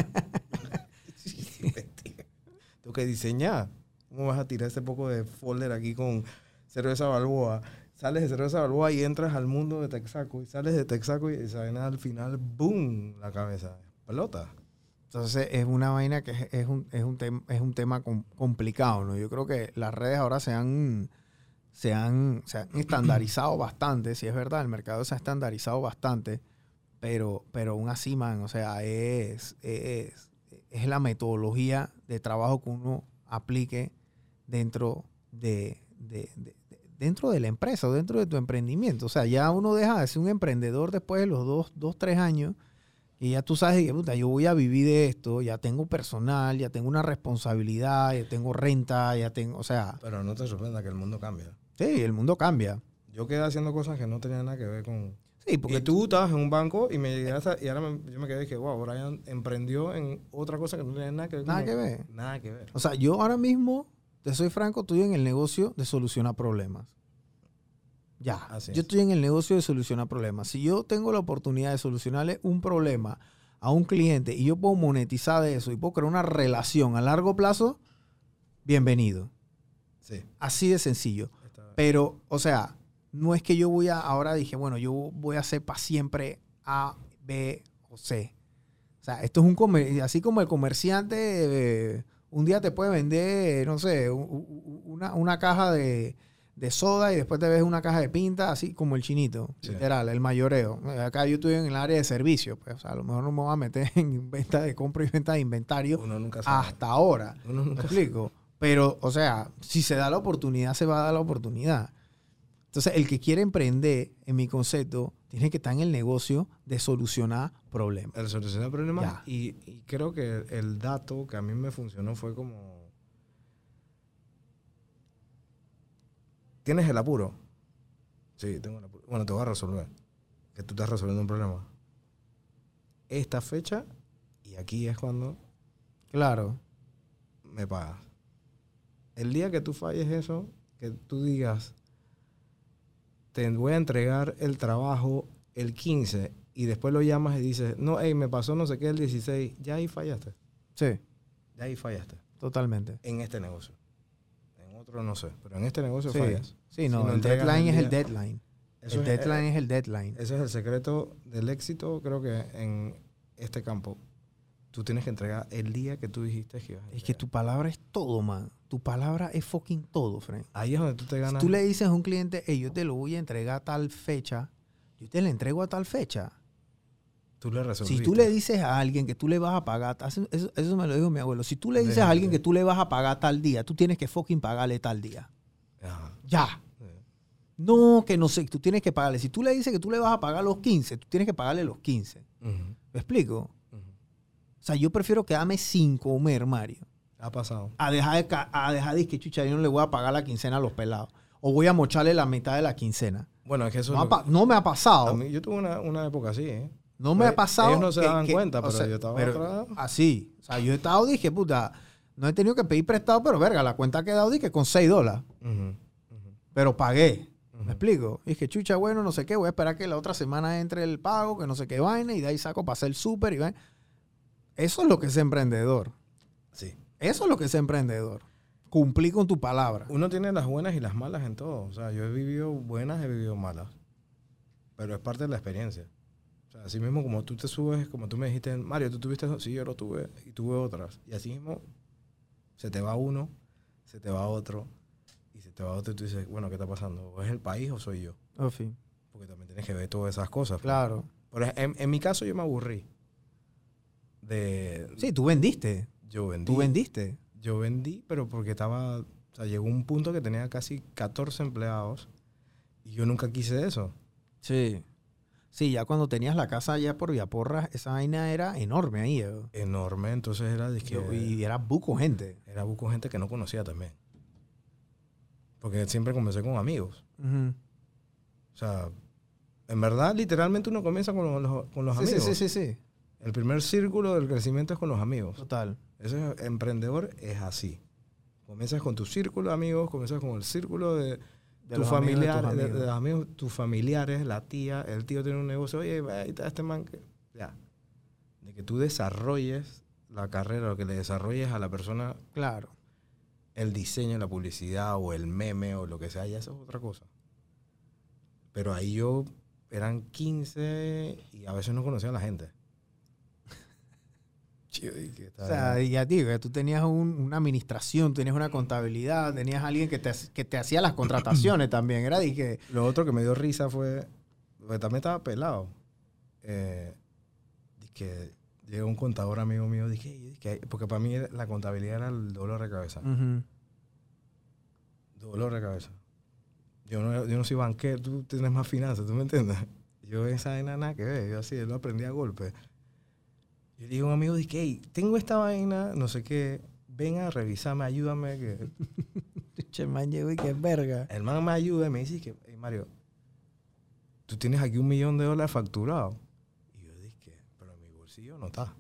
investiga. Tengo que diseñar. ¿Cómo vas a tirar ese poco de folder aquí con cerveza Balboa? Sales de cerveza Balboa y entras al mundo de Texaco. Y sales de Texaco y saben al final, ¡boom! La cabeza. Pelota. Entonces es una vaina que es, es, un, es, un, tem, es un tema com, complicado, ¿no? Yo creo que las redes ahora se han, se han, se han estandarizado bastante. Si es verdad, el mercado se ha estandarizado bastante. Pero, pero aún así, man, o sea, es, es, es la metodología de trabajo que uno aplique dentro de, de, de, de, dentro de la empresa o dentro de tu emprendimiento. O sea, ya uno deja de ser un emprendedor después de los dos, dos tres años y ya tú sabes que puta, yo voy a vivir de esto, ya tengo personal, ya tengo una responsabilidad, ya tengo renta, ya tengo, o sea... Pero no te sorprenda que el mundo cambia. Sí, el mundo cambia. Yo quedé haciendo cosas que no tenían nada que ver con... Sí, porque y tú estabas en un banco y me llegaste a, y ahora me, yo me quedé y dije, wow, Brian emprendió en otra cosa que no tenía nada que ver. Nada como, que ver. Nada que ver. O sea, yo ahora mismo, te soy franco, estoy en el negocio de solucionar problemas. Ya. Así yo es. Estoy en el negocio de solucionar problemas. Si yo tengo la oportunidad de solucionarle un problema a un cliente y yo puedo monetizar de eso y puedo crear una relación a largo plazo, bienvenido. Sí. Así de sencillo. Pero, o sea... No es que yo voy a, ahora dije, bueno, yo voy a hacer para siempre A, B o C. O sea, esto es un comer, así como el comerciante, eh, un día te puede vender, no sé, una, una caja de, de soda y después te ves una caja de pinta, así como el chinito, sí. Literal, el mayoreo. Acá yo estoy en el área de servicio, pues, o sea, a lo mejor no me voy a meter en venta de compra y venta de inventario. Uno nunca sabe. Hasta ahora. Uno nunca ¿Me explico? Pero, o sea, si se da la oportunidad, se va a dar la oportunidad. Entonces, el que quiere emprender, en mi concepto, tiene que estar en el negocio de solucionar problemas. El solucionar problemas. Y, y creo que el, el dato que a mí me funcionó fue como... ¿Tienes el apuro? Sí, tengo el apuro. Bueno, te voy a resolver. Que tú estás resolviendo un problema. Esta fecha, y aquí es cuando... Claro. Me pagas. El día que tú falles eso, que tú digas... te voy a entregar el trabajo el quince y después lo llamas y dices, no, hey, me pasó no sé qué el dieciséis, ya ahí fallaste. Sí. Ya ahí fallaste. Totalmente. En este negocio. En otro no sé, pero en este negocio sí. fallas. Sí, no, si no el deadline el es el deadline. Eso el es, deadline eh, es el deadline. Ese es el secreto del éxito, creo que en este campo. Tú tienes que entregar el día que tú dijiste que ibas a entregar. Es que tu palabra es todo, man. Tu palabra es fucking todo, friend. Ahí es donde tú te ganas. Si tú le dices a un cliente, hey, yo te lo voy a entregar a tal fecha, yo te lo entrego a tal fecha. Tú le resolviste. Si tú le dices a alguien que tú le vas a pagar, eso, eso me lo dijo mi abuelo, si tú le dices Déjate. a alguien que tú le vas a pagar tal día, tú tienes que fucking pagarle tal día. Ajá. Ya. Sí. No, que no sé, tú tienes que pagarle. Si tú le dices que tú le vas a pagar los quince, tú tienes que pagarle los quince. Uh-huh. ¿Me explico? O sea, yo prefiero quedarme sin comer, Mario. Ha pasado. A dejar de, a dejar de que chucha, yo no le voy a pagar la quincena a los pelados. O voy a mocharle la mitad de la quincena. Bueno, es que eso no, es ha, no me ha pasado. A mí, yo tuve una, una época así, ¿eh? No me ha pasado. Ellos no se que, daban que, cuenta, pero sea, yo estaba pero, atrás. Así. O sea, yo he estado, dije, puta, no he tenido que pedir prestado, pero verga, la cuenta ha quedado, dije, con seis dólares. Uh-huh, uh-huh. Pero pagué. Uh-huh. ¿Me explico? Y dije, chucha, bueno, no sé qué, voy a esperar que la otra semana entre el pago, que no sé qué vaina, y de ahí saco para hacer el súper y vaina. Eso es lo que es emprendedor. Sí. Eso es lo que es emprendedor. Cumplir con tu palabra. Uno tiene las buenas y las malas en todo. O sea, yo he vivido buenas, he vivido malas. Pero es parte de la experiencia. O sea, así mismo como tú te subes, como tú me dijiste, Mario, ¿tú tuviste eso? Sí, yo lo tuve y tuve otras. Y así mismo se te va uno, se te va otro, y se te va otro y tú dices, bueno, ¿qué está pasando? ¿O es el país o soy yo? Oh, fin. Porque también tienes que ver todas esas cosas. Claro. Pero en, en mi caso yo me aburrí. De, sí, tú vendiste. Yo vendí. Tú vendiste. yo vendí, pero porque estaba, o sea, llegó un punto que tenía casi catorce empleados y yo nunca quise eso. Sí. Sí, ya cuando tenías la casa allá por Villaporras, esa vaina era enorme ahí. ¿eh? Enorme, entonces era de que... Y era buco gente. Era buco gente que no conocía también. Porque siempre comencé con amigos. Uh-huh. O sea, en verdad, literalmente uno comienza con los, con los sí, amigos. Sí, sí, sí, sí. El primer círculo del crecimiento es con los amigos. Total. Ese emprendedor es así. Comienzas con tu círculo de amigos, comienzas con el círculo de... De tus los amigos de tus familiares, de, amigos. de los amigos, tus familiares, la tía, el tío tiene un negocio, oye, ahí está este man que... Ya. De que tú desarrolles la carrera, o que le desarrolles a la persona Claro. el diseño, la publicidad o el meme o lo que sea, ya eso es otra cosa. Pero ahí yo, eran quince y a veces no conocía a la gente. Chido, y que O sea, y ya digo, tú tenías un, una administración, tenías una contabilidad, tenías alguien que te, que te hacía las contrataciones también. Era de que... Lo otro que me dio risa fue, porque también estaba pelado. Eh, que llegó un contador amigo mío, dije, dije, porque para mí la contabilidad era el dolor de cabeza. Uh-huh. Dolor de cabeza. Yo no, yo no soy banquero, tú tienes más finanzas, ¿tú me entiendes? Yo esa vaina nada que ver, yo así, yo lo aprendí a golpe. Yo le digo a un amigo, dije, hey, tengo esta vaina, no sé qué, ven a revisarme, ayúdame. Que... Che, man llegó y qué verga. El man me ayuda y me dice, que, hey, Mario, tú tienes aquí un millón de dólares facturado. Y yo dije, pero en mi bolsillo no está.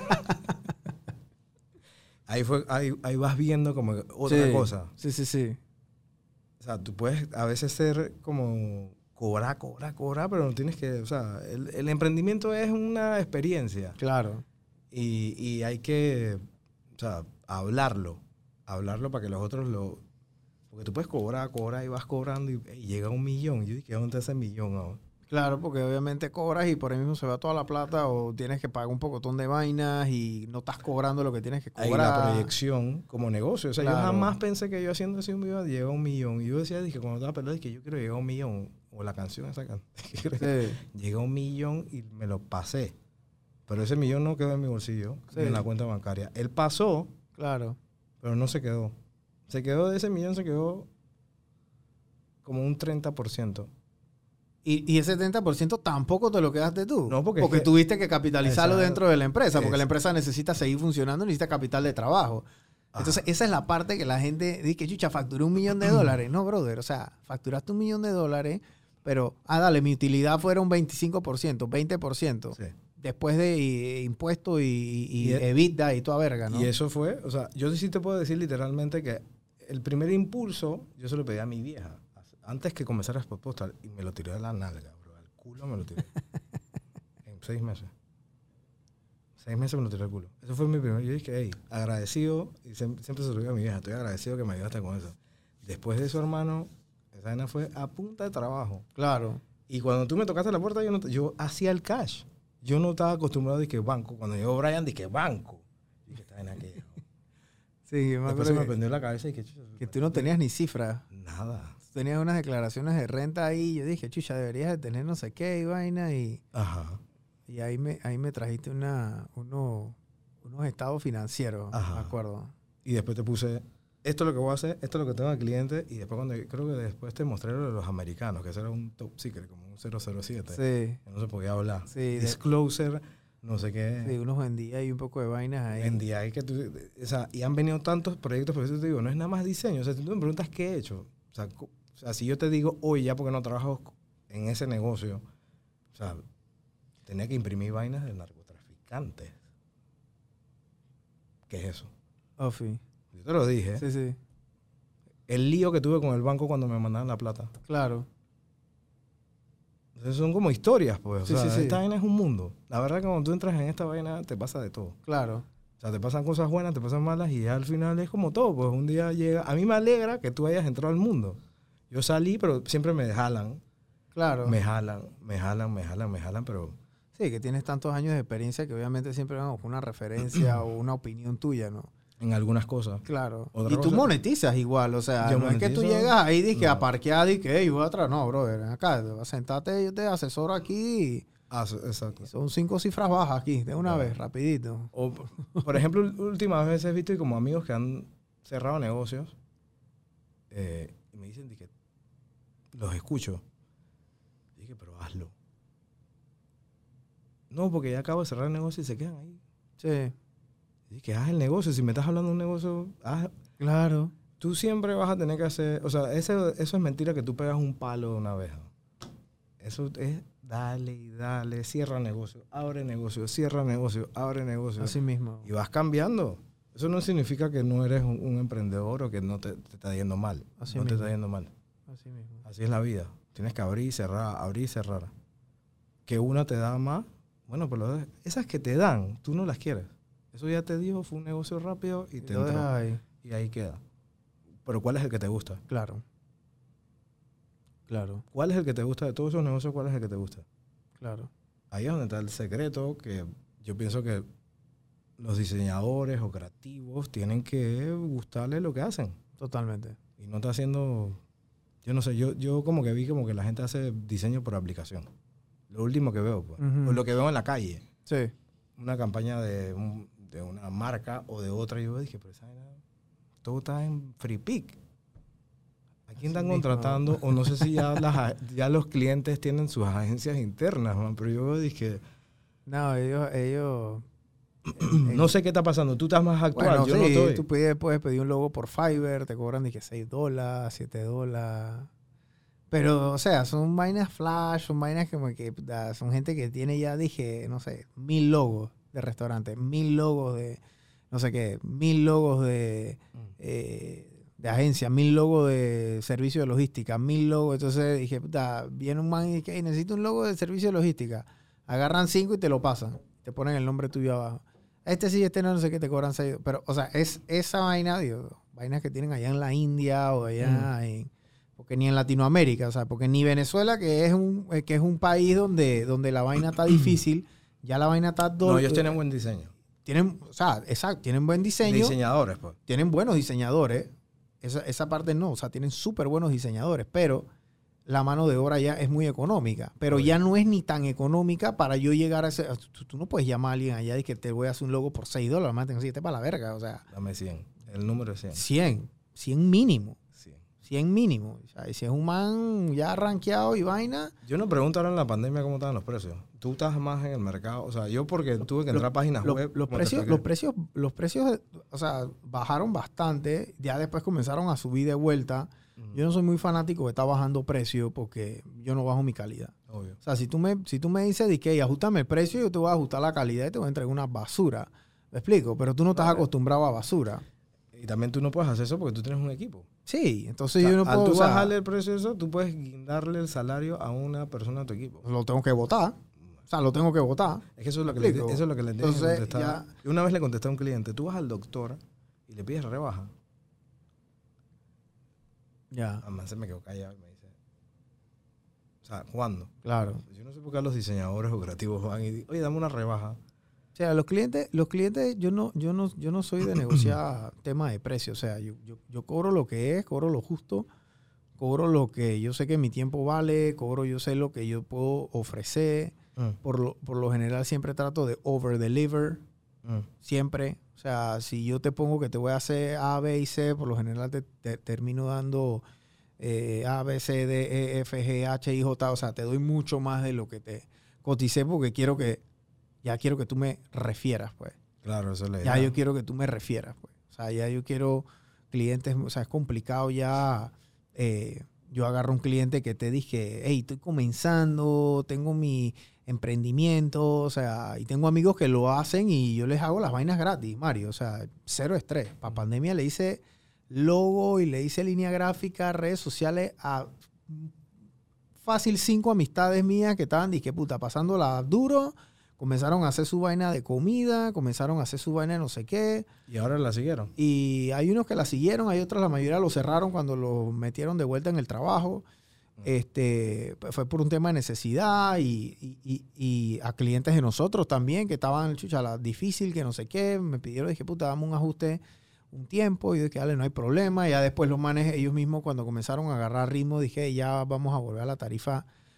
ahí, fue, ahí, ahí vas viendo como otra sí, cosa. Sí, sí, sí. O sea, tú puedes a veces ser como cobrar, cobrar, cobrar, pero no tienes que... O sea, el, el emprendimiento es una experiencia. Claro. Y, y hay que, o sea, hablarlo. Hablarlo para que los otros lo... Porque tú puedes cobrar, cobrar y vas cobrando y, y llega un millón. Yo dije, ¿dónde está ese millón ahora? Claro, porque obviamente cobras y por ahí mismo se va toda la plata o tienes que pagar un pocotón de vainas y no estás cobrando lo que tienes que cobrar. Ahí la proyección como negocio. O sea, claro. yo jamás pensé que yo haciendo así un video llegaba a un millón. Y yo decía, dije, cuando estaba pelado, dije, yo quiero llegar a un millón. O la canción esa canción. Sí. Llegué a un millón y me lo pasé. Pero ese millón no quedó en mi bolsillo, sí. Ni en la cuenta bancaria. Él pasó, claro, pero no se quedó. Se quedó de ese millón, se quedó como un treinta por ciento. Y, y ese treinta por ciento tampoco te lo quedaste tú. No, porque, porque es que, tuviste que capitalizarlo exacto. dentro de la empresa, porque es. la empresa necesita seguir funcionando, necesita capital de trabajo. Ajá. Entonces, esa es la parte que la gente dice, que chucha, facturé un millón de dólares. No, brother, o sea, facturaste un millón de dólares, pero, ah, dale, mi utilidad fueron veinticinco por ciento, veinte por ciento. Sí. Después de y, impuestos y, y, y EBITDA y toda verga, ¿no? Y eso fue, o sea, yo sí te puedo decir literalmente que el primer impulso yo se lo pedí a mi vieja. Antes que comenzara a Spot Postal, y me lo tiré de la nalga, bro. Al culo me lo tiré. En seis meses. Seis meses me lo tiré al culo. Eso fue mi primer... Yo dije, hey, agradecido, y siempre, siempre se lo digo a mi vieja, estoy agradecido que me ayudaste con eso. Después de eso, hermano, esa vaina fue a punta de trabajo. Claro. Y cuando tú me tocaste la puerta, yo, no, yo hacía el cash. Yo no estaba acostumbrado a que banco. Cuando llegó Brian, dije banco. Y dije, esta vaina que... Sí, yo me Después se me que, prendió la cabeza y que... Que tú no tenías ni cifras. Nada. Tenías unas declaraciones de renta ahí. Yo dije, chucha, deberías de tener no sé qué y vaina. Y, Ajá. y ahí me ahí me trajiste una, uno, unos estados financieros, Ajá. me acuerdo. Y después te puse, esto es lo que voy a hacer, esto es lo que tengo al cliente. Y después, cuando creo que después te mostré lo de los americanos, que ese era un top secret, como un cero cero siete. Sí. Que no se podía hablar. Sí. Disclosure, no sé qué. Sí, unos vendía y un poco de vainas ahí. Vendía y que tú, o sea, y han venido tantos proyectos, por eso te digo, no es nada más diseño. O sea, si tú me preguntas qué he hecho, o sea, O sea, si yo te digo hoy ya porque no trabajo en ese negocio, o sea, tenía que imprimir vainas de narcotraficantes. ¿Qué es eso? Ofi. Yo te lo dije. Sí, sí. El lío que tuve con el banco cuando me mandaban la plata. Claro. Entonces son como historias, pues. Sí, o sea, sí, sí. esta vaina es un mundo. La verdad que cuando tú entras en esta vaina te pasa de todo. Claro. O sea, te pasan cosas buenas, te pasan malas y ya al final es como todo. Pues un día llega... A mí me alegra que tú hayas entrado al mundo. Yo salí, pero siempre me jalan. Claro. Me jalan, me jalan, me jalan, me jalan, pero... Sí, que tienes tantos años de experiencia que obviamente siempre van a buscar una referencia o una opinión tuya, ¿no? En algunas cosas. Claro. Otra y tú cosa, monetizas igual, o sea, yo no es que tú monetizo, llegas ahí y que no. a parquear y que hey, voy atrás. No, brother, ven acá, sentate, yo te asesoro aquí. Ah, so- exacto. Son cinco cifras bajas aquí, de una Claro. vez, rapidito. O, por ejemplo, últimas veces he visto como amigos que han cerrado negocios eh, y me dicen de que los escucho. Y dije, pero hazlo. No, porque ya acabo de cerrar el negocio y se quedan ahí. Sí, Y dije, haz el negocio. Si me estás hablando de un negocio, haz. claro. Tú siempre vas a tener que hacer... O sea, ese, eso es mentira que tú pegas un palo de una vez. ¿No? Eso es dale y dale, cierra negocio, abre negocio, cierra negocio, abre negocio. Así mismo. Y vas cambiando. Eso no significa que no eres un, un emprendedor o que no te, te está yendo mal. Así no te mismo. está yendo mal. Así mismo. Así es la vida. Tienes que abrir y cerrar, abrir y cerrar. Que una te da más, bueno, pues lo de- esas que te dan, tú no las quieres. Eso ya te dio, fue un negocio rápido y te Lo entró. dejas ahí. Y ahí queda. Pero ¿cuál es el que te gusta? Claro. Claro, ¿Cuál es el que te gusta de todos esos negocios? ¿Cuál es el que te gusta? claro. Ahí es donde está el secreto, que yo pienso que los diseñadores o creativos tienen que gustarle lo que hacen. Totalmente. Y no está haciendo... Yo no sé, yo, yo como que vi como que la gente hace diseño por aplicación. Lo último que veo, pues. Ujú. O lo que veo en la calle. Sí. Una campaña de, un- de una marca o de otra. Y yo dije, pero esa vaina, todo está en Free Pick. ¿A quién Así están mismo. contratando? O no sé si ya, las, a- ya los clientes tienen sus agencias internas, man. Pero yo dije, No, ellos, ellos. no sé qué está pasando. Tú estás más actual, Bueno, yo sí, no estoy. tú puedes, puedes pedir un logo por Fiverr, te cobran de que seis dólares, siete dólares. Pero, o sea, son vainas flash, son vainas como que puta, son gente que tiene ya, dije, no sé, mil logos de restaurante, mil logos de, no sé qué, mil logos de, eh, de agencia, mil logos de servicio de logística, mil logos. Entonces dije, puta, viene un man y dice, "Hey, necesito un logo de servicio de logística". Agarran cinco y te lo pasan. Te ponen el nombre tuyo abajo. Este sí, este no, no sé qué, te cobran seis. Pero, o sea, es esa vaina, digo, vainas que tienen allá en la India o allá en... Porque ni en Latinoamérica, o sea, porque ni Venezuela, que es un, eh, que es un país donde, donde la vaina está difícil, ya la vaina está... do- No, ellos tienen buen diseño. tienen, o sea, exacto, tienen buen diseño, Diseñadores, pues. tienen buenos diseñadores. Esa, esa parte no, o sea, tienen súper buenos diseñadores, pero la mano de obra ya es muy económica. Pero Oye. ya no es ni tan económica para yo llegar a ese... Tú, tú no puedes llamar a alguien allá y que te voy a hacer un logo por seis dólares, más tengo que para la verga, o sea, Dame cien. El número es cien. cien, cien mínimo. cien. cien mínimo. O sea, y si es un man ya rankeado y vaina... Yo no pregunto ahora en la pandemia cómo estaban los precios. Tú estás más en el mercado. O sea, yo porque tuve que entrar a páginas Los, web. los como te precios, expliqué. los precios, los precios, o sea, bajaron bastante. Ya después comenzaron a subir de vuelta. Ujú. Yo no soy muy fanático de estar bajando precio porque yo no bajo mi calidad. Obvio. O sea, si tú me, si tú me dices de que ajustame el precio, yo te voy a ajustar la calidad y te voy a entregar una basura. ¿Me explico? Pero tú no estás Vale. acostumbrado a basura. Y también tú no puedes hacer eso porque tú tienes un equipo. Sí, entonces O sea, yo no al puedo... tú o sea, bajarle el precio de eso, tú puedes guindarle el salario a una persona de tu equipo. lo tengo que votar. O sea, lo tengo que votar. Es que eso es lo que, ¿Me le, explico? eso es lo que le tienes que Entonces, contestar. ya- Yo una vez le contesté a un cliente, tú vas al doctor y le pides rebaja. Ya, Además se me quedó callado y me dice, o sea, ¿cuándo? claro. Yo no sé por qué los diseñadores o creativos van y dicen, oye, dame una rebaja. O sea, los clientes, los clientes, yo no, yo no, yo no soy de negociar tema de precio. O sea, yo, yo, yo cobro lo que es, cobro lo justo, cobro lo que yo sé que mi tiempo vale, cobro yo sé lo que yo puedo ofrecer. Mm, Por lo, por lo general siempre trato de over deliver, mm. siempre. O sea, si yo te pongo que te voy a hacer A, B y C, por lo general te, te termino dando eh, A, B, C, D, E, F, G, H, I, J. O sea, te doy mucho más de lo que te coticé porque quiero que, ya quiero que tú me refieras, pues. Claro, eso es la Ya idea. yo quiero que tú me refieras, pues. O sea, ya yo quiero clientes, o sea, es complicado ya. eh, yo agarro un cliente que te dije, hey, estoy comenzando, tengo mi emprendimiento, o sea, y tengo amigos que lo hacen y yo les hago las vainas gratis, Mario. O sea, cero estrés. Para pandemia le hice logo y le hice línea gráfica, redes sociales a fácil cinco amistades mías que estaban, dije, puta, pasándola duro. Comenzaron a hacer su vaina de comida, comenzaron a hacer su vaina de no sé qué. Y ahora la siguieron. Y hay unos que la siguieron, hay otros, la mayoría lo cerraron cuando lo metieron de vuelta en el trabajo. Este, pues fue por un tema de necesidad y, y, y, y a clientes de nosotros también que estaban, chucha, la difícil, que no sé qué. Me pidieron, dije, puta, dame un ajuste un tiempo. Y yo dije, dale, no hay problema. Y ya después los manes, ellos mismos, cuando comenzaron a agarrar ritmo, dije, ya vamos a volver a la tarifa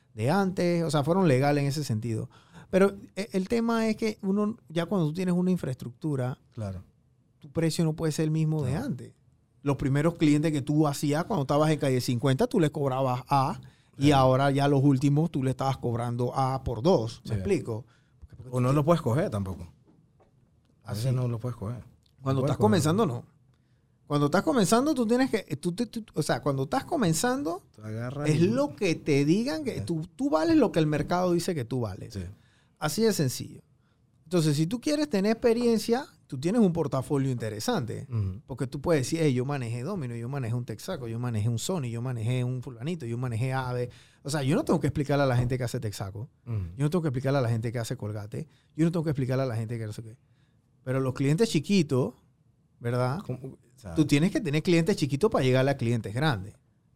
de antes, o sea, fueron legales en ese sentido. Pero el tema es que uno, ya cuando tú tienes una infraestructura, Claro. tu precio no puede ser el mismo de No. antes. Los primeros clientes que tú hacías cuando estabas en calle cincuenta, tú les cobrabas A, y Claro. ahora ya los últimos tú le estabas cobrando A por dos. ¿Me Sí. explico? O no lo puedes coger tampoco. A veces Así. no lo puedes coger. Cuando No puedes estás comenzando, no. Cuando estás comenzando, tú tienes que... Tú, tú- tú- o sea, cuando estás comenzando, Tú agarras es y- lo que te digan que Sí. tú, tú vales lo que el mercado dice que tú vales. Sí. Así de sencillo. Entonces, si tú quieres tener experiencia, tú tienes un portafolio interesante. Ujú. Porque tú puedes decir, hey, yo manejé Domino, yo manejé un Texaco, yo manejé un Sony, yo manejé un fulanito, yo manejé Ave. O sea, yo no tengo que explicarle a la gente que hace Texaco. Ujú. Yo no tengo que explicarle a la gente que hace Colgate. Yo no tengo que explicarle a la gente que no sé qué. Pero los clientes chiquitos, ¿verdad? ¿Cómo? O sea, Tú tienes que tener clientes chiquitos para llegarle a clientes grandes.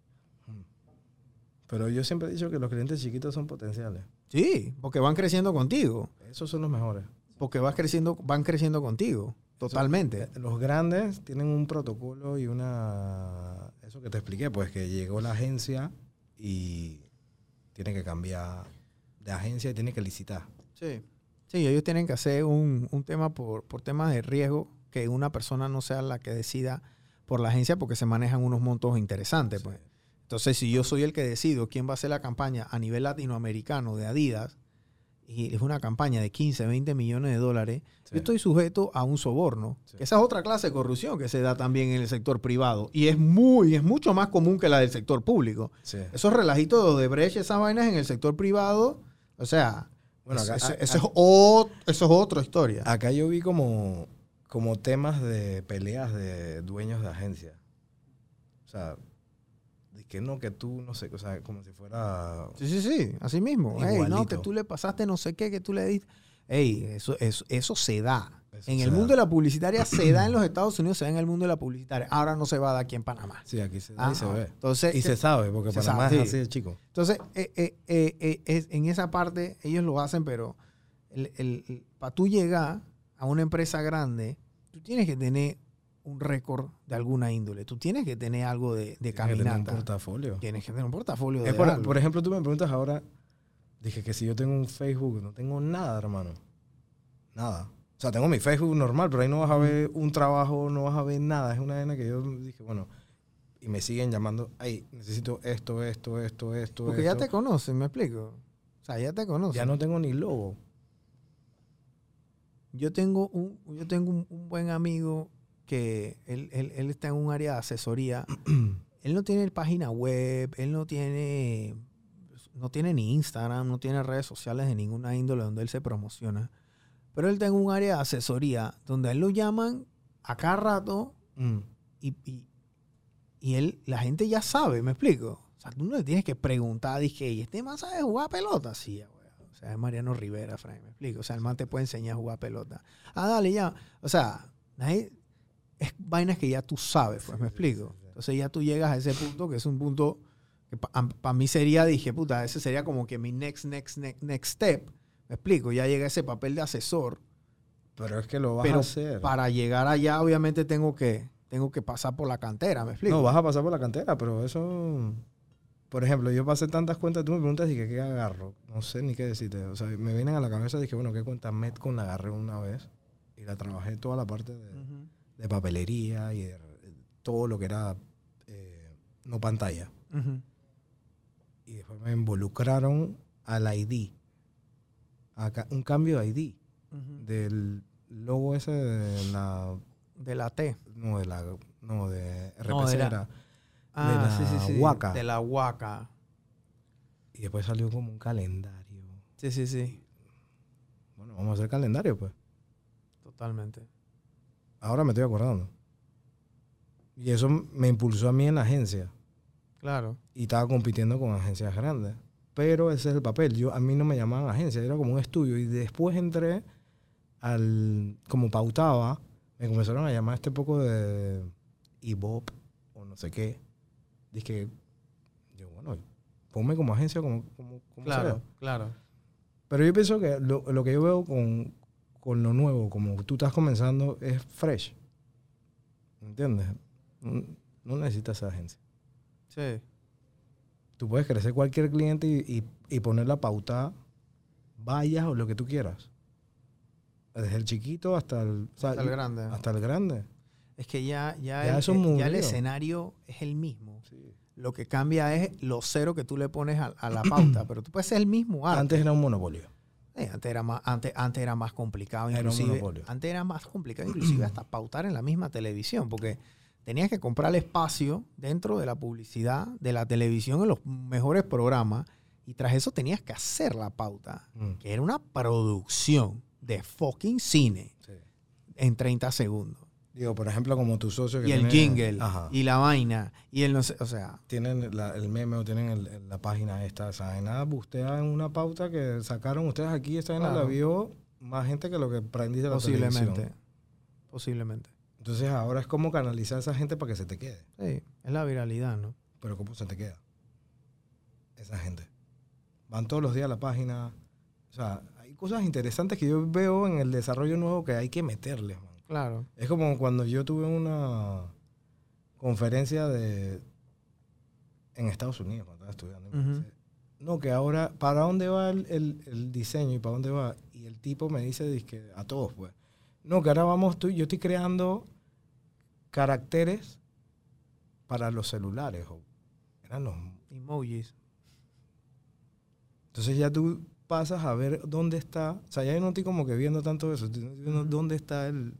Pero yo siempre he dicho que los clientes chiquitos son potenciales. Sí, porque van creciendo contigo. Esos son los mejores. Porque vas creciendo, van creciendo contigo. Totalmente. Eso- los grandes tienen un protocolo y una... Eso que te expliqué, pues que llegó la agencia y tiene que cambiar de agencia y tiene que licitar. Sí. Sí, ellos tienen que hacer un, un tema por, por temas de riesgo, que una persona no sea la que decida por la agencia porque se manejan unos montos interesantes. Sí. Pues. Entonces, si yo soy el que decido quién va a hacer la campaña a nivel latinoamericano de Adidas, y es una campaña de quince, veinte millones de dólares, Sí. yo estoy sujeto a un soborno. Sí. Esa es otra clase de corrupción que se da también en el sector privado. Y es muy, es mucho más común que la del sector público. Sí. Esos relajitos de Odebrecht, esas vainas en el sector privado, o sea, Bueno, eso, acá- eso- a- eso a- es, o- eso es otra historia. Acá yo vi como, como temas de peleas de dueños de agencia. O sea, de que no, que tú, no sé, o sea, como si fuera... Sí, sí, sí, así mismo. Ey, no, Igualito. que tú le pasaste no sé qué, que tú le diste. Ey, eso, eso, eso se da. Eso En se el da. mundo de la publicitaria se da en los Estados Unidos, se da en el mundo de la publicitaria. Ahora no se va a dar aquí en Panamá. Sí, aquí se da y se Ajá. ve. Entonces, Y se sabe, porque se Panamá sabe, es sí. así de chico. entonces eh, eh, eh, eh, es- en esa parte ellos lo hacen, pero el, el, para tú llegar a una empresa grande, tú tienes que tener un récord de alguna índole. Tú tienes que tener algo de, de Tienes que tener un caminata. portafolio. Tienes que tener un portafolio de Es por, algo. por ejemplo, tú me preguntas ahora, dije que si yo tengo un Facebook, no tengo nada, hermano. Nada. O sea, tengo mi Facebook normal, pero ahí no vas a ver un trabajo, no vas a ver nada. Es una vaina que yo dije, bueno, y me siguen llamando, ay, necesito esto, esto, esto, esto, Porque ya esto. te conocen, ¿me explico? O sea, ya te conocen. Ya no tengo ni logo. Yo tengo un, yo tengo un, un buen amigo que él, él, él está en un área de asesoría. Él no tiene página web, él no tiene, no tiene ni Instagram, no tiene redes sociales de ninguna índole donde él se promociona. Pero él está en un área de asesoría donde a él lo llaman a cada rato Mm. y, y, y él, la gente ya sabe, ¿me explico? O sea, tú no le tienes que preguntar, dije, ¿y este man sabe jugar pelota? Sí, güey. O sea, es Mariano Rivera, Frank, ¿me explico? O sea, el man te puede enseñar a jugar pelota. Ah, dale, ya. O sea, nadie, es vainas que ya tú sabes, pues, ¿me explico? Entonces ya tú llegas a ese punto, que es un punto que para mí sería, dije, puta, ese sería como que mi next, next, next, next step. ¿Me explico? Ya llega ese papel de asesor. Pero es que lo vas Pero a hacer. para llegar allá, obviamente, tengo que, tengo que pasar por la cantera, ¿me explico? No, vas a pasar por la cantera, pero eso... Por ejemplo, yo pasé tantas cuentas, tú me preguntas y que qué agarro. No sé ni qué decirte. O sea, me vienen a la cabeza y dije, bueno, ¿qué cuenta Metcon la agarré una vez? Y la trabajé toda la parte de, Ujú. de papelería y de todo lo que era eh, no pantalla. Ujú. Y después me involucraron al I D. A ca- un cambio de I D. Ujú. Del logo ese de la... De la T. No, de la... No, de R P C No, era- era. Ah, la sí, sí, sí. Huaca. De la Huaca. Y después salió como un calendario. Sí, sí, sí. Bueno, vamos a hacer calendario, pues. Totalmente. Ahora me estoy acordando. Y eso me impulsó a mí en la agencia. Claro. Y estaba compitiendo con agencias grandes. Pero ese es el papel. Yo, a mí no me llamaban agencia, era como un estudio. Y después entré al... Como pautaba, me comenzaron a llamar este poco de I B O P o no sé qué. Dije, yo, bueno, ponme como agencia como, como, como Claro, sea. claro. Pero yo pienso que lo, lo que yo veo con, con lo nuevo, como tú estás comenzando, es fresh. ¿Entiendes? No, no necesitas esa agencia. Sí. Tú puedes crecer cualquier cliente y, y y poner la pauta, vayas o lo que tú quieras. Desde el chiquito hasta el, o sea, Hasta el grande. Hasta el grande. Es que ya, ya, Ya el, eso es muy ya el lío. escenario es el mismo. Sí. Lo que cambia es los ceros que tú le pones a, a la pauta, pero tú puedes ser el mismo arte. Antes era un monopolio. Eh, antes, era más, antes, antes era más complicado, Era un inclusive. monopolio. Antes era más complicado, inclusive hasta pautar en la misma televisión, porque tenías que comprar el espacio dentro de la publicidad de la televisión en los mejores programas, y tras eso tenías que hacer la pauta, Mm. que era una producción de fucking cine Sí. en treinta segundos. Digo, por ejemplo, como tu socio que Y el tiene- jingle, Ajá. y la vaina, y el no sé, o sea, Tienen la- el meme o tienen el- el- la página esta, esa vaina, bustean una pauta que sacaron ustedes aquí, esta vaina Claro. la vio más gente que lo que prendiste la posiblemente, televisión. posiblemente. Entonces ahora es como canalizar a esa gente para que se te quede. Sí, es la viralidad, ¿no? Pero ¿cómo se te queda? Esa gente. Van todos los días a la página. O sea, hay cosas interesantes que yo veo en el desarrollo nuevo que hay que meterles, man. Claro. Es como cuando yo tuve una conferencia de en Estados Unidos, cuando estaba estudiando. y me Ujú. dice, no, que ahora, ¿para dónde va el, el- el diseño y para dónde va? Y el tipo me dice, dizque, a todos, pues. No, que ahora vamos, tú, yo estoy creando caracteres para los celulares. O, eran los, Emojis. entonces ya tú pasas a ver dónde está. O sea, ya yo no estoy como que viendo tanto eso. Estoy viendo Ujú. dónde está el...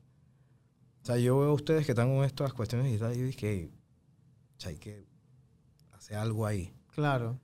O sea, yo veo a ustedes que están con estas cuestiones y tal, y yo dije, hey, o sea, hay que hacer algo ahí. Claro.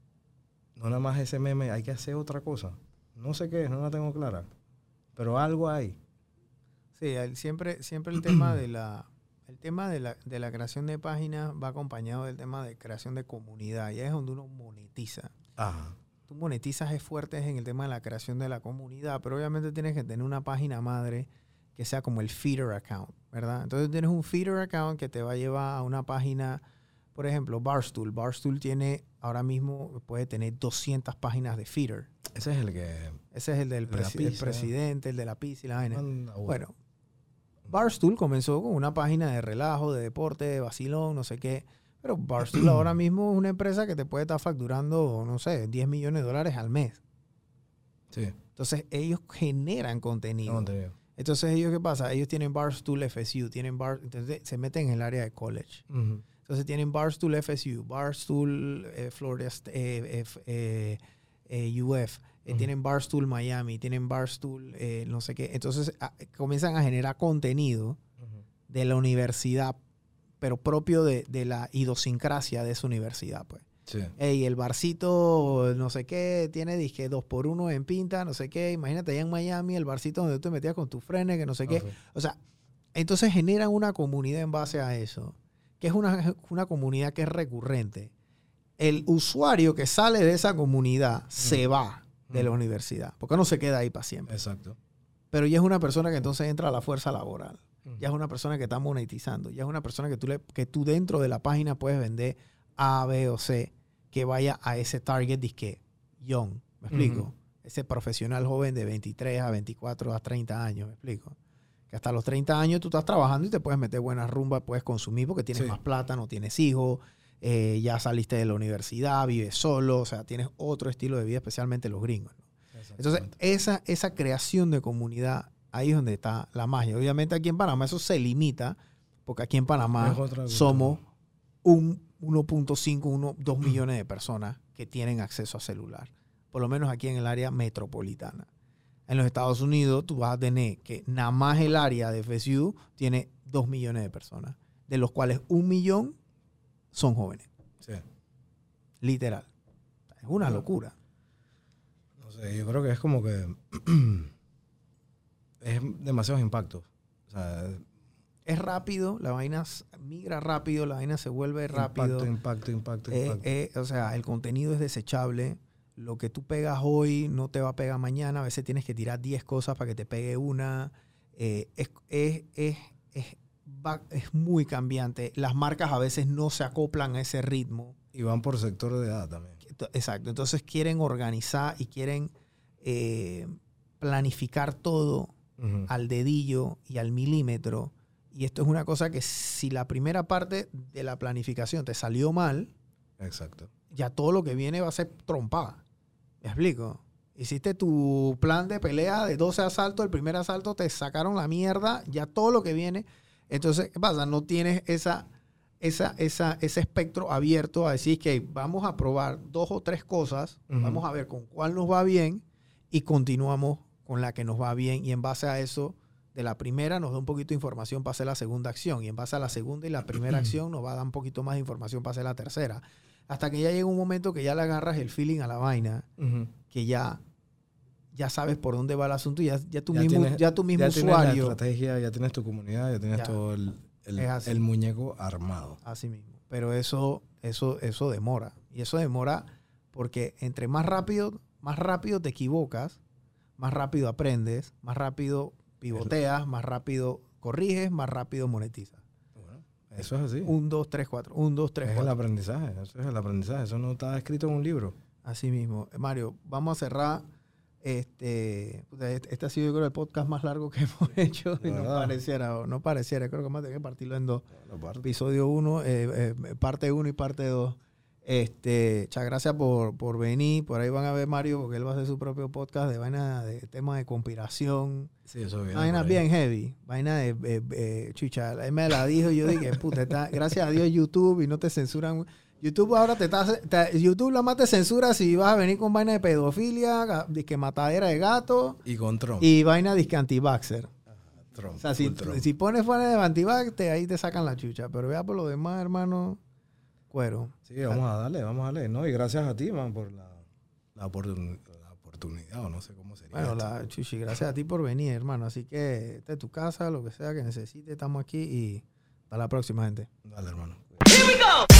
No nada más ese meme, hay que hacer otra cosa. No sé qué es, no la tengo clara. Pero algo hay. Sí, el- siempre, siempre el tema de la el tema de la, de la creación de páginas va acompañado del tema de creación de comunidad. Y ahí es donde uno monetiza. Ajá. Tú monetizas es fuerte en el tema de la creación de la comunidad, pero obviamente tienes que tener una página madre que sea como el feeder account, ¿verdad? Entonces tienes un feeder account que te va a llevar a una página, por ejemplo, Barstool. Barstool tiene, ahora mismo puede tener doscientas páginas de feeder. Ese es el que... Ese es el del El de la presi- el pizza. presidente, el de la pizza y la vaina. manda uno. Bueno, Barstool comenzó con una página de relajo, de deporte, de vacilón, no sé qué. Pero Barstool ahora mismo es una empresa que te puede estar facturando, no sé, diez millones de dólares al mes. Sí, Entonces ellos generan contenido. no te digo. Entonces ellos, ¿qué pasa? Ellos tienen Barstool F S U, tienen Bar, entonces se meten en el área de college. Ujú. Entonces tienen Barstool F S U, Barstool eh, Florida St- eh, F- eh, eh, U F, eh, Ujú. tienen Barstool Miami, tienen Barstool eh, no sé qué. Entonces a- comienzan a generar contenido Ujú. de la universidad, pero propio de, de la idiosincrasia de esa universidad, pues. Sí. Ey, el barcito, no sé qué, tiene disque dos por uno en pinta, no sé qué. Imagínate allá en Miami, el barcito donde tú te metías con tus frenes, que no sé qué. Ah, sí. O sea, entonces generan una comunidad en base a eso, que es una, una comunidad que es recurrente. El usuario que sale de esa comunidad se va de la Mm. universidad, porque no se queda ahí para siempre. Exacto. Pero ya es una persona que entonces entra a la fuerza laboral. Ujú. Ya es una persona que está monetizando. Ya es una persona que tú, le, que tú dentro de la página puedes vender A, B o C que vaya a ese target disque young. ¿Me explico? Ujú. Ese profesional joven de veintitrés a veinticuatro a treinta años. ¿Me explico? Que hasta los treinta años tú estás trabajando y te puedes meter buenas rumbas, puedes consumir porque tienes Sí. más plata, no tienes hijos, eh, ya saliste de la universidad, vives solo, o sea, tienes otro estilo de vida, especialmente los gringos, ¿no? Entonces, Exactamente. esa, esa creación de comunidad, ahí es donde está la magia. Obviamente aquí en Panamá eso se limita, porque aquí en Panamá Es otra cultura. somos un uno punto cinco, uno, dos millones de personas que tienen acceso a celular. Por lo menos aquí en el área metropolitana. En los Estados Unidos tú vas a tener que nada más el área de F S U tiene dos millones de personas, de los cuales un millón son jóvenes. Sí. Literal. Es una Bueno. locura. No sé, yo creo que es como que es demasiados impactos. O sea, Es rápido, la vaina s- migra rápido, la vaina se vuelve rápido. impacto, impacto, impacto, Eh, impacto. eh, o sea, el contenido es desechable. Lo que tú pegas hoy no te va a pegar mañana. A veces tienes que tirar diez cosas para que te pegue una. Eh, es, es, es, es, va- es muy cambiante. Las marcas a veces no se acoplan a ese ritmo. Y van por sector de edad también. Exacto. Entonces quieren organizar y quieren eh, planificar todo Ujú. al dedillo y al milímetro. Y esto es una cosa que si la primera parte de la planificación te salió mal, Exacto. ya todo lo que viene va a ser trompada. ¿Me explico? Hiciste tu plan de pelea de doce asaltos, el primer asalto te sacaron la mierda, ya todo lo que viene. Entonces, ¿qué pasa? No tienes esa, esa, esa, ese espectro abierto a decir que vamos a probar dos o tres cosas, uh-huh. vamos a ver con cuál nos va bien y continuamos con la que nos va bien. Y en base a eso, de la primera nos da un poquito de información para hacer la segunda acción. Y en base a la segunda y la primera acción nos va a dar un poquito más de información para hacer la tercera. Hasta que ya llega un momento que ya le agarras el feeling a la vaina, uh-huh. que ya, ya sabes por dónde va el asunto y ya, ya tú ya mismo, tienes, ya tú mismo ya usuario. Tienes la estrategia, ya tienes tu comunidad, ya tienes ya, todo el, el, el muñeco armado. Así mismo. Pero eso, eso, eso demora. Y eso demora porque entre más rápido, más rápido te equivocas, más rápido aprendes, más rápido pivoteas, más rápido corriges, más rápido monetizas. Eso es así. Un, dos, tres, cuatro. Un, dos, tres, es cuatro. el aprendizaje. Eso es el aprendizaje. Eso no está escrito en un libro. Así mismo. Mario, vamos a cerrar. Este, este ha sido, yo creo, el podcast más largo que hemos hecho. Y no pareciera, no pareciera. Creo que más tengo que partirlo en dos. No, Episodio uno, eh, eh, parte uno y parte dos. Este, muchas gracias por, por venir. Por ahí van a ver Mario, porque él va a hacer su propio podcast de vaina de temas de conspiración. Sí, eso viene. Vaina bien heavy. Vaina de eh, eh, chucha. Él me la dijo y yo dije, puta, está, gracias a Dios YouTube y no te censuran. YouTube ahora te está, te, YouTube la más te censura si vas a venir con vaina de pedofilia, disque matadera de gato. Y con Trump. Y vaina disque anti-vaxxer. Trump. O sea, si, si pones vaina de anti-vax, ahí te sacan la chucha. Pero vea por lo demás, hermano. Cuero. Sí, vamos a darle, vamos a darle. No, y gracias a ti, man, por la, la, oportun, la oportunidad, o no sé cómo sería. Bueno, esto. la chuchi, gracias a ti por venir, hermano. Así que esta es tu casa, lo que sea que necesites, estamos aquí y hasta la próxima, gente. Dale, hermano. Here we go.